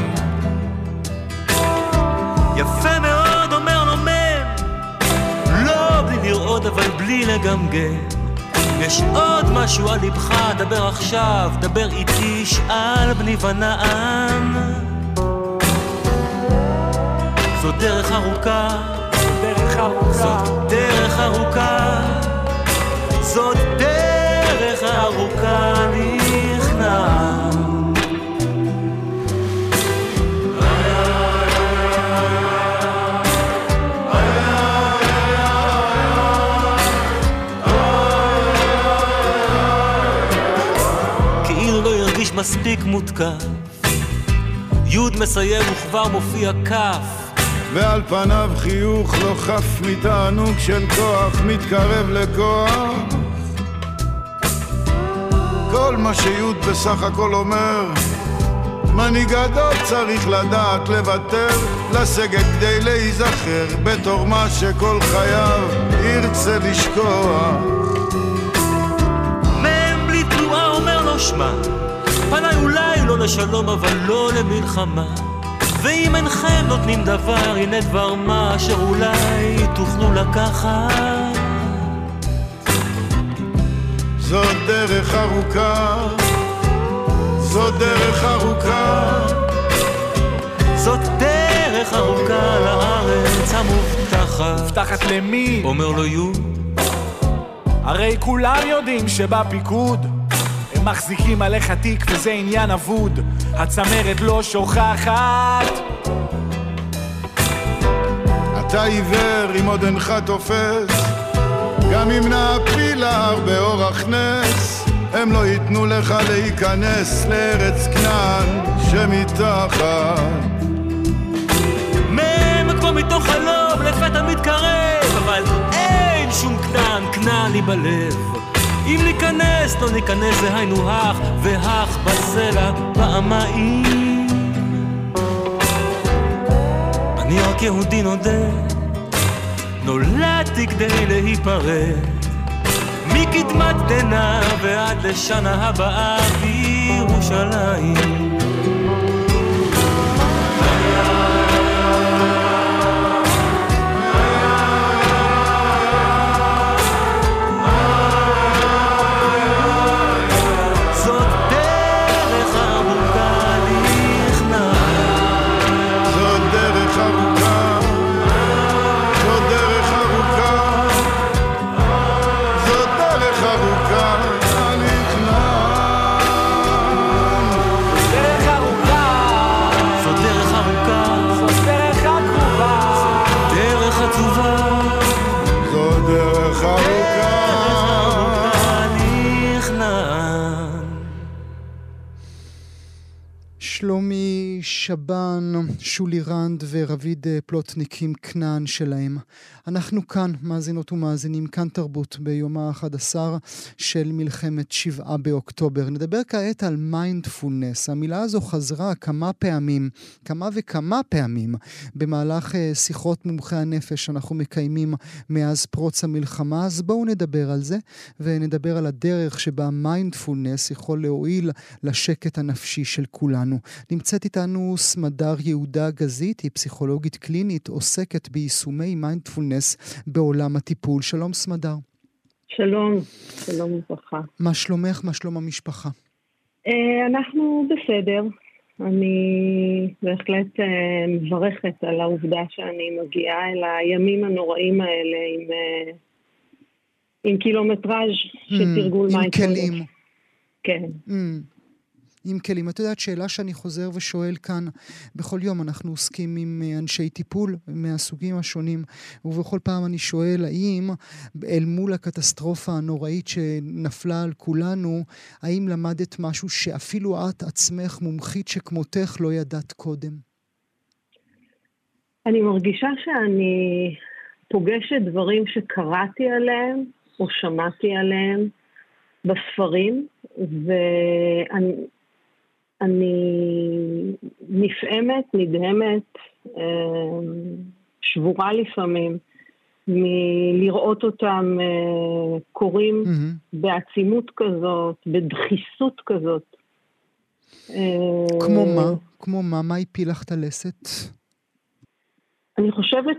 R: יפה מאוד אומר לו מם, לא בלי לראות אבל בלי לגמגם. יש עוד משהו על לבך, דבר עכשיו, דבר איתי, שאל בלי ונען. זאת דרך ארוכה,
S: דרך ארוכה,
R: זאת דרך ארוכה, זאת דרך ארוכה נכנע. כאילו לא ירגיש מספיק מותקף, יוד מסיים וכבר מופיע כף,
T: ועל פניו חיוך לא חף מתענוג של כוח מתקרב לכוח. כל מה שיוד בסך הכל אומר, מנהיג גדול צריך לדעת לוותר, לסגת כדי להיזכר בתור מה שכל חייו ירצה לשכוח.
R: מהם בלי תנועה אומר לו שמע, פניי אולי לא לשלום אבל לא למלחמה, ואם אינכם נותנים דבר, הנה דבר מה אשר אולי תוכלו לקחת.
T: זאת דרך ארוכה, זאת דרך ארוכה,
R: זאת דרך ארוכה לארץ המובטחת.
S: מובטחת למי?
R: אומר לו יו.
S: הרי כולם יודעים שבפיקוד הם מחזיקים עליך תיק וזה עניין אבוד, הצמרת לא שוכחת.
T: אתה עיוור אם עוד אינך תופס, גם אם נעפיל להר באורח נס, הם לא ייתנו לך להיכנס לארץ כנען שמתחת.
R: מהם כמו מתוך חלום לפתע מתקרב, אבל אין שום כנען, כנען לי בלב. אם ניכנס, לא ניכנס, זה היינו הך, והך בסלע פעמיים. אני רק יהודי נודה, נולדתי כדי להיפרד, מקדמת דנה ועד לשנה הבאה בירושלים.
C: שלומי שבן, שולי רנד ורביד פלוטניק עם כנען שלהם. אנחנו כאן, מאזינות ומאזינים, כאן תרבות ביום ה-אחד עשר של מלחמת שבעה באוקטובר. נדבר כעת על מיינדפולנס. המילה הזו חזרה כמה פעמים, כמה וכמה פעמים, במהלך שיחות מומחי הנפש שאנחנו מקיימים מאז פרוץ המלחמה. אז בואו נדבר על זה, ונדבר על הדרך שבה מיינדפולנס יכול להועיל לשקט הנפשי של כולנו. נמצאת איתנו סמדר יהודה גזית, היא פסיכולוגית קלינית, עוסקת ביישומי מיינדפולנס בעולם הטיפול. שלום סמדר.
J: שלום, שלום וברכה.
C: מה שלומך? מה שלום המשפחה?
J: אנחנו בסדר. אני בהחלט מברכת על העובדה שאני מגיעה אל הימים הנוראים האלה עם, עם קילומטראז' של תרגול מיינדפולנס.
C: עם כלים.
J: כן.
C: עם כלים. את יודעת, שאלה שאני חוזר ושואל כאן בכל יום, אנחנו עוסקים עם אנשי טיפול מהסוגים השונים, ובכל פעם אני שואל, האם אל מול הקטסטרופה הנוראית שנפלה על כולנו, האם למדת משהו שאפילו את עצמך, מומחית שכמותך, לא ידעת קודם?
J: אני מרגישה שאני פוגשת דברים שקראתי עליהם, או שמעתי עליהם בספרים, ואני אני נפעמת, נדהמת, שבורה לפעמים, מלראות אותם קוראים mm-hmm. בעצימות כזאת, בדחיסות כזאת.
C: כמו מה? כמו מה? מה הפיל לך את הלסת?
J: אני חושבת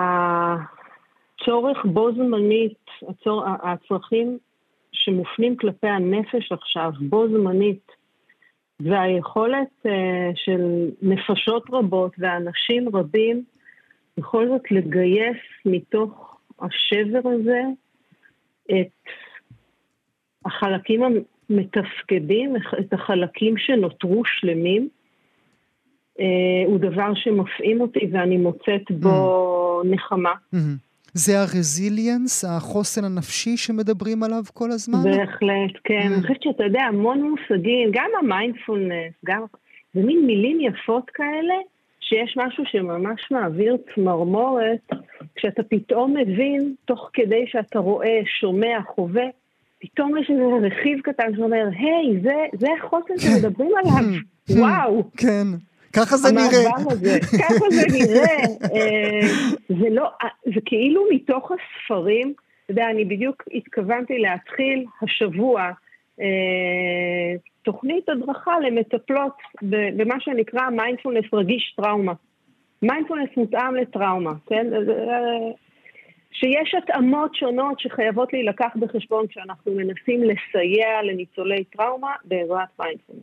J: שהצורך בו זמנית, הצור... הצרכים שמופנים כלפי הנפש עכשיו, בו זמנית, והיכולת uh, של נפשות רבות ואנשים רבים בכל זאת לגייס מתוך השבר הזה את החלקים המתפקדים, את החלקים שנותרו שלמים, הוא דבר שמפעים אותי ואני מוצאת בו נחמה.
C: זה הרזיליאנס, החוסן הנפשי שמדברים עליו כל הזמן?
J: בהחלט, כן. אני חושבת שאתה יודע, המון מושגים, גם המיינדפולנס, גם... זה מין מילים יפות כאלה, שיש משהו שממש מעביר צמרמורת, כשאתה פתאום מבין, תוך כדי שאתה רואה, שומע, חווה, פתאום יש איזה רכיב קטן שאומר, היי, זה, זה החוסן שמדברים עליו, וואו.
C: כן. ככה זה נראה.
J: הזה, ככה זה נראה. זה לא, זה כאילו מתוך הספרים, אתה יודע, אני בדיוק התכוונתי להתחיל השבוע תוכנית הדרכה למטפלות במה שנקרא מיינדפולנס רגיש טראומה. מיינדפולנס מותאם לטראומה, כן? שיש התאמות שונות שחייבות להילקח בחשבון כשאנחנו מנסים לסייע לניצולי טראומה בעזרת מיינדפולנס.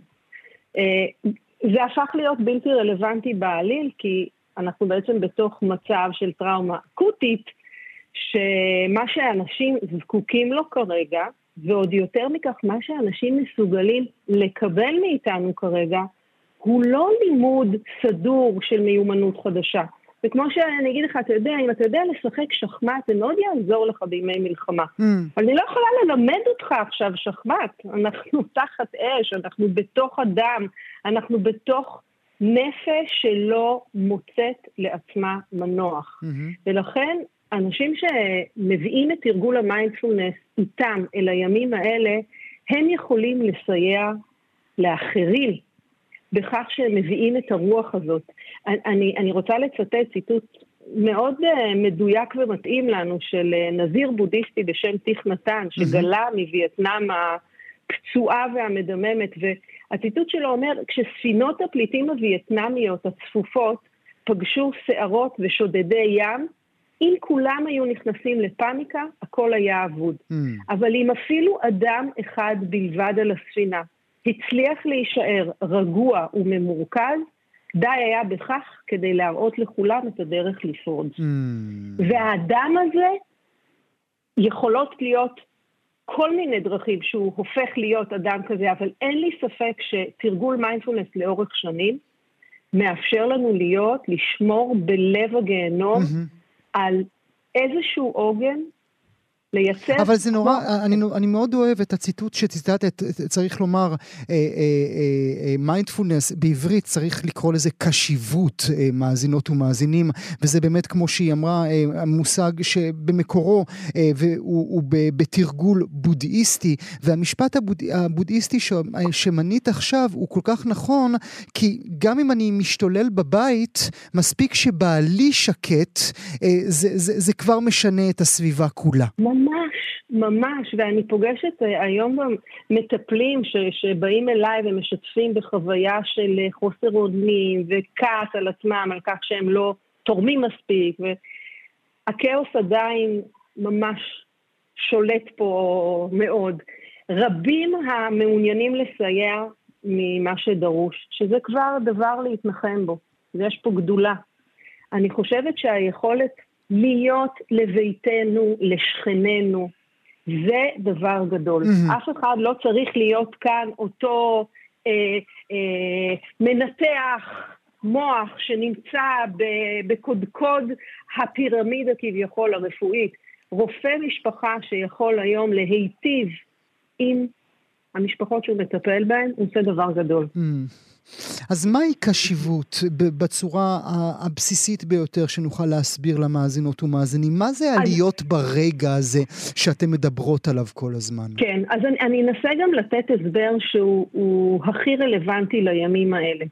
J: זה הפך להיות בלתי רלוונטי בעליל, כי אנחנו בעצם בתוך מצב של טראומה אקוטית, שמה שאנשים זקוקים לו כרגע, ועוד יותר מכך, מה שאנשים מסוגלים לקבל מאיתנו כרגע, הוא לא לימוד סדור של מיומנות חדשה. וכמו שאני אגיד לך, אתה יודע, אם אתה יודע לשחק שחמט, זה מאוד יעזור לך בימי מלחמה. Mm. אבל אני לא יכולה ללמד אותך עכשיו שחמט. אנחנו תחת אש, אנחנו בתוך אדם, אנחנו בתוך נפש שלא מוצאת לעצמה מנוח. Mm-hmm. ולכן, אנשים שמביאים את תרגול המיינדפולנס איתם אל הימים האלה, הם יכולים לסייע לאחרים, בכך שהם מביאים את הרוח הזאת. אני, אני רוצה לצטט ציטוט מאוד מדויק ומתאים לנו של נזיר בודהיסטי בשם תיך נתן, שגלה מווייטנאם הפצועה והמדממת, והציטוט שלו אומר, כשספינות הפליטים הווייטנמיות הצפופות פגשו שערות ושודדי ים, אם כולם היו נכנסים לפאניקה, הכל היה אבוד. Mm. אבל אם אפילו אדם אחד בלבד על הספינה, הצליח להישאר רגוע וממורכז, די היה בכך כדי להראות לכולם את הדרך לשרוד. Mm. והאדם הזה יכולות להיות כל מיני דרכים שהוא הופך להיות אדם כזה, אבל אין לי ספק שתרגול מיינדפולנס לאורך שנים, מאפשר לנו להיות, לשמור בלב הגיהנום, mm-hmm. על איזשהו עוגן, לייצר...
C: אבל זה נורא, אני, אני מאוד אוהב את הציטוט שציטטת, צריך לומר, מיינדפולנס, בעברית צריך לקרוא לזה קשיבות, מאזינות ומאזינים, וזה באמת כמו שהיא אמרה, המושג שבמקורו, והוא בתרגול בודהיסטי, והמשפט הבודהיסטי שמנית עכשיו, הוא כל כך נכון, כי גם אם אני משתולל בבית, מספיק שבעלי שקט, זה, זה, זה כבר משנה את הסביבה כולה.
J: ממש, ממש, ואני פוגשת היום מטפלים ש, שבאים אליי ומשתפים בחוויה של חוסר אונים וכעס על עצמם, על כך שהם לא תורמים מספיק, והכאוס עדיין ממש שולט פה מאוד. רבים המעוניינים לסייע ממה שדרוש, שזה כבר דבר להתנחם בו, ויש פה גדולה. אני חושבת שהיכולת להיות לביתנו, לשכננו, זה דבר גדול. Mm-hmm. אף אחד לא צריך להיות כאן אותו אה, אה, מנתח מוח שנמצא בקודקוד הפירמידה כביכול הרפואית. רופא משפחה שיכול היום להיטיב עם המשפחות שהוא מטפל בהן, הוא עושה דבר גדול.
C: Mm-hmm. אז מהי קשיבות בצורה הבסיסית ביותר שנוכל להסביר למאזינות ומאזינים? מה זה עליות ברגע הזה שאתם מדברות עליו כל הזמן?
J: כן, אז אני, אני אנסה גם לתת הסבר שהוא הכי רלוונטי לימים האלה.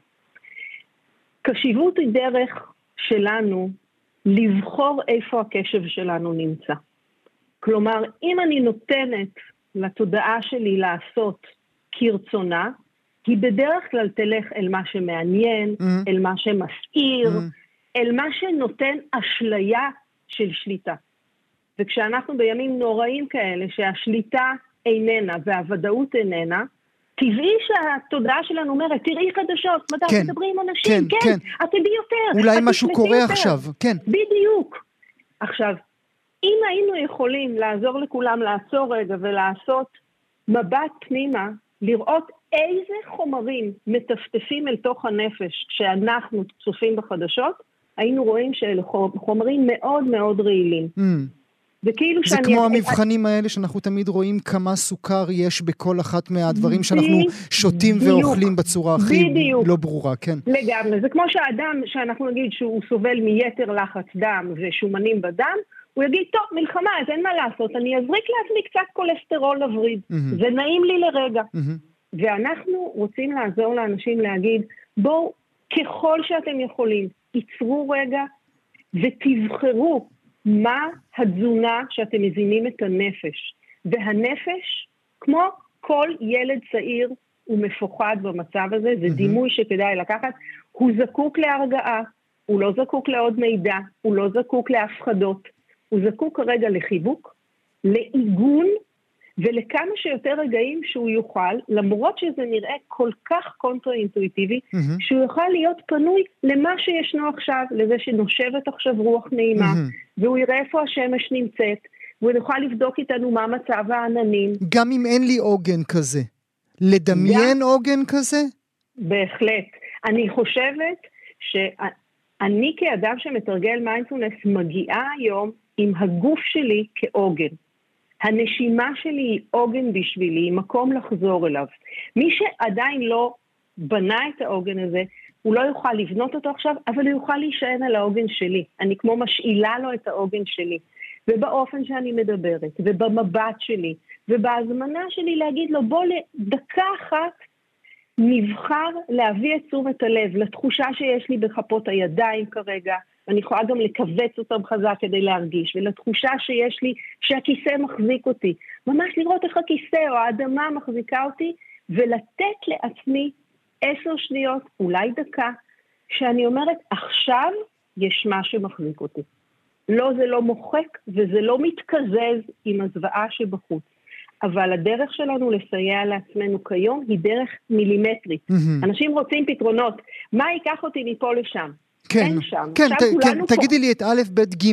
J: קשיבות היא דרך שלנו לבחור איפה הקשב שלנו נמצא. כלומר, אם אני נותנת לתודעה שלי לעשות כרצונה, היא בדרך כלל תלך אל מה שמעניין, mm-hmm. אל מה שמסעיר, mm-hmm. אל מה שנותן אשליה של שליטה. וכשאנחנו בימים נוראים כאלה, שהשליטה איננה והוודאות איננה, טבעי שהתודעה שלנו אומרת, תראי חדשות, מדע,
C: כן,
J: תדברי עם אנשים,
C: כן,
J: כן,
C: כן.
J: את תדעי יותר.
C: אולי
J: את
C: משהו
J: תשמעי
C: קורה
J: יותר.
C: עכשיו, כן.
J: בדיוק. עכשיו, אם היינו יכולים לעזור לכולם לעצור רגע ולעשות מבט פנימה, לראות איזה חומרים מטפטפים אל תוך הנפש כשאנחנו צופים בחדשות, היינו רואים שאלה חומרים מאוד מאוד רעילים.
C: Mm.
J: זה כאילו
C: זה
J: שאני...
C: כמו המבחנים האלה שאנחנו תמיד רואים כמה סוכר יש בכל אחת מהדברים שאנחנו שותים ואוכלים בצורה הכי לא ברורה, כן.
J: לגמרי, זה כמו שהאדם, שאנחנו נגיד שהוא סובל מיתר לחץ דם ושומנים בדם, הוא יגיד, טוב, מלחמה, אז אין מה לעשות, אני אזריק לעצמי קצת קולסטרול לווריד, mm-hmm. זה נעים לי לרגע. Mm-hmm. ואנחנו רוצים לעזור לאנשים להגיד, בואו, ככל שאתם יכולים, ייצרו רגע ותבחרו מה התזונה שאתם מזינים את הנפש. והנפש, כמו כל ילד צעיר, הוא מפוחד במצב הזה, זה mm-hmm. דימוי שכדאי לקחת, הוא זקוק להרגעה, הוא לא זקוק לעוד מידע, הוא לא זקוק להפחדות, הוא זקוק כרגע לחיבוק, לעיגון, ולכמה שיותר רגעים שהוא יוכל, למרות שזה נראה כל כך קונטרה-אינטואיטיבי, mm-hmm. שהוא יוכל להיות פנוי למה שישנו עכשיו, לזה שנושבת עכשיו רוח נעימה, mm-hmm. והוא יראה איפה השמש נמצאת, והוא יוכל לבדוק איתנו מה מצב העננים.
C: גם אם אין לי עוגן כזה. לדמיין גם... עוגן כזה?
J: בהחלט. אני חושבת שאני כאדם שמתרגל מיינדפולנס מגיעה היום עם הגוף שלי כעוגן. הנשימה שלי היא עוגן בשבילי, מקום לחזור אליו. מי שעדיין לא בנה את העוגן הזה, הוא לא יוכל לבנות אותו עכשיו, אבל הוא יוכל להישען על העוגן שלי. אני כמו משאילה לו את העוגן שלי. ובאופן שאני מדברת, ובמבט שלי, ובהזמנה שלי להגיד לו, בוא לדקה אחת, נבחר להביא את תשומת הלב לתחושה שיש לי בכפות הידיים כרגע, ואני יכולה גם לקבץ אותם חזק כדי להרגיש, ולתחושה שיש לי שהכיסא מחזיק אותי. ממש לראות איך הכיסא או האדמה מחזיקה אותי, ולתת לעצמי עשר שניות, אולי דקה, שאני אומרת, עכשיו יש מה שמחזיק אותי. לא, זה לא מוחק, וזה לא מתקזז עם הזוועה שבחוץ. אבל הדרך שלנו לסייע לעצמנו כיום היא דרך מילימטרית. Mm-hmm. אנשים רוצים פתרונות. מה ייקח אותי מפה לשם?
C: כן,
J: אין שם.
C: כן, ת, כן
J: פה...
C: תגידי לי את א', ב', ג'.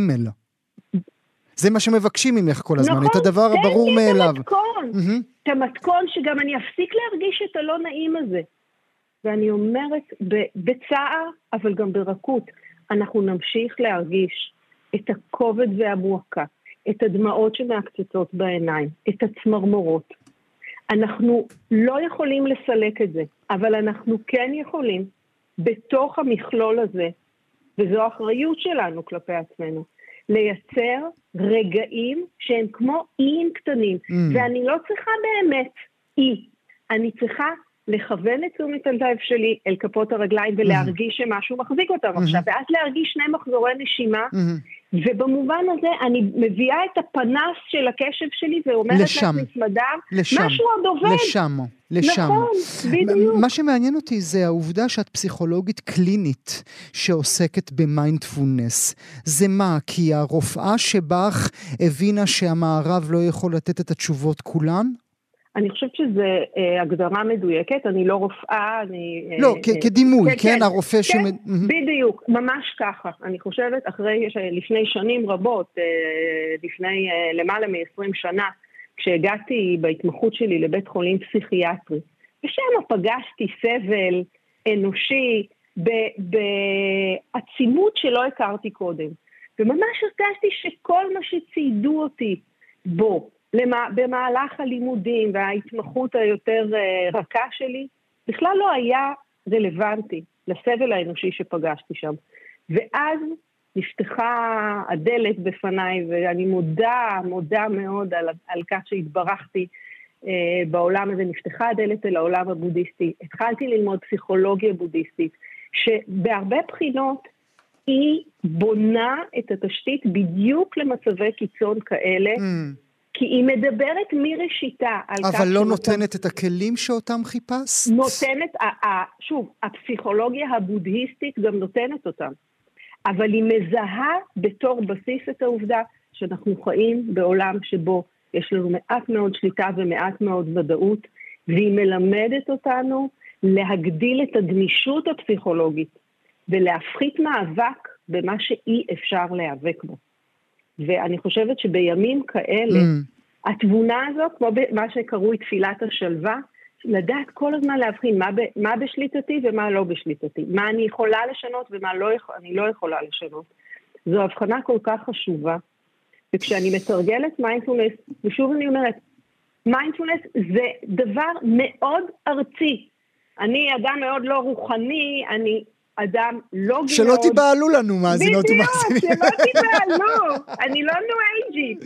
C: זה מה שמבקשים ממך כל הזמן, נכון, את הדבר הברור מאליו.
J: נכון, תן לי את המתכון. Mm-hmm. את המתכון שגם אני אפסיק להרגיש את הלא נעים הזה. ואני אומרת בצער, אבל גם ברכות, אנחנו נמשיך להרגיש את הכובד והמועקה. את הדמעות שמהקצצות בעיניים, את הצמרמורות. אנחנו לא יכולים לסלק את זה, אבל אנחנו כן יכולים, בתוך המכלול הזה, וזו האחריות שלנו כלפי עצמנו, לייצר רגעים שהם כמו איים קטנים, mm. ואני לא צריכה באמת אי, אני צריכה לכוון את תשומת הלב שלי אל כפות הרגליים ולהרגיש mm-hmm. שמשהו מחזיק אותם mm-hmm. עכשיו, ואז להרגיש שני מחזורי נשימה, mm-hmm. ובמובן הזה אני מביאה את הפנס של הקשב שלי ואומרת לעצמי סמדר, משהו עוד עובד.
C: לשם, לשם.
J: נכון, בדיוק.
C: מה שמעניין אותי זה העובדה שאת פסיכולוגית קלינית שעוסקת במיינדפולנס. זה מה? כי הרופאה שבך הבינה שהמערב לא יכול לתת את התשובות כולן?
J: אני חושבת שזו אה, הגדרה מדויקת, אני לא רופאה, אני...
C: לא,
J: אה,
C: כ- כדימוי, כן, כן, כן הרופא
J: כן,
C: ש...
J: בדיוק, ממש ככה. אני חושבת, אחרי, לפני שנים רבות, אה, לפני אה, למעלה מ-עשרים שנה, כשהגעתי בהתמחות שלי לבית חולים פסיכיאטרי, ושם פגשתי סבל אנושי בעצימות שלא הכרתי קודם. וממש הרגשתי שכל מה שציידו אותי בו, במהלך הלימודים וההתמחות היותר רכה שלי, בכלל לא היה רלוונטי לסבל האנושי שפגשתי שם. ואז נפתחה הדלת בפניי, ואני מודה, מודה מאוד על, על כך שהתברכתי אה, בעולם הזה. נפתחה הדלת אל העולם הבודיסטי. התחלתי ללמוד פסיכולוגיה בודיסטית, שבהרבה בחינות היא בונה את התשתית בדיוק למצבי קיצון כאלה, mm. כי היא מדברת מראשיתה על כך...
C: אבל לא נותנת את הכלים שאותם חיפשת?
J: נותנת, שוב, הפסיכולוגיה הבודהיסטית גם נותנת אותם. אבל היא מזהה בתור בסיס את העובדה שאנחנו חיים בעולם שבו יש לנו מעט מאוד שליטה ומעט מאוד ודאות, והיא מלמדת אותנו להגדיל את הגמישות הפסיכולוגית, ולהפחית מאבק במה שאי אפשר להיאבק בו. ואני חושבת שבימים כאלה, mm. התבונה הזאת, כמו מה שקרוי תפילת השלווה, לדעת כל הזמן להבחין מה, ב, מה בשליטתי ומה לא בשליטתי, מה אני יכולה לשנות ומה לא, אני לא יכולה לשנות. זו הבחנה כל כך חשובה, וכשאני מתרגלת מיינדפולנס, ושוב אני אומרת, מיינדפולנס זה דבר מאוד ארצי. אני אדם מאוד לא רוחני, אני אדם לא גינוד.
C: שלא תיבעלו לנו, מאזינות ומאזינים.
J: בדיוק, שלא תיבעלו. אני לא ניו-אייג'ית.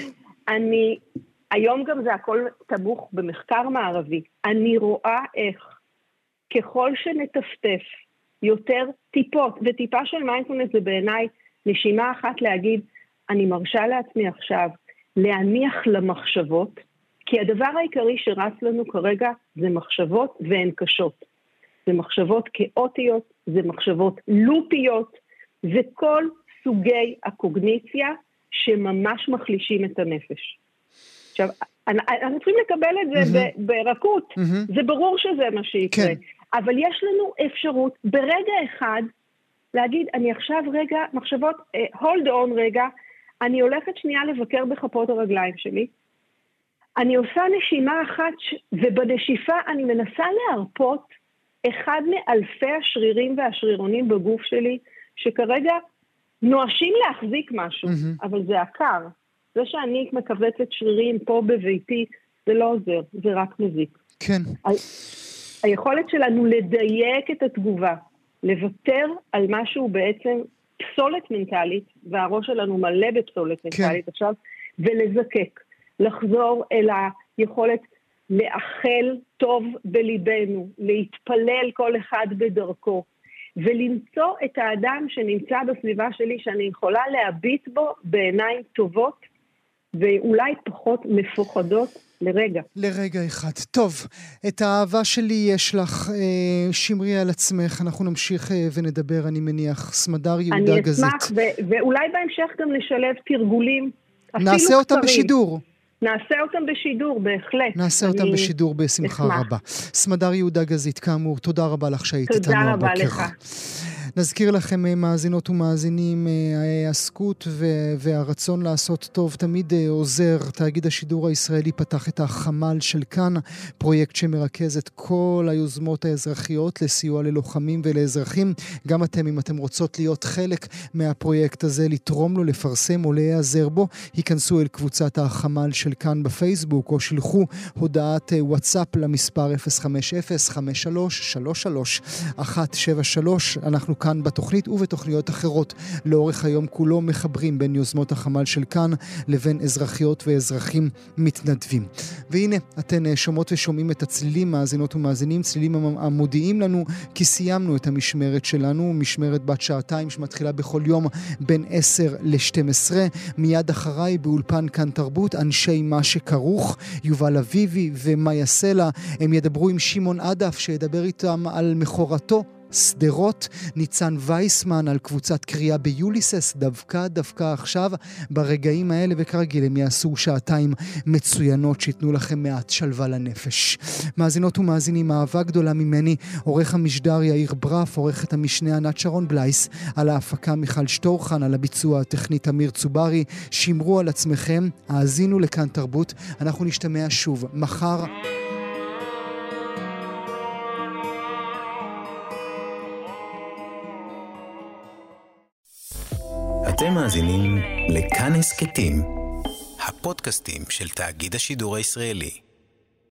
J: אני, היום גם זה הכל תמוך במחקר מערבי. אני רואה איך, ככל שנטפטף יותר טיפות, וטיפה של מיינדפולנס זה בעיניי נשימה אחת להגיד, אני מרשה לעצמי עכשיו להניח למחשבות, כי הדבר העיקרי שרץ לנו כרגע זה מחשבות והן קשות. זה מחשבות כאוטיות, זה מחשבות לופיות, זה כל סוגי הקוגניציה שממש מחלישים את הנפש. עכשיו, אנחנו צריכים לקבל את זה mm-hmm. ברכות, mm-hmm. זה ברור שזה מה שיקרה, כן. אבל יש לנו אפשרות ברגע אחד להגיד, אני עכשיו רגע, מחשבות, uh, hold on רגע, אני הולכת שנייה לבקר בחפות הרגליים שלי, אני עושה נשימה אחת, ובנשיפה אני מנסה להרפות אחד מאלפי השרירים והשרירונים בגוף שלי, שכרגע נואשים להחזיק משהו, mm-hmm. אבל זה עקר. זה שאני מקבצת שרירים פה בביתי, זה לא עוזר, זה רק מזיק.
C: כן.
J: ה- היכולת שלנו לדייק את התגובה, לוותר על משהו בעצם פסולת מנטלית, והראש שלנו מלא בפסולת כן. מנטלית עכשיו, ולזקק. לחזור אל היכולת לאחל טוב בליבנו, להתפלל כל אחד בדרכו, ולמצוא את האדם שנמצא בסביבה שלי, שאני יכולה להביט בו בעיניים טובות, ואולי פחות מפוחדות לרגע.
C: לרגע אחד. טוב, את האהבה שלי יש לך, שמרי על עצמך, אנחנו נמשיך ונדבר, אני מניח, סמדר יהודה גזית.
J: אני אשמח, ו- ואולי בהמשך גם נשלב תרגולים,
C: נעשה אותם בשידור.
J: נעשה אותם בשידור, בהחלט.
C: נעשה אותם בשידור בשמחה רבה. סמדר יהודה גזית, כאמור, תודה רבה לך שהיית איתנו הבוקר.
J: תודה רבה לך.
C: נזכיר לכם, מאזינות ומאזינים, העסקות והרצון לעשות טוב תמיד עוזר. תאגיד השידור הישראלי פתח את החמ"ל של כאן, פרויקט שמרכז את כל היוזמות האזרחיות לסיוע ללוחמים ולאזרחים. גם אתם, אם אתם רוצות להיות חלק מהפרויקט הזה, לתרום לו, לפרסם או להיעזר בו, היכנסו אל קבוצת החמ"ל של כאן בפייסבוק, או שלחו הודעת וואטסאפ למספר אפס חמש אפס חמש שלוש שלוש שלוש אחת שבע שלוש. אנחנו כאן בתוכנית ובתוכניות אחרות לאורך היום כולו מחברים בין יוזמות החמ"ל של כאן לבין אזרחיות ואזרחים מתנדבים. והנה, אתן שומעות ושומעים את הצלילים, מאזינות ומאזינים, צלילים המודיעים לנו כי סיימנו את המשמרת שלנו, משמרת בת שעתיים שמתחילה בכל יום בין עשר ל-שתים עשרה. מיד אחריי באולפן כאן תרבות, אנשי מה שכרוך, יובל אביבי ומאיה סלע, הם ידברו עם שמעון עדף שידבר איתם על מחורתו סדרות, ניצן וייסמן על קבוצת קריאה ביוליסס, דווקא דווקא עכשיו ברגעים האלה, וכרגיל הם יעשו שעתיים מצוינות שיתנו לכם מעט שלווה לנפש. מאזינות ומאזינים, אהבה גדולה ממני, עורך המשדר יאיר ברף, עורכת המשנה ענת שרון בלייס, על ההפקה מיכל שטורחן, על הביצוע הטכני תמיר צוברי. שמרו על עצמכם, האזינו לכאן תרבות, אנחנו נשתמע שוב מחר.
A: אתם מאזינים לכאן הסכתים, הפודקאסטים של תאגיד השידור הישראלי.